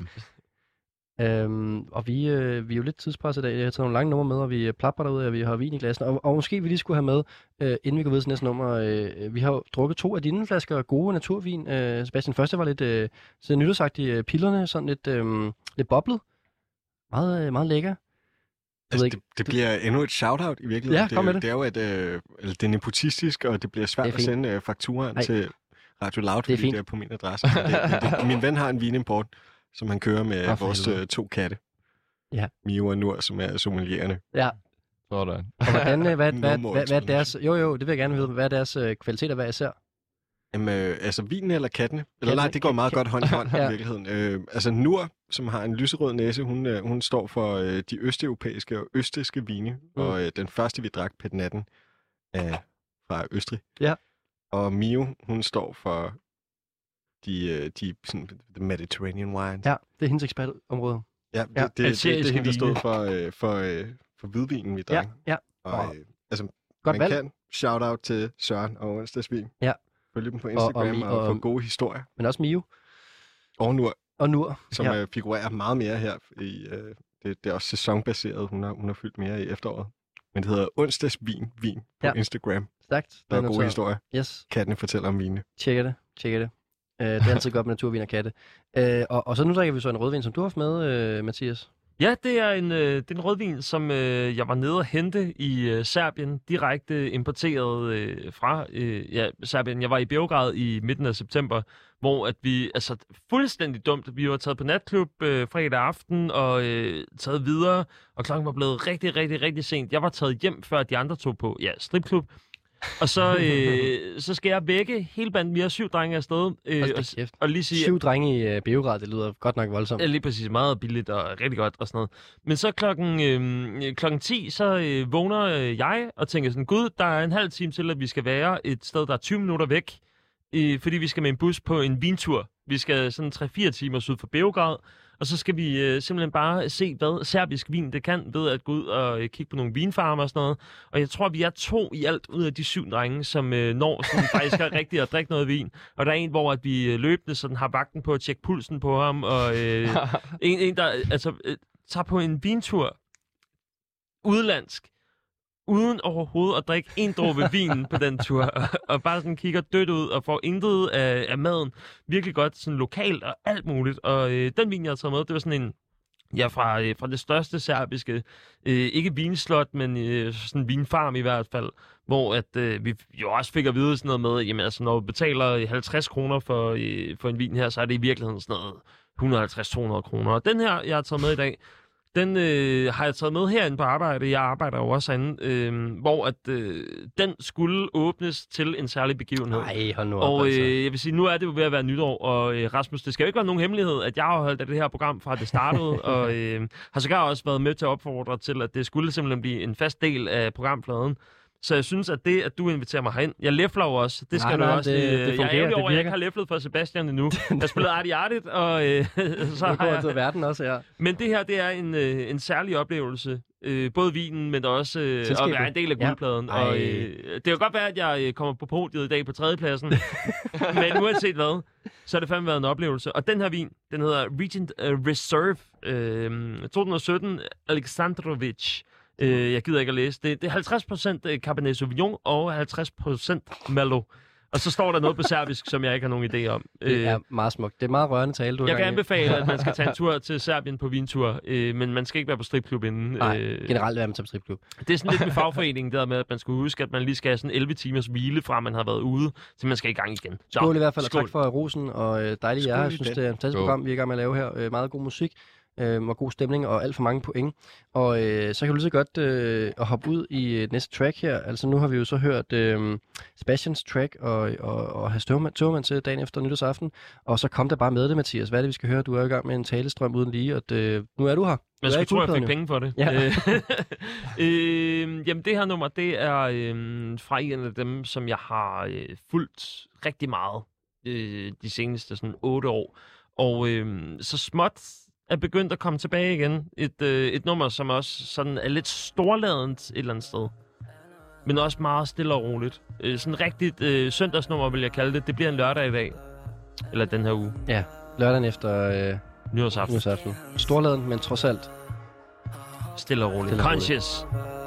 Øhm, og vi, øh, vi er jo lidt tidspresset i dag. Jeg har taget nogle lange numre med, og vi plapper derude, og vi har vin i glassen. Og, og måske vi lige skulle have med, øh, inden vi går videre til næste nummer. Øh, vi har jo drukket to af dine flasker gode naturvin. Øh, Sebastian, første var lidt øh, sådan nytårsagtige øh, pillerne, sådan lidt, øh, lidt boblet. Meget, øh, meget lækker. Altså, det, det bliver endnu et shout-out i virkeligheden. Ja, kom med det. Det er jo et, øh, det er nepotistisk, og det bliver svært det at sende øh, fakturaen Ej. til Radio Loud, fordi det er, det er på min adresse. det, det, det, min ven har en vinimport, som han kører med oh, vores øh, to katte. Ja. Mio og Nur, som er sommeliererne. Ja. Sådan. Og hvordan, hvad, hvad, hvad, hvad, hvad er deres... Jo, jo, det vil jeg gerne vide. Hvad er deres øh, kvaliteter, hvad jeg ser? Jamen, øh, altså vinen eller kattene? Eller nej, det går meget godt hånd i hånd ja. i virkeligheden. Øh, altså Nur, som har en lyserød næse, hun, øh, hun står for øh, de østeuropæiske og østrigske vine. Mm. Og øh, den første, vi drak på natten, er fra Østrig. Ja. Og Mio, hun står for de, de sådan, the Mediterranean wines. Ja, det er hendes ekspertområde. Ja, det, ja. det, det, det, det er hende, der stod for, øh, for, øh, for hvidvinen, vi drak. Ja, ja. Og, øh, altså, godt man valg. kan shout-out til Søren og onsdagsvin. Ja. Følge dem på Instagram og, og, og, og få gode historier. Men også Mio. Og Nur. Og Nur, som ja. øh, figurerer meget mere her. I, øh, det, det er også sæsonbaseret. Hun har, hun har fyldt mere i efteråret. Men det hedder onsdagsvin vin på ja. Instagram. Stærkt. Der er gode historier. Yes. Kattene fortæller om vine. Tjekker det. Tjekker det. Uh, det er altid godt med naturvin og katte. Uh, og, og så nu drikker vi så en rødvin, som du har haft med, uh, Mathias. Ja, det er en, øh, det er en rødvin, som øh, jeg var nede og hente i øh, Serbien, direkte importeret øh, fra øh, ja, Serbien. Jeg var i Beograd i midten af september, hvor at vi, altså fuldstændig dumt, vi var taget på natklub øh, fredag aften og øh, taget videre, og klokken var blevet rigtig, rigtig, rigtig sent. Jeg var taget hjem, før de andre tog på, ja, stripklub. Og så, øh, så skal jeg vække hele banden. Vi har syv drenge afsted. Øh, og, og lige sige, syv drenge i uh, Beograd, det lyder godt nok voldsomt. Ja, lige præcis. Meget billigt og rigtig godt og sådan noget. Men så klokken, øh, klokken ti, så øh, vågner øh, jeg og tænker sådan, gud, der er en halv time til, at vi skal være et sted, der er tyve minutter væk. Øh, fordi vi skal med en bus på en vintur. Vi skal sådan tre fire timer syd for Beograd. Og så skal vi øh, simpelthen bare se, hvad serbisk vin det kan, ved at gå ud og øh, kigge på nogle vinfarmer og sådan noget. Og jeg tror, vi er to i alt ud af de syv drenge, som øh, når sådan, faktisk er rigtigt at drikke noget vin. Og der er en, hvor at vi øh, løbende sådan, har vagten på at tjekke pulsen på ham. Og øh, en, en, der altså, øh, tager på en vintur udlandsk, uden overhovedet at drikke en dråbe vin på den tur, og, og bare sådan kigger dødt ud og får intet af, af maden. Virkelig godt, sådan lokalt og alt muligt. Og øh, den vin, jeg har taget med, det var sådan en, ja, fra, øh, fra det største serbiske, øh, ikke vinslot, men øh, sådan en vinfarm i hvert fald, hvor at øh, vi jo også fik at vide sådan noget med, jamen altså, når vi betaler halvtreds kroner for, øh, for en vin her, så er det i virkeligheden sådan noget et hundrede og halvtreds til to hundrede kroner. Og den her, jeg har taget med i dag, den øh, har jeg taget med herinde på arbejde. Jeg arbejder jo også herinde, øh, hvor at, øh, den skulle åbnes til en særlig begivenhed. Nej, hold nu op, Og altså. øh, jeg vil sige, nu er det jo ved at være nytår, og øh, Rasmus, det skal jo ikke være nogen hemmelighed, at jeg har holdt af det her program fra det startede, og øh, har sågar også været med til at opfordre til, at det skulle simpelthen blive en fast del af programfladen. Så jeg synes, at det, at du inviterer mig herind, jeg læfler jo også. Det skal nej, du nej, også. Det, Det, det jeg fungerer, er ærgerlig over, det at jeg ikke har læflet for Sebastian endnu. Jeg spillede Arti Artit, og øh, så har jeg... jeg... verden også, ja. Men det her, det er en, øh, en særlig oplevelse. Øh, både vinen, men også øh, at være en del af guldpladen. Ja. Og, øh, det kan godt være, at jeg øh, kommer på podiet i dag på tredjepladsen. Men uanset hvad, så har det fandme været en oplevelse. Og den her vin, den hedder Regent uh, Reserve øh, to tusind og sytten Aleksandrovic. Øh, jeg gider ikke at læse. Det, det er halvtreds procent Cabernet Sauvignon og halvtreds procent Merlot. Og så står der noget på serbisk, som jeg ikke har nogen idé om. Det er meget smukt. Det er meget rørende tale, du Jeg kan anbefale, at man skal tage en tur til Serbien på vintur, øh, men man skal ikke være på stripklub inden. Nej, øh, generelt være man til stripklub. Det er sådan lidt med fagforeningen, der med, at man skal huske, at man lige skal have sådan elleve timers hvile fra, man har været ude, til man skal i gang igen. Så, skål i hvert fald, og skål. tak for rosen, og øh, dejligt jer. Jeg synes, det er et fantastisk program, vi er i gang med at lave her. Øh, meget god musik. Øh, og god stemning og alt for mange point. Og øh, så kan du lige så godt øh, at hoppe ud i øh, næste track her. Altså nu har vi jo så hørt øh, Sebastians track og, og, og have Tøvermand til dagen efter nytårsaften. Og så kom der bare med det, Mathias. Hvad er det, vi skal høre? Du er i gang med en talestrøm uden lige, og øh, nu er du her. Man skulle tro, jeg fik penge for det. Ja. øh, jamen det her nummer, det er øh, fra en af dem, som jeg har øh, fulgt rigtig meget øh, de seneste sådan otte år. Og øh, så småt er begyndt at komme tilbage igen. Et, øh, et nummer, som også sådan er lidt storladent et eller andet sted. Men også meget stille og roligt. Øh, sådan rigtigt øh, søndagsnummer, vil jeg kalde det. Det bliver en lørdag i dag. Eller den her uge. Ja, lørdagen efter øh, nytårsaften. nytårsaften. Storladent, men trods alt stille og roligt. Stille og Conscious.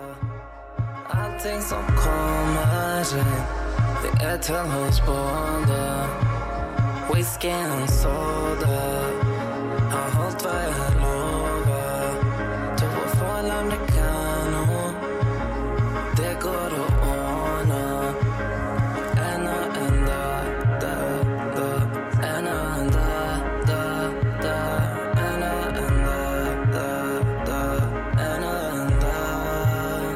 Allting som kommer sen, det är tillhörsbåda. Whiskyn och soda. Har hållit vad jag lovar. Tog på för americano. Det går att ordna. En och en dag, dag, dag. En och en dag, dag, dag. En och en dag, dag, dag. En och en dag.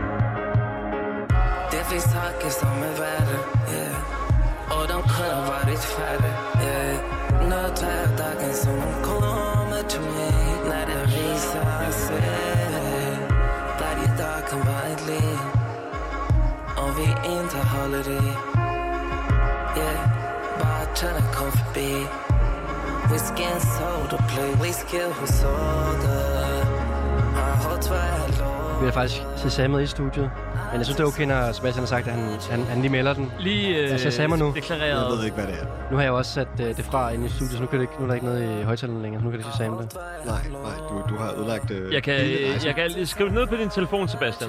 Det finns saker som är värre, yeah. Och de kunde varit färre, yeah. Nu tar jag dagen som de kommer till mig. När det visar sig. Varje dag kan vara ett liv. Om vi inte håller i, yeah. Bara känna kom förbi. Whisky and soda, play whisky och soda. Har hållit vad jag lovar. Vi har faktisk Shazam i studiet. Men jeg synes, det er okay, når Sebastian har sagt, at han, han, han lige melder den. Lige øh, altså, Shazam nu. deklareret. Jeg ved ikke, hvad det er. Nu har jeg også sat øh, det fra inde i studiet, så nu, kan det ikke, nu er der ikke noget i højtaleren længere. Nu kan det Shazam det. Nej, nej, du, du har ødelagt øh, jeg kan, jeg kan skrive det ned på din telefon, Sebastian.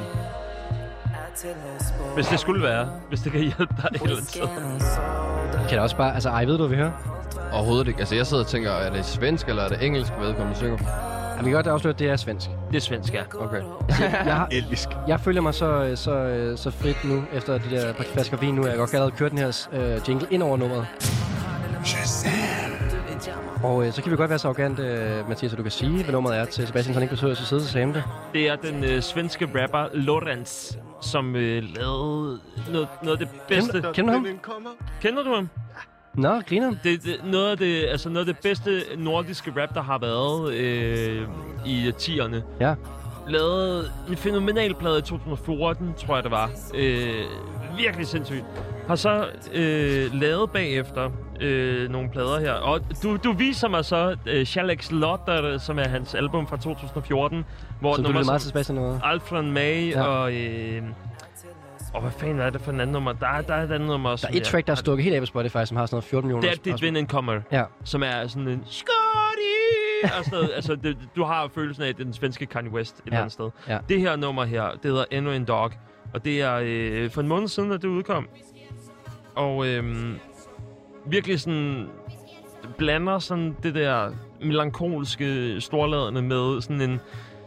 Hvis det skulle være. Hvis det kan hjælpe dig et eller andet sted. Kan det også bare... Altså, ej, ved du, hvad vi hører? Overhovedet ikke. Altså, jeg sidder og tænker, er det svensk, eller er det engelsk, vedkommende synger? Ja, vi kan godt afsløre, at det er svensk. Det er svensk, ja. Okay. Jeg, har, Elvisk. jeg føler mig så, så, så frit nu, efter de der par flasker vin nu. Jeg kan godt allerede køre den her øh, jingle ind over nummeret. Og øh, så kan vi godt være så arrogant, øh, Mathias, at du kan sige, hvad nummeret er til Sebastian, så han ikke behøver at sidde og same det. Det er den øh, svenske rapper Lorenz, som øh, lavede noget, noget af det bedste. Kender, kender du ham? Kender du ham? Nå, griner. Det, det, noget, af det, altså noget af det bedste nordiske rap, der har været øh, i tierne. Ja. Lavede en fænomenal plade i to tusind og fjorten, tror jeg det var. Øh, virkelig sindssygt. Har så øh, lavet bagefter øh, nogle plader her. Og du, du viser mig så øh, Shalex Lotter, som er hans album fra to tusind og fjorten. Hvor så du lytter meget til Sebastian noget? Alfred May ja. og... Øh, og hvad fanden er det for en anden nummer? Der er, der er et andet nummer også. Der er et track, der er stukket helt af på Spotify, som har sådan noget fjorten millioner. Det er Dit Vind Kommer, ja. Som er sådan en... Scotty! Og sådan noget. Altså, det, du har følelsen af, at det er den svenske Kanye West et ja. eller andet sted. Ja. Det her nummer her, det hedder Endnu en Dog. Og det er øh, for en måned siden, at det udkom. Og øh, virkelig sådan... blander sådan det der melankolske storladende med sådan en...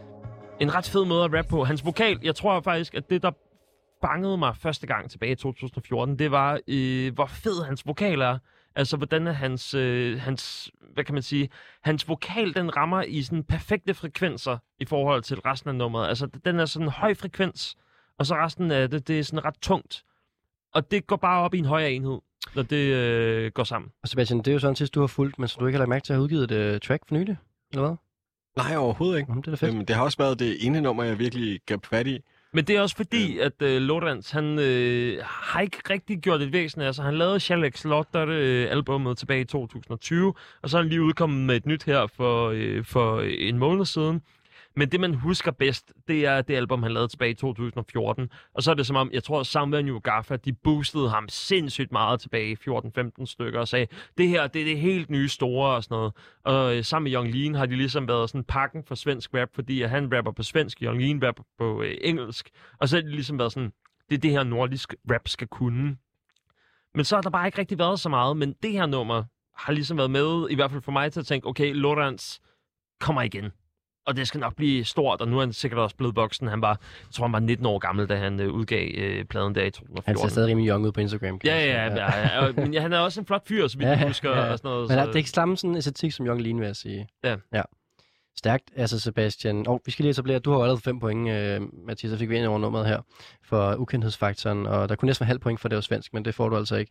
en ret fed måde at rappe på. Hans vokal, jeg tror faktisk, at det, der fangede mig første gang tilbage i to tusind og fjorten, det var, øh, hvor fed hans vokal er. Altså, hvordan er hans, øh, hans, hvad kan man sige, hans vokal, den rammer i sådan perfekte frekvenser i forhold til resten af nummeret. Altså, den er sådan en høj frekvens, og så resten af det, det er sådan ret tungt. Og det går bare op i en højere enhed, når det øh, går sammen. Og Sebastian, det er jo sådan sidst, du har fulgt, men så du ikke har lagt mærke til at have udgivet et uh, track for nylig, eller hvad? Nej, overhovedet ikke. Jamen, det er da fedt. Øhm, det har også været det ene nummer, jeg virkelig gav fat i. Men det er også fordi, at øh, Lorenz, han øh, har ikke rigtig gjort et væsen af sig. Han lavede Shalex Lotter øh, albumet tilbage i to tusind og tyve, og så er han lige udkommet med et nyt her for, øh, for en måned siden. Men det, man husker bedst, det er det album, han lavede tilbage i to tusind og fjorten. Og så er det som om, jeg tror, Soundwave og Gaffa, de boostede ham sindssygt meget tilbage i fjorten femten stykker og sagde, det her, det er det helt nye store og sådan noget. Og øh, sammen med Young Lean har de ligesom været sådan pakken for svensk rap, fordi at han rapper på svensk, Young Lean rapper på øh, engelsk. Og så har de ligesom været sådan, det er det her nordisk rap skal kunne. Men så har der bare ikke rigtig været så meget, men det her nummer har ligesom været med, i hvert fald for mig til at tænke, okay, Lorenz kommer igen. Og det skal nok blive stort, og nu er han sikkert også blevet voksen. Han var, jeg tror, han var nitten år gammel, da han øh, udgav øh, pladen der i to tusind og fjorten. Han ser stadig rimelig young ud på Instagram. Ja, ja, ja, ja, ja. Men ja, han er også en flot fyr, så vi ja, husker ja, ja. og sådan noget. Men så... det er ikke samme sådan æstetik som Young Lean, vil jeg sige. Ja. ja. Stærkt, altså Sebastian. Og vi skal lige etablere, du har jo allerede fem point, øh, Mathias, så fik vi ind over nummeret her for ukendthedsfaktoren, og der kunne næsten være halv point for det var svensk, men det får du altså ikke.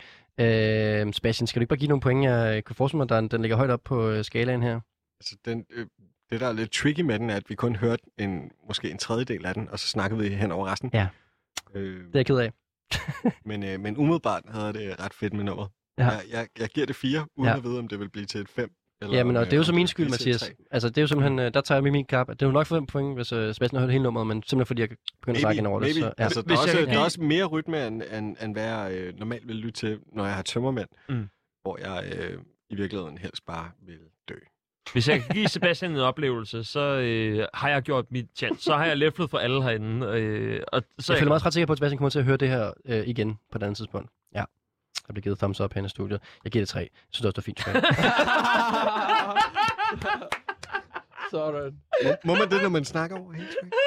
Øh, Sebastian, skal du ikke bare give nogle point? Jeg kan forestille mig, at den, den ligger højt op på øh, skalaen her. Altså, den... Øh... Det, der er lidt tricky med den, er, at vi kun hørte en, måske en tredjedel af den, og så snakkede vi hen over resten. Ja, øh, det er jeg ked af. men, øh, men umiddelbart havde det ret fedt med nummeret. Ja. Jeg, jeg, jeg giver det fire, uden ja. at vide, om det vil blive til et fem. Eller ja, men og om, det er jo så min det skyld, Mathias. tre. Altså, det er jo simpelthen, der tager jeg med min kap. Det er jo nok for fem point, hvis uh, Sebastian har hørt hele nummeret, men simpelthen fordi jeg begynder at snakke ind over det. Så, ja. altså, der, er også, der er også mere rytme, end, end, end hvad jeg øh, normalt vil lytte til, når jeg har tømmermænd. Mm. Hvor jeg øh, i virkeligheden helst bare vil dø. Hvis jeg kan give Sebastian en oplevelse, så øh, har jeg gjort mit chance. Så har jeg læflet for alle herinde. Øh, og så jeg føler mig også ret sikker på, at Sebastian kommer til at høre det her øh, igen på et andet tidspunkt. Ja, der bliver givet thumbs up her i studiet. Jeg giver det tre. Jeg synes også, det er fint. Sådan. Må, må man det, når man snakker over helt track?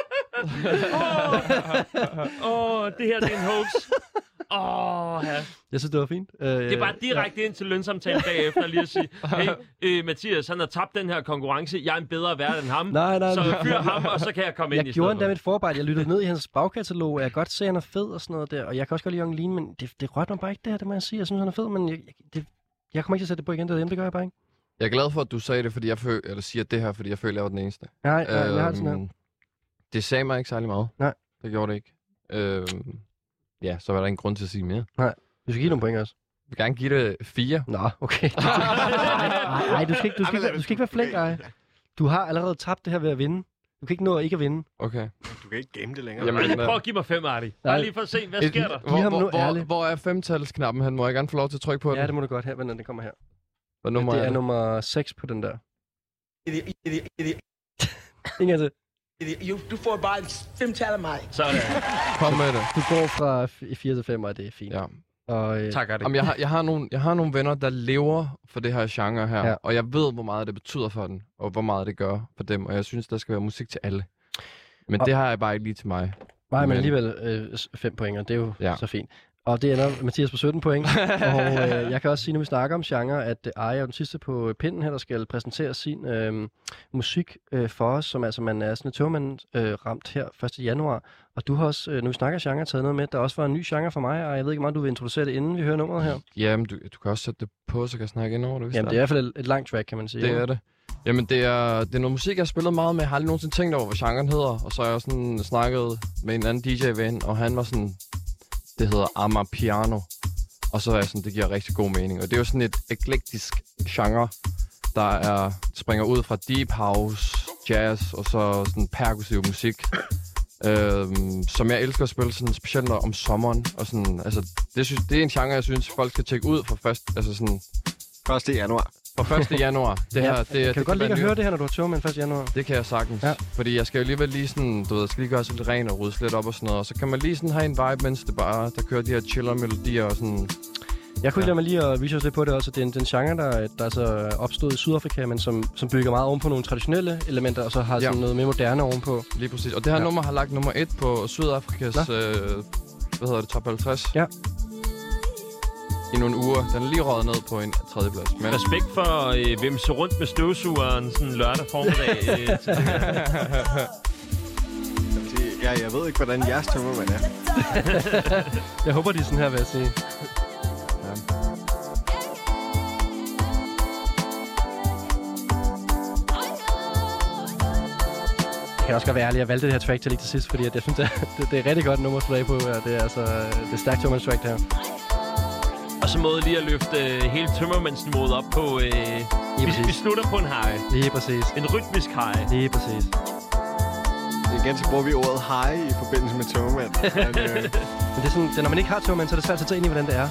Åh, oh, det her det er en hoax. Åh, oh, ja. Jeg synes, det var fint. Uh, det er bare direkte ja. ind til lønsamtalen bagefter lige at sige, hey, øh, Mathias, han har tabt den her konkurrence. Jeg er en bedre vært end ham. Nej, nej, så nej. fyr ham, og så kan jeg komme jeg ind i stedet. Jeg gjorde endda mit forarbejde. Jeg lyttede ned i hans bagkatalog, og jeg kan godt se, at han er fed og sådan noget der. Og jeg kan også godt lide Young Lean, men det, det rørte mig bare ikke det her, det må jeg sige. Jeg synes, han er fed, men jeg, det, jeg kommer ikke til at sætte det på igen. Det, det gør jeg bare ikke. Jeg er glad for, at du sagde det, fordi jeg føl, eller siger det her, fordi jeg føler, at jeg var den eneste. Nej, nej, øhm, jeg har det sådan her. Det sagde mig ikke særlig meget. Nej. Det gjorde det ikke. Øhm, ja, så var der ingen grund til at sige mere. Nej. Du skal give nogle point også. Jeg vil gerne give det fire. Nå, okay. Nej, nej, du skal ikke, du skal ikke, du skal ikke være flink, ej. Du har allerede tabt det her ved at vinde. Du kan ikke nå at ikke at vinde. Okay. Du kan ikke game det længere. Jamen, prøv at give mig fem, Arti. Bare lige for at se, hvad Et, sker der? Hvor, hvor, hvor, hvor, hvor er femtalsknappen hen? Må jeg gerne få lov til at trykke på den? Ja, det må du godt have, men den kommer her. Hvad nummer det er, er er det? nummer seks på den der. Ingen til. You, du får bare et femtal af mig. Sådan. Kom med det. Du går fra fire til fem, og det er fint. Ja. Og, øh, tak, Jamen, jeg, har, jeg, har nogle, jeg har nogle venner, der lever for det her genre her, ja. Og jeg ved, hvor meget det betyder for den, og hvor meget det gør for dem, og jeg synes, der skal være musik til alle. Men og, det har jeg bare ikke lige til mig. Nej, men alligevel øh, fem point, og det er jo ja. så fint. Og det ender Mathias på sytten point. Og øh, jeg kan også sige, når vi snakker om genre, at Arya er den sidste på pinden her, der skal præsentere sin øh, musik øh, for os, som altså man er sådan et tøvmand øh, ramt her første januar. Og du har også, øh, når vi snakker genre, taget noget med. Der også var en ny genre for mig, og jeg ved ikke, om du vil introducere det, inden vi hører nummeret her. Jamen, du, du kan også sætte det på, så kan jeg snakke ind over det. Jamen, det er i hvert fald et, et langt track, kan man sige. Det er det. Jamen, det er, det er noget musik, jeg har spillet meget med. Jeg har aldrig nogensinde tænkt over, hvad genren hedder. Og så har jeg også sådan snakket med en anden D J-ven, og han var sådan... Det hedder Amapiano. Og så er jeg sådan, det giver rigtig god mening. Og det er jo sådan et eklektisk genre, der er, springer ud fra deep house, jazz og så sådan perkussiv musik. Øhm, som jeg elsker at spille sådan specielt om sommeren. Og sådan, altså, det, synes, det er en genre, jeg synes, folk skal tjekke ud for først, altså sådan... første januar. For første januar. Det her, ja, det, kan det du kan godt lide at høre det her, når du har tøvmænd første januar? Det kan jeg sagtens. Ja. Fordi jeg skal jo alligevel lige sådan, du ved, jeg skal lige gøre sig lidt ren og rydde lidt op og sådan noget. Og så kan man lige sådan have en vibe, mens det bare, der kører de her chiller-melodier og sådan... Jeg kunne ja. lade mig lige at researche lidt på det også. Det er en, den genre, der, der er så opstået i Sydafrika, men som, som bygger meget ovenpå nogle traditionelle elementer, og så har ja. sådan noget mere moderne ovenpå. Lige præcis. Og det her ja. nummer har lagt nummer et på Sydafrikas, øh, hvad hedder det, top halvtreds. Ja. I nogle uger. Den er lige røget ned på en tredjeplads. Men... Respekt for øh, hvem så rundt med støvsugeren sådan lørdag formiddag. øh, til ja, jeg ved ikke, hvordan jeres tømmermand er. Jeg håber, de er sådan her, vil jeg sige. Ja. Jeg kan også godt være ærlig, jeg valgte det her track til lige til sidst, fordi at jeg synes, det er, det, det er rigtig godt nummer at spille af på, og det er altså det er stærkt tømmermands track, det her. Og så måde lige at løfte øh, hele tømmermandsniveauet op på... Øh, vi, vi slutter på en high. Lige præcis. En rytmisk high. Lige præcis. Igen, så bruger vi ordet high i forbindelse med tømmermand. Men, øh... Men det er sådan, det, når man ikke har tømmermand, så er det svært at tage ind i, hvordan det er.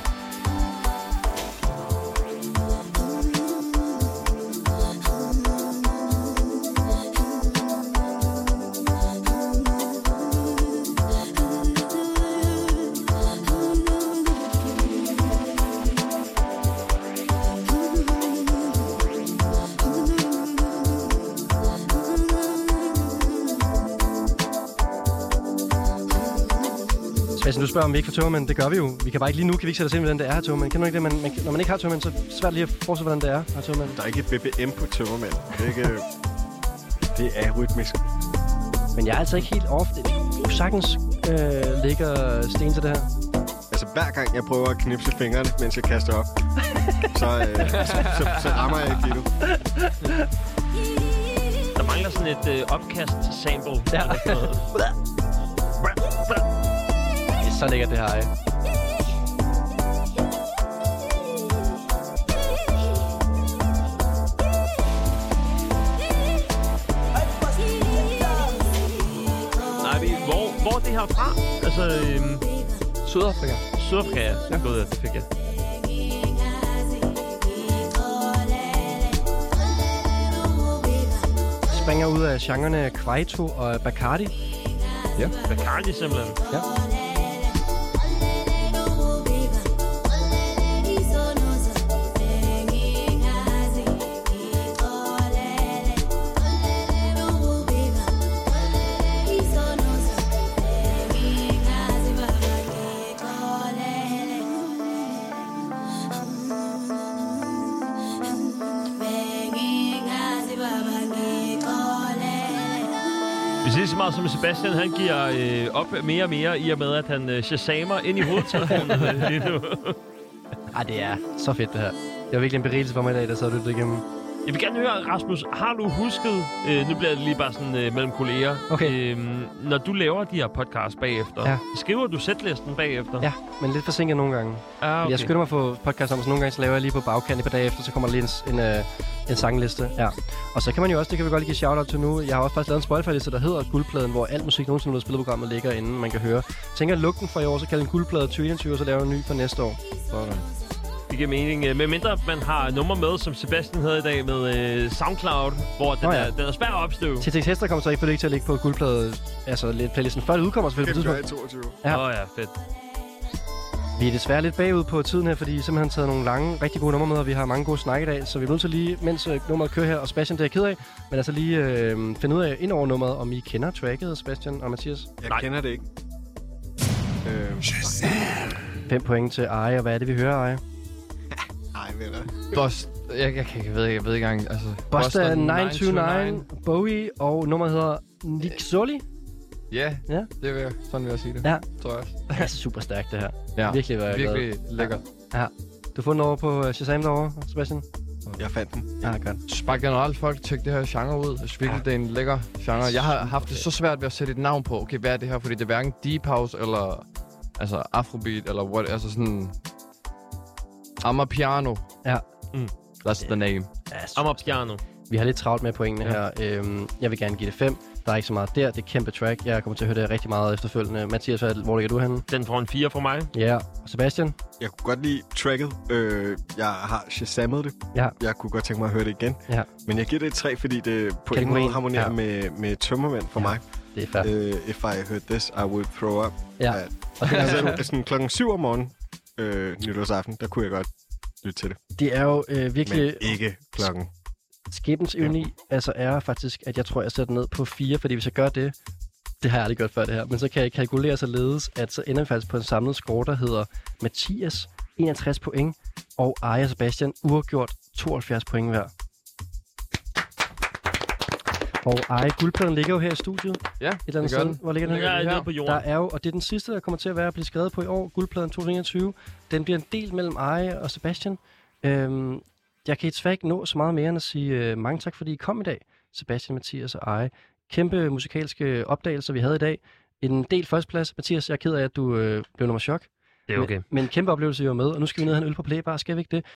Hvis du spørger, om vi ikke får tømmermænd, det gør vi jo. Vi kan bare ikke lige nu, kan vi ikke sætte os ind, hvordan det er her tømmermænd. Kan du ikke det? Man, man, når man ikke har tømmermænd, så er det svært lige at forestille, hvordan det er her tømmermænd. Der er ikke et B P M på tømmermænd. Det er ikke... det er rytmisk. Men jeg er altså ikke helt off. Du sagtens øh, ligger sten til det her. Altså, hver gang jeg prøver at knipse fingrene, mens jeg kaster op, så, øh, så, så, så rammer jeg ikke lige nu. Der mangler sådan et øh, opkast-sample. Ja. Så lækkert det her, ej. Nej, hvor, hvor er det her fra? Altså, øhm... Sydafrika. Sydafrika, ja. ja. God, det fik jeg. Springer ud af genrerne Kwaito og Bacardi. Ja. Bacardi simpelthen. Ja. Lige så meget som Sebastian, han giver øh, op mere og mere i og med, at han øh, shazamer ind i hovedtelefonen øh, lige nu. Ej, det er så fedt det her. Det var virkelig en berigelse for mig i dag, der så du det igennem. Jeg vil gerne høre, Rasmus, har du husket, øh, nu bliver det lige bare sådan øh, mellem kolleger, okay. øh, når du laver de her podcasts bagefter, ja. skriver du setlisten bagefter? Ja, men lidt forsinket nogle gange. Ah, okay. Jeg skynder mig på podcast om, så nogle gange så laver jeg lige på bagkant et par dage efter, så kommer der lige en, en, en, en sangliste. Ja. Og så kan man jo også, det kan vi godt lige give shout-out til nu, jeg har også faktisk lavet en Spotify-liste, der hedder Guldpladen, hvor alt musik nogensinde ud af spillerprogrammet ligger inden, man kan høre. Jeg tænker, at lugten for i år, så kalder en Guldplade tyve enogtyve, og så laver en ny for næste år. Sådan. Det giver mening. Med mindre man har nummer med, som Sebastian havde i dag med øh, SoundCloud, hvor den, oh, ja. er, den er svær at opstøve. T T Hester kommer så ikke, ikke til at ligge på Guldplade, altså lidt playlisten, før det udkommer selvfølgelig på tidspunkt. toogtyve. Ja. Åh oh, ja, fedt. Vi er desværre lidt bagud på tiden her, fordi I simpelthen har taget nogle lange, rigtig gode numre med, og vi har mange gode snak i dag, så vi er nødt til lige, mens øh, nummeret kører her, og Sebastian, det er jeg ked af, men altså lige øh, finde ud af ind over nummeret, om I kender tracket, Sebastian og Mathias. Jeg Nej. kender det ikke. Øh, Fem point til Aje, og hvad er det, vi hører, Aje? Ej, ved du. Bust, jeg, jeg, jeg, ved, jeg ved ikke engang, altså... Buster nine two nine, Bowie, og nummeret hedder Nixoli. Ja, ja, det vil jeg, sådan vil jeg sige det. Ja. Tror jeg også. Det er super stærkt, det her. Ja, virkelig, var jeg virkelig glad. lækkert. Ja. ja. Du har fundet den over på Shazam derovre, Sebastian? Jeg fandt den. Ja, godt. Bare generelt folk tjekke det her genre ud. Jeg synes virkelig, ja. det er en lækker genre. Jeg har haft det så svært ved at sætte et navn på. Okay, hvad er det her? Fordi det er hverken deep house eller altså afrobeat eller what, altså sådan Amapiano. Ja. Mm. That's the name. Ja, Amapiano. Vi har lidt travlt med pointene ja. her. Øhm, jeg vil gerne give det fem. Der er ikke så meget der. Det er et kæmpe track. Jeg kommer til at høre det rigtig meget efterfølgende. Mathias, hvor ligger du henne? Den får en fire fra mig. Ja. Og Sebastian? Jeg kunne godt lide tracket. Øh, jeg har shazammet det. Ja. Jeg kunne godt tænke mig at høre det igen. Ja. Men jeg giver det et tre, fordi det på en måde måde harmonerer ja. med, med Tømmermænd for ja. mig. Det er fair. Uh, if I heard this, I would throw up. Ja. At, og det er sådan, sådan klokken syv om morgenen, øh, nytårsaften, der kunne jeg godt lytte til det. Det er jo øh, virkelig... Men ikke klokken. Skæbens ironi ja. altså er faktisk, at jeg tror, jeg sætter ned på fire, fordi hvis jeg gør det, det har jeg aldrig gjort før det her, men så kan jeg kalkulere således, at så ender vi faktisk på en samlet score, der hedder Mathias enogtres point, og Aje og Sebastian uafgjort tooghalvfjerds point hver. Og Aje, guldpladen ligger jo her i studiet. Ja, et eller andet det gør sted. den. Hvor ligger den? Den ligger nede på jorden. Der er jo, og det er den sidste, der kommer til at være at blive skrevet på i år, guldpladen to tusind enogtyve. Den bliver en del mellem Aje og Sebastian. Øhm, jeg kan desværre ikke nå så meget mere end at sige uh, mange tak, fordi I kom i dag, Sebastian, Mathias og Aje. Kæmpe musikalske opdagelser, vi havde i dag. En del førsteplads. Mathias, jeg er ked af, at du øh, blev nummer chok. Det er okay. Men, men kæmpe oplevelse, I var med. Og nu skal vi ned og have en øl på Playbar. Skal vi ikke det?